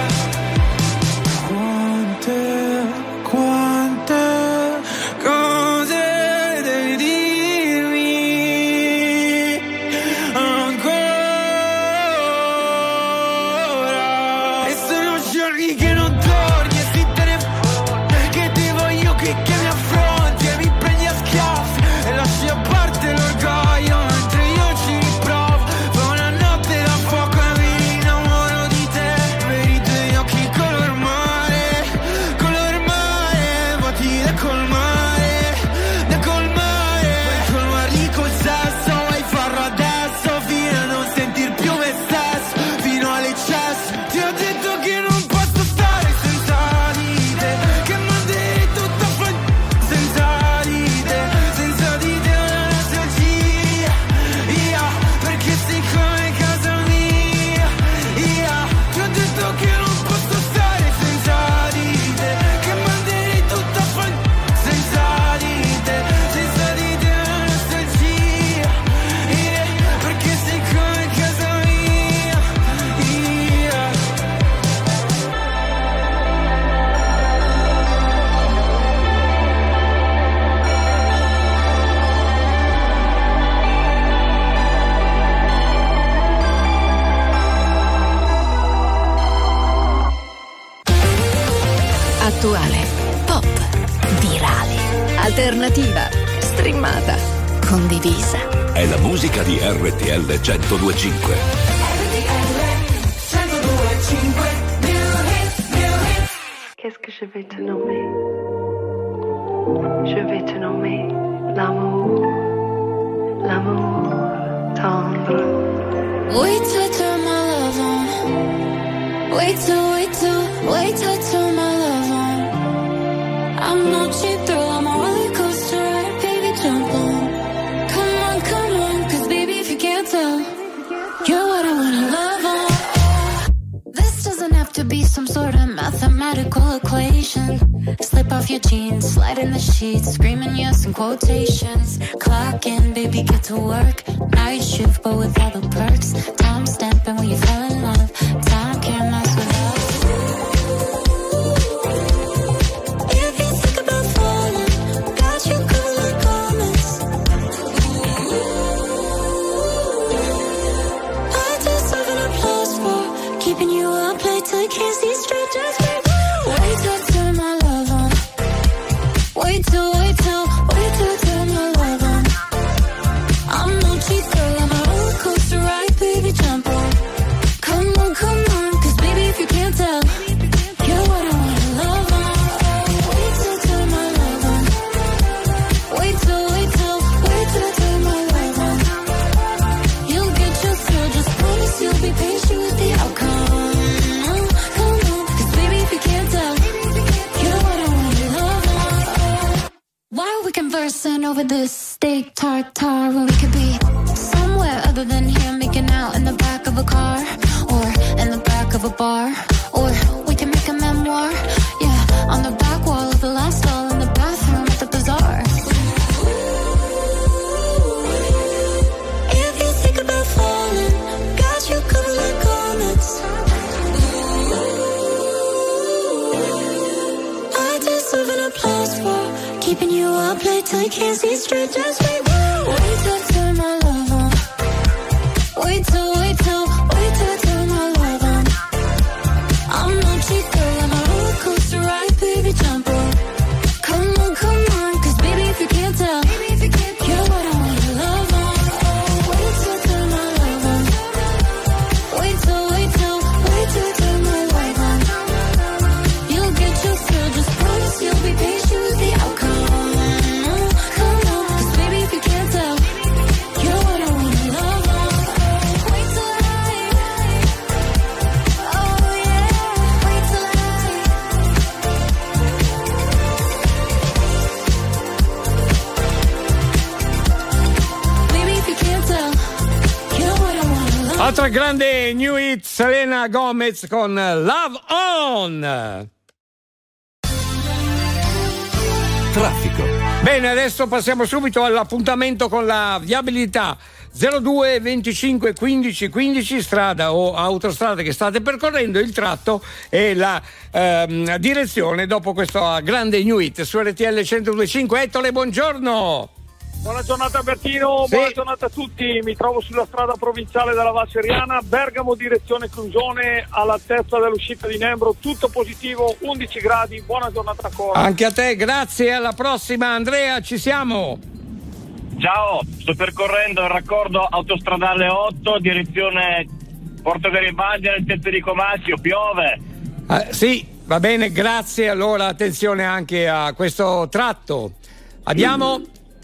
Quante, quante cose devi dirmi ancora? E sono giorni che non torni e si te ne f- che ti voglio qui che mi affronti e mi prendi a schiaffi e lasci a parte l'orgoglio mentre io ci riprovo. Fa una notte da fuoco e mi innamoro di te, per i tuoi occhi color mare, color mare, vuoti da colmare, da colmare. Vuoi colmarli col sesso, vuoi farlo adesso fino a non sentir più me stesso, fino all'eccesso. Ti ho detto che non posso stare senza di te, che manderei tutto a fan senza di te, senza di te una nostalgia, yeah, perché sei come casa mia, yeah. Ti ho detto che non posso stare senza di te, che manderei tutto a fan senza di te, senza di te una nostalgia, yeah, perché sei come casa mia, yeah. Attuale, pop, virale, alternativa, streamata, condivisa. È la musica di R T L centodue e cinque. Qu'est-ce que je vais te nommer? Je vais te nommer l'amour, l'amour tendre. Wait till I turn my love on. Wait till, wait till, wait till I turn my love on. I'm no cheap thrill, I'm a roller coaster ride, baby, jump on. Come on, come on, cause baby, if you can't tell, you're what I wanna love on. This doesn't have to be some sort of mathematical equation. Slip off your jeans, slide in the sheets, screaming yes in quotations. Clock in, baby, get to work. Night shift, but with all the perks. Time stamping when you fall in love. Time can't mess with love. If you think about falling, got you covered like garments. I deserve an applause for keeping you up late till you can't see straight. Just wait, wait till I turn my love on. Wait till, wait till, wait till I turn my love on. I'm no cheat girl, I'm a roller coaster ride, baby, jump on. Come on, come on, cause baby if you can't tell, you're what I wanna love on. Wait till I turn my love on. Wait till, wait till, wait till I turn my love on. You'll get your thrill, just promise you'll be patient with the outcome. Come on, cause baby if you can't tell, you're what I wanna love on. Why are we conversing over this steak tartare when we could be somewhere other than here, making out in the back of a car or in the back of a bar, or we can make a memoir, yeah, on the back wall of the last stall in the bathroom at the bazaar. If you think about falling, got you covered like garments. I deserve an applause for keeping you up late till you can't see straight. Just wait, wait till I turn my love on. Wait till, wait till, wait till I turn my love on. I'm no cheat girl, I'm a roller coaster ride, baby, jump on. Come on, come on, cause baby if you can't tell, you're what I wanna love on. Wait till I turn my love on. Wait till, wait till, wait till I turn my love on. You'll get your thrill, just promise you'll be patient with the outcome. Come on, cause baby if you can't tell, you're what I wanna love on. Wait till I, oh yeah, wait till I. Baby if you can't tell, you're what I wanna love. Altra grande new hit, Selena Gomez con Love On. Traffico. Bene, adesso passiamo subito all'appuntamento con la viabilità. zero due venticinque quindici quindici, strada o autostrada che state percorrendo, il tratto e la ehm, direzione dopo questa grande new hit su R T L centodue e cinque. Ettore, buongiorno. Buona giornata Bertino, Sì. buona giornata a tutti. Mi trovo sulla strada provinciale della Val Seriana, Bergamo direzione Clusione, all'altezza dell'uscita di Nembro, tutto positivo, undici gradi, buona giornata ancora. Anche a te, grazie, alla prossima. Andrea, ci siamo. Ciao, sto percorrendo il raccordo autostradale otto, direzione Porto Garibaldi, all'altezza di Comasio, piove. Ah, sì, va bene, grazie. Allora attenzione anche a questo tratto. Abbiamo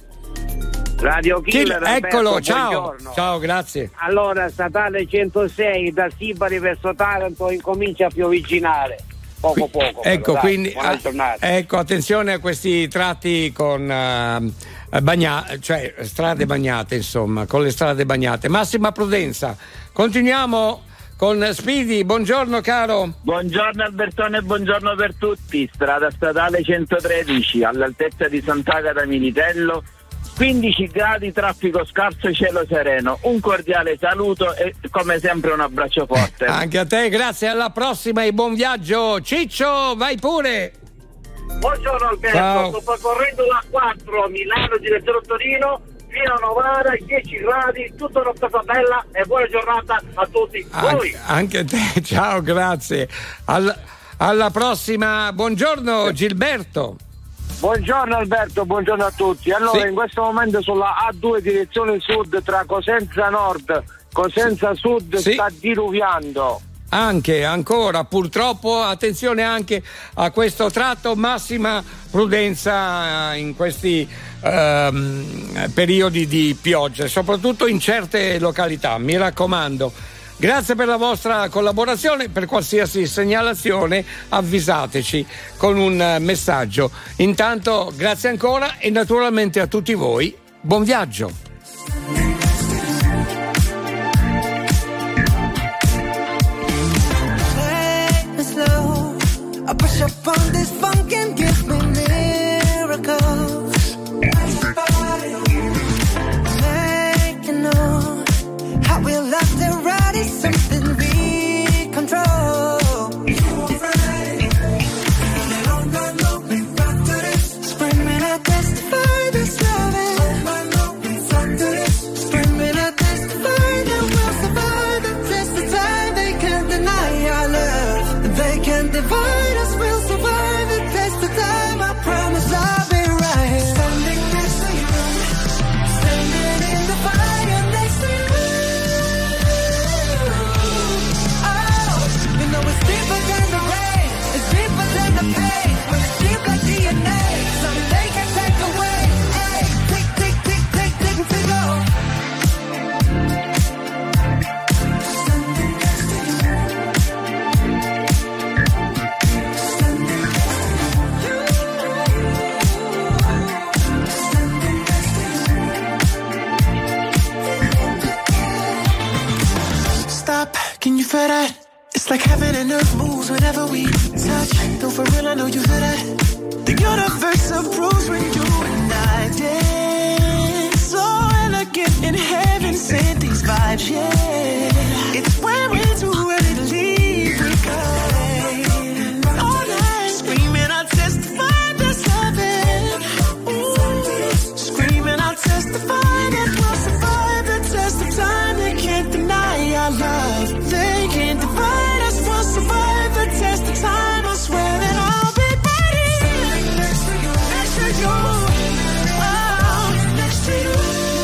Radio Killer, Kill- eccolo, Alberto, ciao. buongiorno. Ciao, grazie. Allora, statale centosei da Sibari verso Taranto incomincia a piovigginare. Poco poco. Ecco, però, dai, quindi buona giornata. ecco, attenzione a questi tratti con uh, bagna- cioè strade bagnate, insomma, con le strade bagnate. Massima prudenza. Continuiamo con Speedy. Buongiorno caro. Buongiorno Albertone, buongiorno per tutti. Strada statale centotredici all'altezza di Sant'Agata Militello, quindici gradi, traffico scarso, cielo sereno. Un cordiale saluto e come sempre un abbraccio forte. Anche a te, grazie, alla prossima e buon viaggio. Ciccio, vai pure. Buongiorno Alberto, Ciao. sto percorrendo la quattro Milano direzione Torino fino a Novara, dieci gradi, tutta una cosa bella e buona giornata a tutti voi. Anche, anche a te, ciao, grazie. Al- alla prossima, buongiorno Gilberto. Buongiorno Alberto, buongiorno a tutti. Allora, Sì. in questo momento sulla A due direzione sud tra Cosenza Nord, Cosenza Sud Sì. sta diluviando. Anche, ancora, purtroppo, attenzione anche a questo tratto, massima prudenza in questi ehm, periodi di pioggia, soprattutto in certe località, mi raccomando. Grazie per la vostra collaborazione, per qualsiasi segnalazione avvisateci con un messaggio. Intanto grazie ancora e naturalmente a tutti voi, buon viaggio. Slow on this funk and give me miracles. Make you know how we love to ride is something we control. Screaming, I testify this loving. Screaming, I testify that we'll survive the test of time. They can't deny our love. They can't divide us. We'll survive the test of time. I promise I'll be right here. Standing next to you, standing in the fire next to you. Oh, you know it's deeper than the rain. It's deeper than the pain. When it's deep like D N A, something they can take away. Hey, tick, tick, tick, tick, tick, tick, oh. Standing next to you. Standing next to you. Stop, can you feel that? It's like heaven and earth moves whenever we touch. No, for real, I know you feel that. The universe approves when you and I dance. So elegant in heaven, sent these vibes, yeah. It's when we're too ready to leave, we go. All night, screaming, I'll testify that's heaven. Ooh, screaming, I'll testify that we'll survive the test of time. They can't deny our love. They can't divide us. We'll survive the test of time. I swear that I'll be right here. Next to you, next to you. Oh, next to you.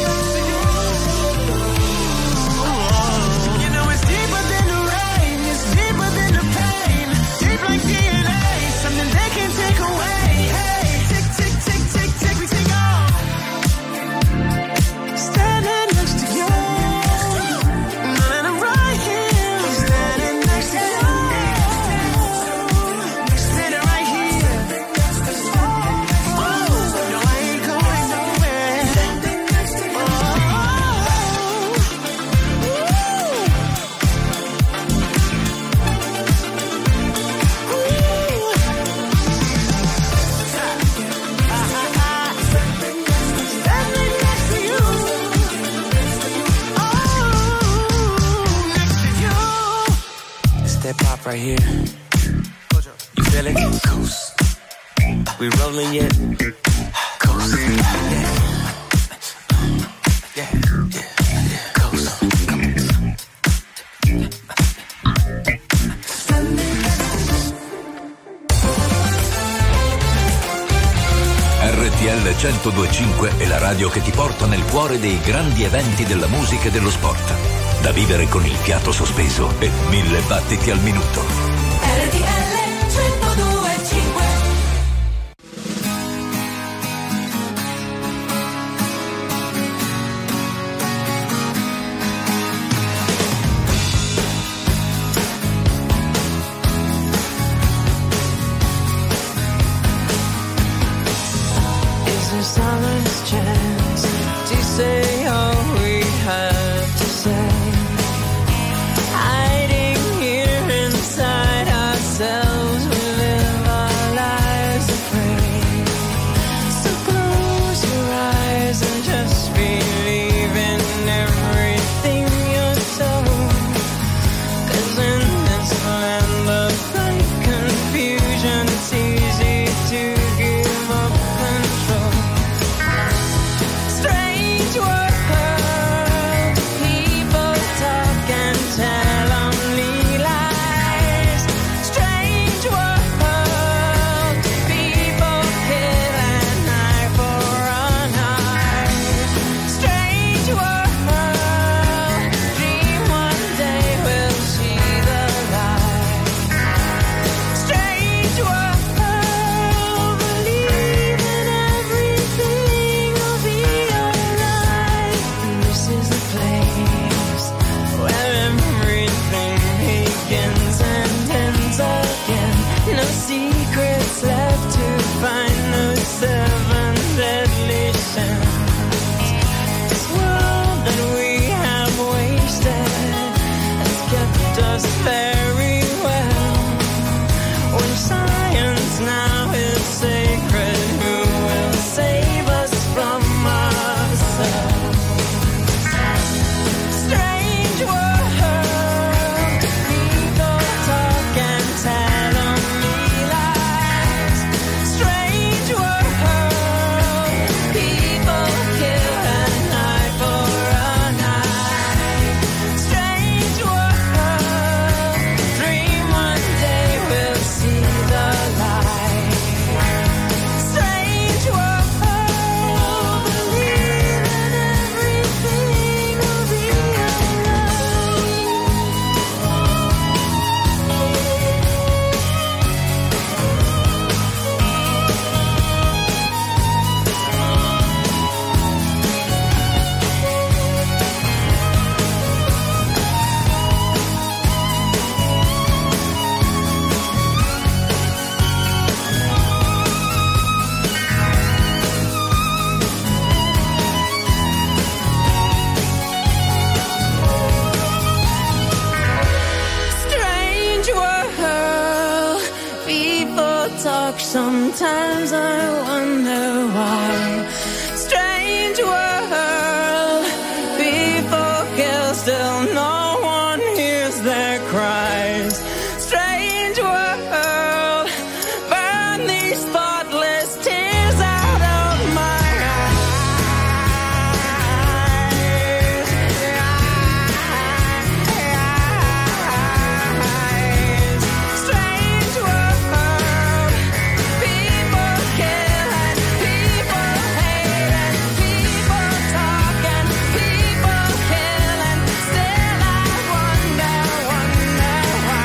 You know it's deeper than the rain. It's deeper than the pain. Deep like D N A. Something they can't take away. Hey, tick, tick, tick, tick, tick, we take off. Standing next to you. And I'm right here. I'm standing next to you. Standing right here. Oh, no, I ain't going nowhere. Standing next to you. Oh, next to you. It's that pop right here. You feel it? Coast. We rolling yet? Coast. Yeah. Yeah. Yeah. Coast. Come on. R T L centodue e cinque è la radio che ti porta nel cuore dei grandi eventi della musica e dello sport. Da vivere con il fiato sospeso e mille battiti al minuto. R T L centodue e cinque. Is there silence chance to say all we have to say? Hiding here inside people talk, sometimes I wonder why. Strange world, people kill, still no one hears their cries. Strange world, burn these thoughtless tears out of my eyes. Strange world, people kill and people hate and people talk and people kill and still I wonder, wonder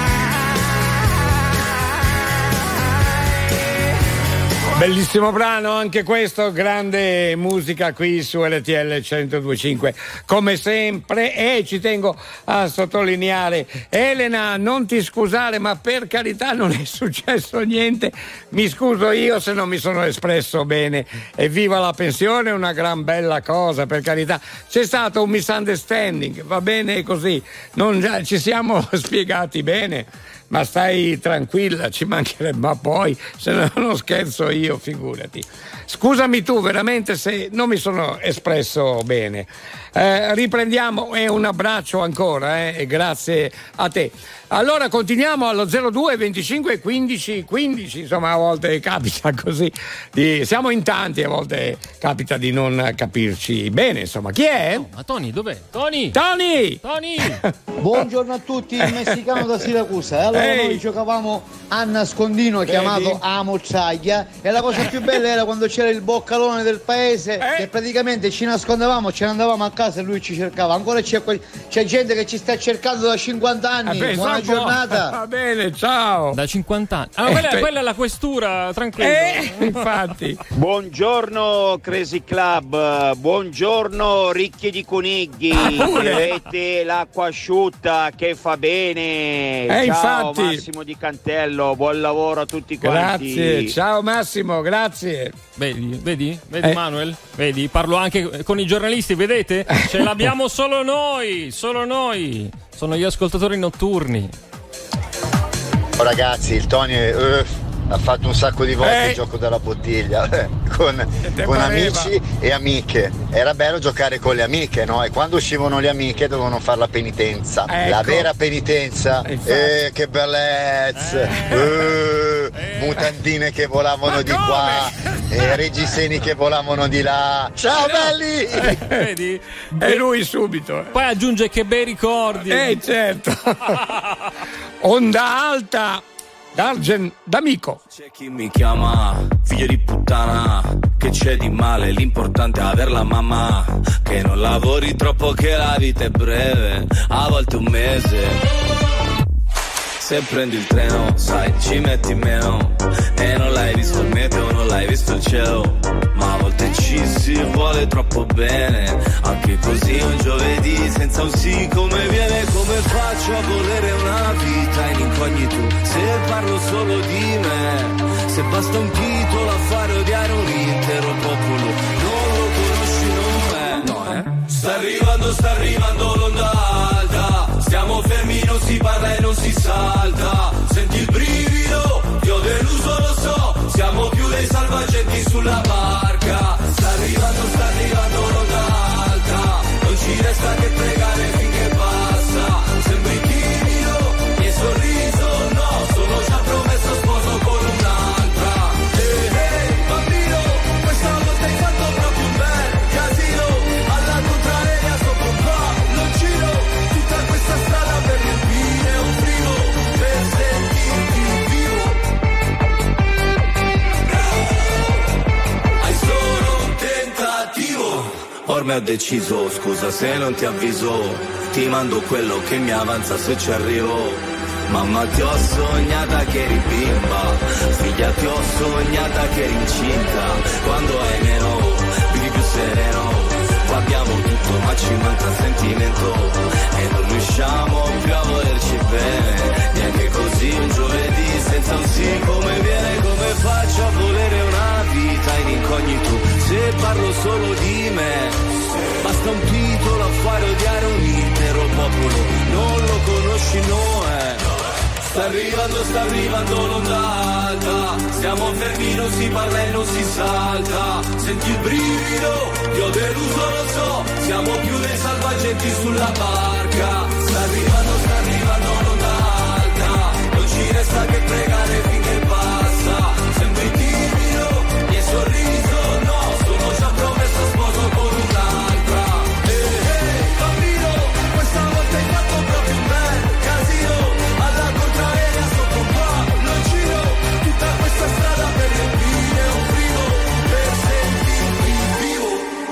Bellissimo brano anche questo, grande musica qui su R T L centodue e cinque come sempre. E ci tengo a sottolineare, Elena, non ti scusare, ma per carità non è successo niente, mi scuso io se non mi sono espresso bene. Evviva la pensione, è una gran bella cosa, per carità, c'è stato un misunderstanding, va bene così, non ci siamo spiegati bene. Ma stai tranquilla, ci mancherebbe, ma poi se no non scherzo io, figurati. Scusami tu veramente se non mi sono espresso bene. Eh, riprendiamo e un abbraccio ancora eh, e grazie a te. Allora continuiamo allo zero due venticinque quindici quindici, insomma a volte capita così, di, siamo in tanti, a volte capita di non capirci bene, insomma. Chi è? Oh, ma Tony dov'è? Tony! Tony! Tony! Buongiorno a tutti, il messicano da Siracusa. E allora Ehi. noi giocavamo a nascondino Vedi? chiamato a mozzaglia e la cosa più bella era quando c'era il boccalone del paese che praticamente ci nascondevamo, ce ne andavamo a casa e lui ci cercava. Ancora c'è, quel, c'è gente che ci sta cercando da cinquanta anni. Eh beh, Buona so un po'. giornata. Va bene, ciao. Da cinquanta anni. Ah, Eh, quella, beh. quella è la questura, tranquillo. Eh, infatti. Buongiorno Crazy Club, buongiorno ricchi di conigli, Ah, pure? bevete l'acqua asciutta che fa bene. Eh, Ciao infatti. Massimo di Cantello, buon lavoro a tutti quanti. Grazie, ciao Massimo, grazie. Vedi, vedi, vedi Eh. Manuel? Vedi, parlo anche con i giornalisti, vedete? Ce l'abbiamo solo noi, solo noi. Sono gli ascoltatori notturni. Oh, ragazzi, il Tony eh, ha fatto un sacco di volte Eh. il gioco della bottiglia eh, con, te con pareva? amici e amiche. Era bello giocare con le amiche, no? E quando uscivano le amiche dovevano fare la penitenza. Ecco. La vera penitenza. Eh, infatti. Eh, che bellezza! Eh, mutandine che volavano Ma di come? qua, e reggiseni che volavano di là. Ciao belli! Eh, vedi? E lui subito. eh. Poi aggiunge che bei ricordi. Eh certo. Onda alta d'Argen d'amico. C'è chi mi chiama figlio di puttana, che c'è di male, l'importante è aver la mamma, che non lavori troppo, che la vita è breve, a volte un mese. Se prendi il treno, sai, ci metti meno, e non l'hai visto il meteo, non l'hai visto il cielo, ma a volte ci si vuole troppo bene, anche così un giovedì senza un sì come viene. Come faccio a volere una vita in incognito se parlo solo di me, se basta un titolo a fare odiare un intero popolo, non lo conosci, non è, no eh? Sta arrivando, sta arrivando l'onda alta, stiamo fermi, non si parla e non si salta, senti il brivido, ti ho deluso lo so, siamo più dei salvagenti sulla barca. Sta arrivando, sta arrivando l'onda alta, non ci resta che pregare finché passa, sembri timido, e sorriso no, sono già promesso sposo con un'altra. Ehi, hey, bambino, questa volta hai fatto proprio un bel casino, alla contraria sopra un po' lo giro, tutta questa strada per riempire un frigo, per sentirti vivo. Hai solo un tentativo. Ormai ho deciso, scusa se non ti avviso, ti mando quello che mi avanza se ci arrivo. Mamma ti ho sognata che eri bimba, figlia ti ho sognata che eri incinta, quando hai meno, vivi più sereno, qua abbiamo tutto ma ci manca il sentimento, e non riusciamo più a volerci bene, neanche così un giovedì senza un sì come viene. Come faccio a volere una vita in incognito se parlo solo di me, basta un titolo a fare odiare un intero popolo, non lo conosci, no eh. Sta arrivando, sta arrivando l'onda alta, Siamo fermi, non si parla e non si salta. Senti il brivido, io deluso lo so. Siamo più dei salvagenti sulla barca. Sta arrivando, sta arrivando l'onda alta. Non ci resta che pregare finché passa. Sembri timido, mi hai sorriso, no. Sono già promesso sposo con un'altra. Ehi, ehi, bambino, questa volta hai fatto proprio un bel casino. Alla contraerea sotto un palloncino. Tutta questa strada per riempire un frigo, per sentirmi vivo.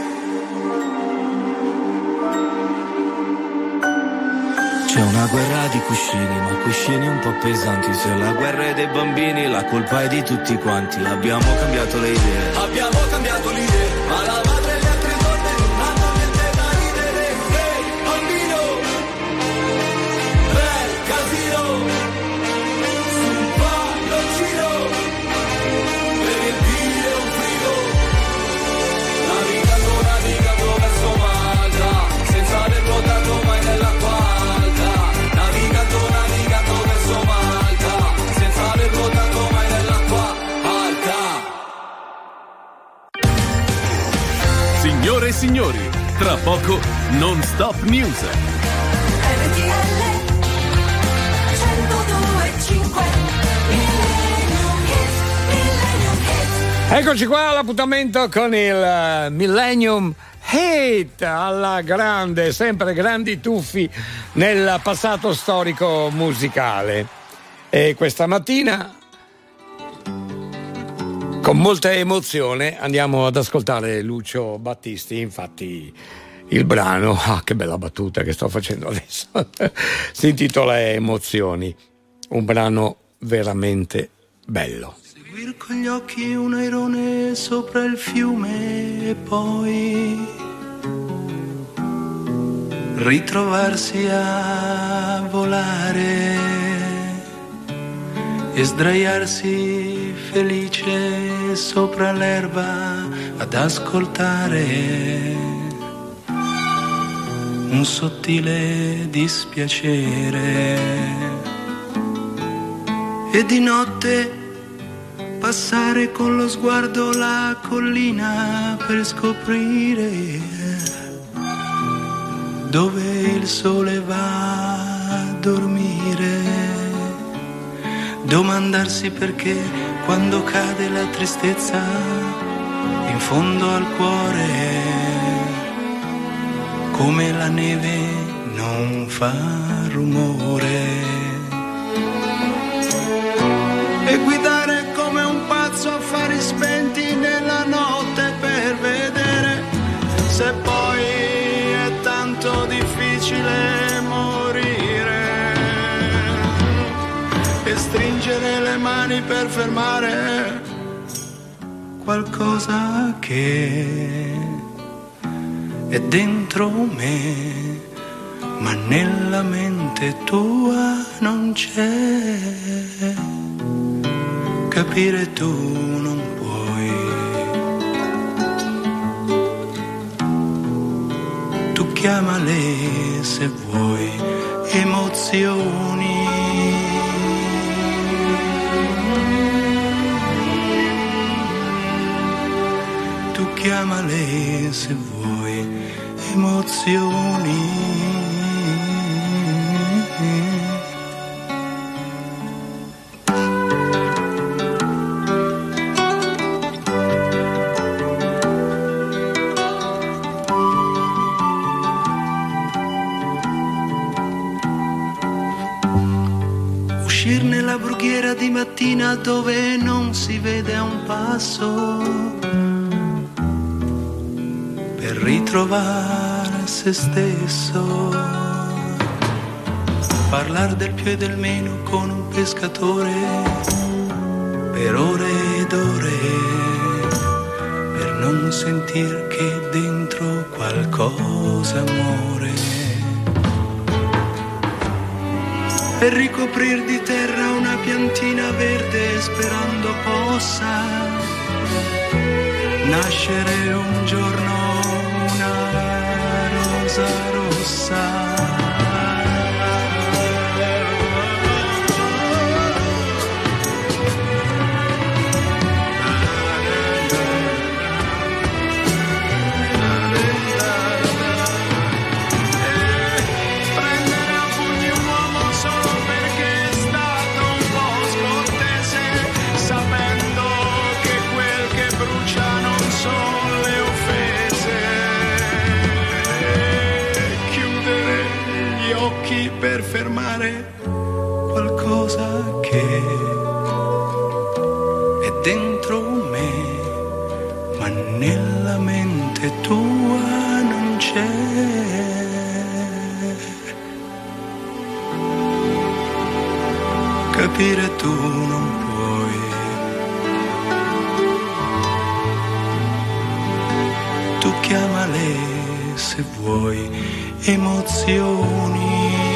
C'è una guerra di cuscini, ma cuscini un po' pesanti. Se la guerra è dei bambini, la colpa è di tutti quanti. Abbiamo cambiato le idee, abbiamo cambiato le idee, ma la madre e le altre donne non hanno niente da ridere. Ehi, bambino, bel casino, sul palloncino, per riempire un frigo. Navigando, navigando verso Malta, senza aver nuotato mai nell'acqua alta. Navigando, navigando verso Malta, senza aver nuotato mai nell'acqua alta. Signore e signori, tra poco Non Stop News. Eccoci qua all'appuntamento con il uh, Millennium Hit alla grande, sempre grandi tuffi nel passato storico musicale. E questa mattina, con molta emozione, andiamo ad ascoltare Lucio Battisti. Infatti il brano, ah che bella battuta che sto facendo adesso, si intitola Emozioni, un brano veramente bello. Seguir con gli occhi un airone sopra il fiume e poi ritrovarsi a volare e sdraiarsi felice sopra l'erba ad ascoltare un sottile dispiacere. E di notte passare con lo sguardo la collina per scoprire dove il sole va a dormire. Domandarsi perché quando cade la tristezza in fondo al cuore, come la neve non fa rumore. E guidare come un pazzo a fari spenti nella notte per vedere se poi è tanto difficile morire. E stringere le mani per fermare qualcosa che è dentro me, ma nella mente tua non c'è. Capire tu non puoi. Tu chiamale se vuoi emozioni. Tu chiamale se vuoi emozioni. Nella brughiera di mattina dove non si vede a un passo, per ritrovare se stesso, parlare del più e del meno con un pescatore per ore ed ore, per non sentir che dentro qualcosa muore. Per ricoprir di terra una piantina verde sperando possa nascere un giorno una rosa rossa. dentro me, ma nella mente tua non c'è. Capire tu non puoi, tu chiamale se vuoi emozioni.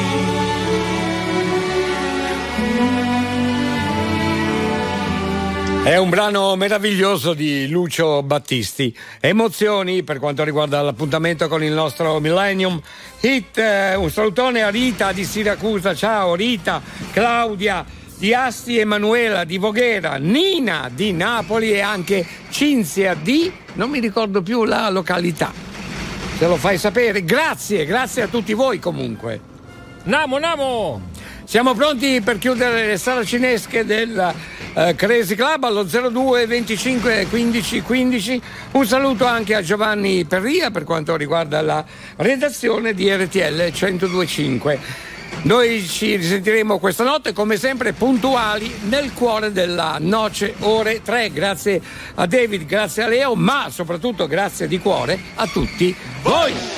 È un brano meraviglioso di Lucio Battisti. Emozioni per quanto riguarda l'appuntamento con il nostro Millennium Hit. Un salutone a Rita di Siracusa, ciao Rita, Claudia di Asti, Emanuela di Voghera, Nina di Napoli e anche Cinzia di, non mi ricordo più la località, se lo fai sapere. Grazie, grazie a tutti voi comunque. Namo, namo! Siamo pronti per chiudere le saracinesche del uh, Crazy Club allo zero due venticinque quindici quindici. Un saluto anche a Giovanni Perria per quanto riguarda la redazione di R T L centodue e cinque. Noi ci risentiremo questa notte come sempre puntuali nel cuore della noce, ore tre. Grazie a David, grazie a Leo, ma soprattutto grazie di cuore a tutti voi.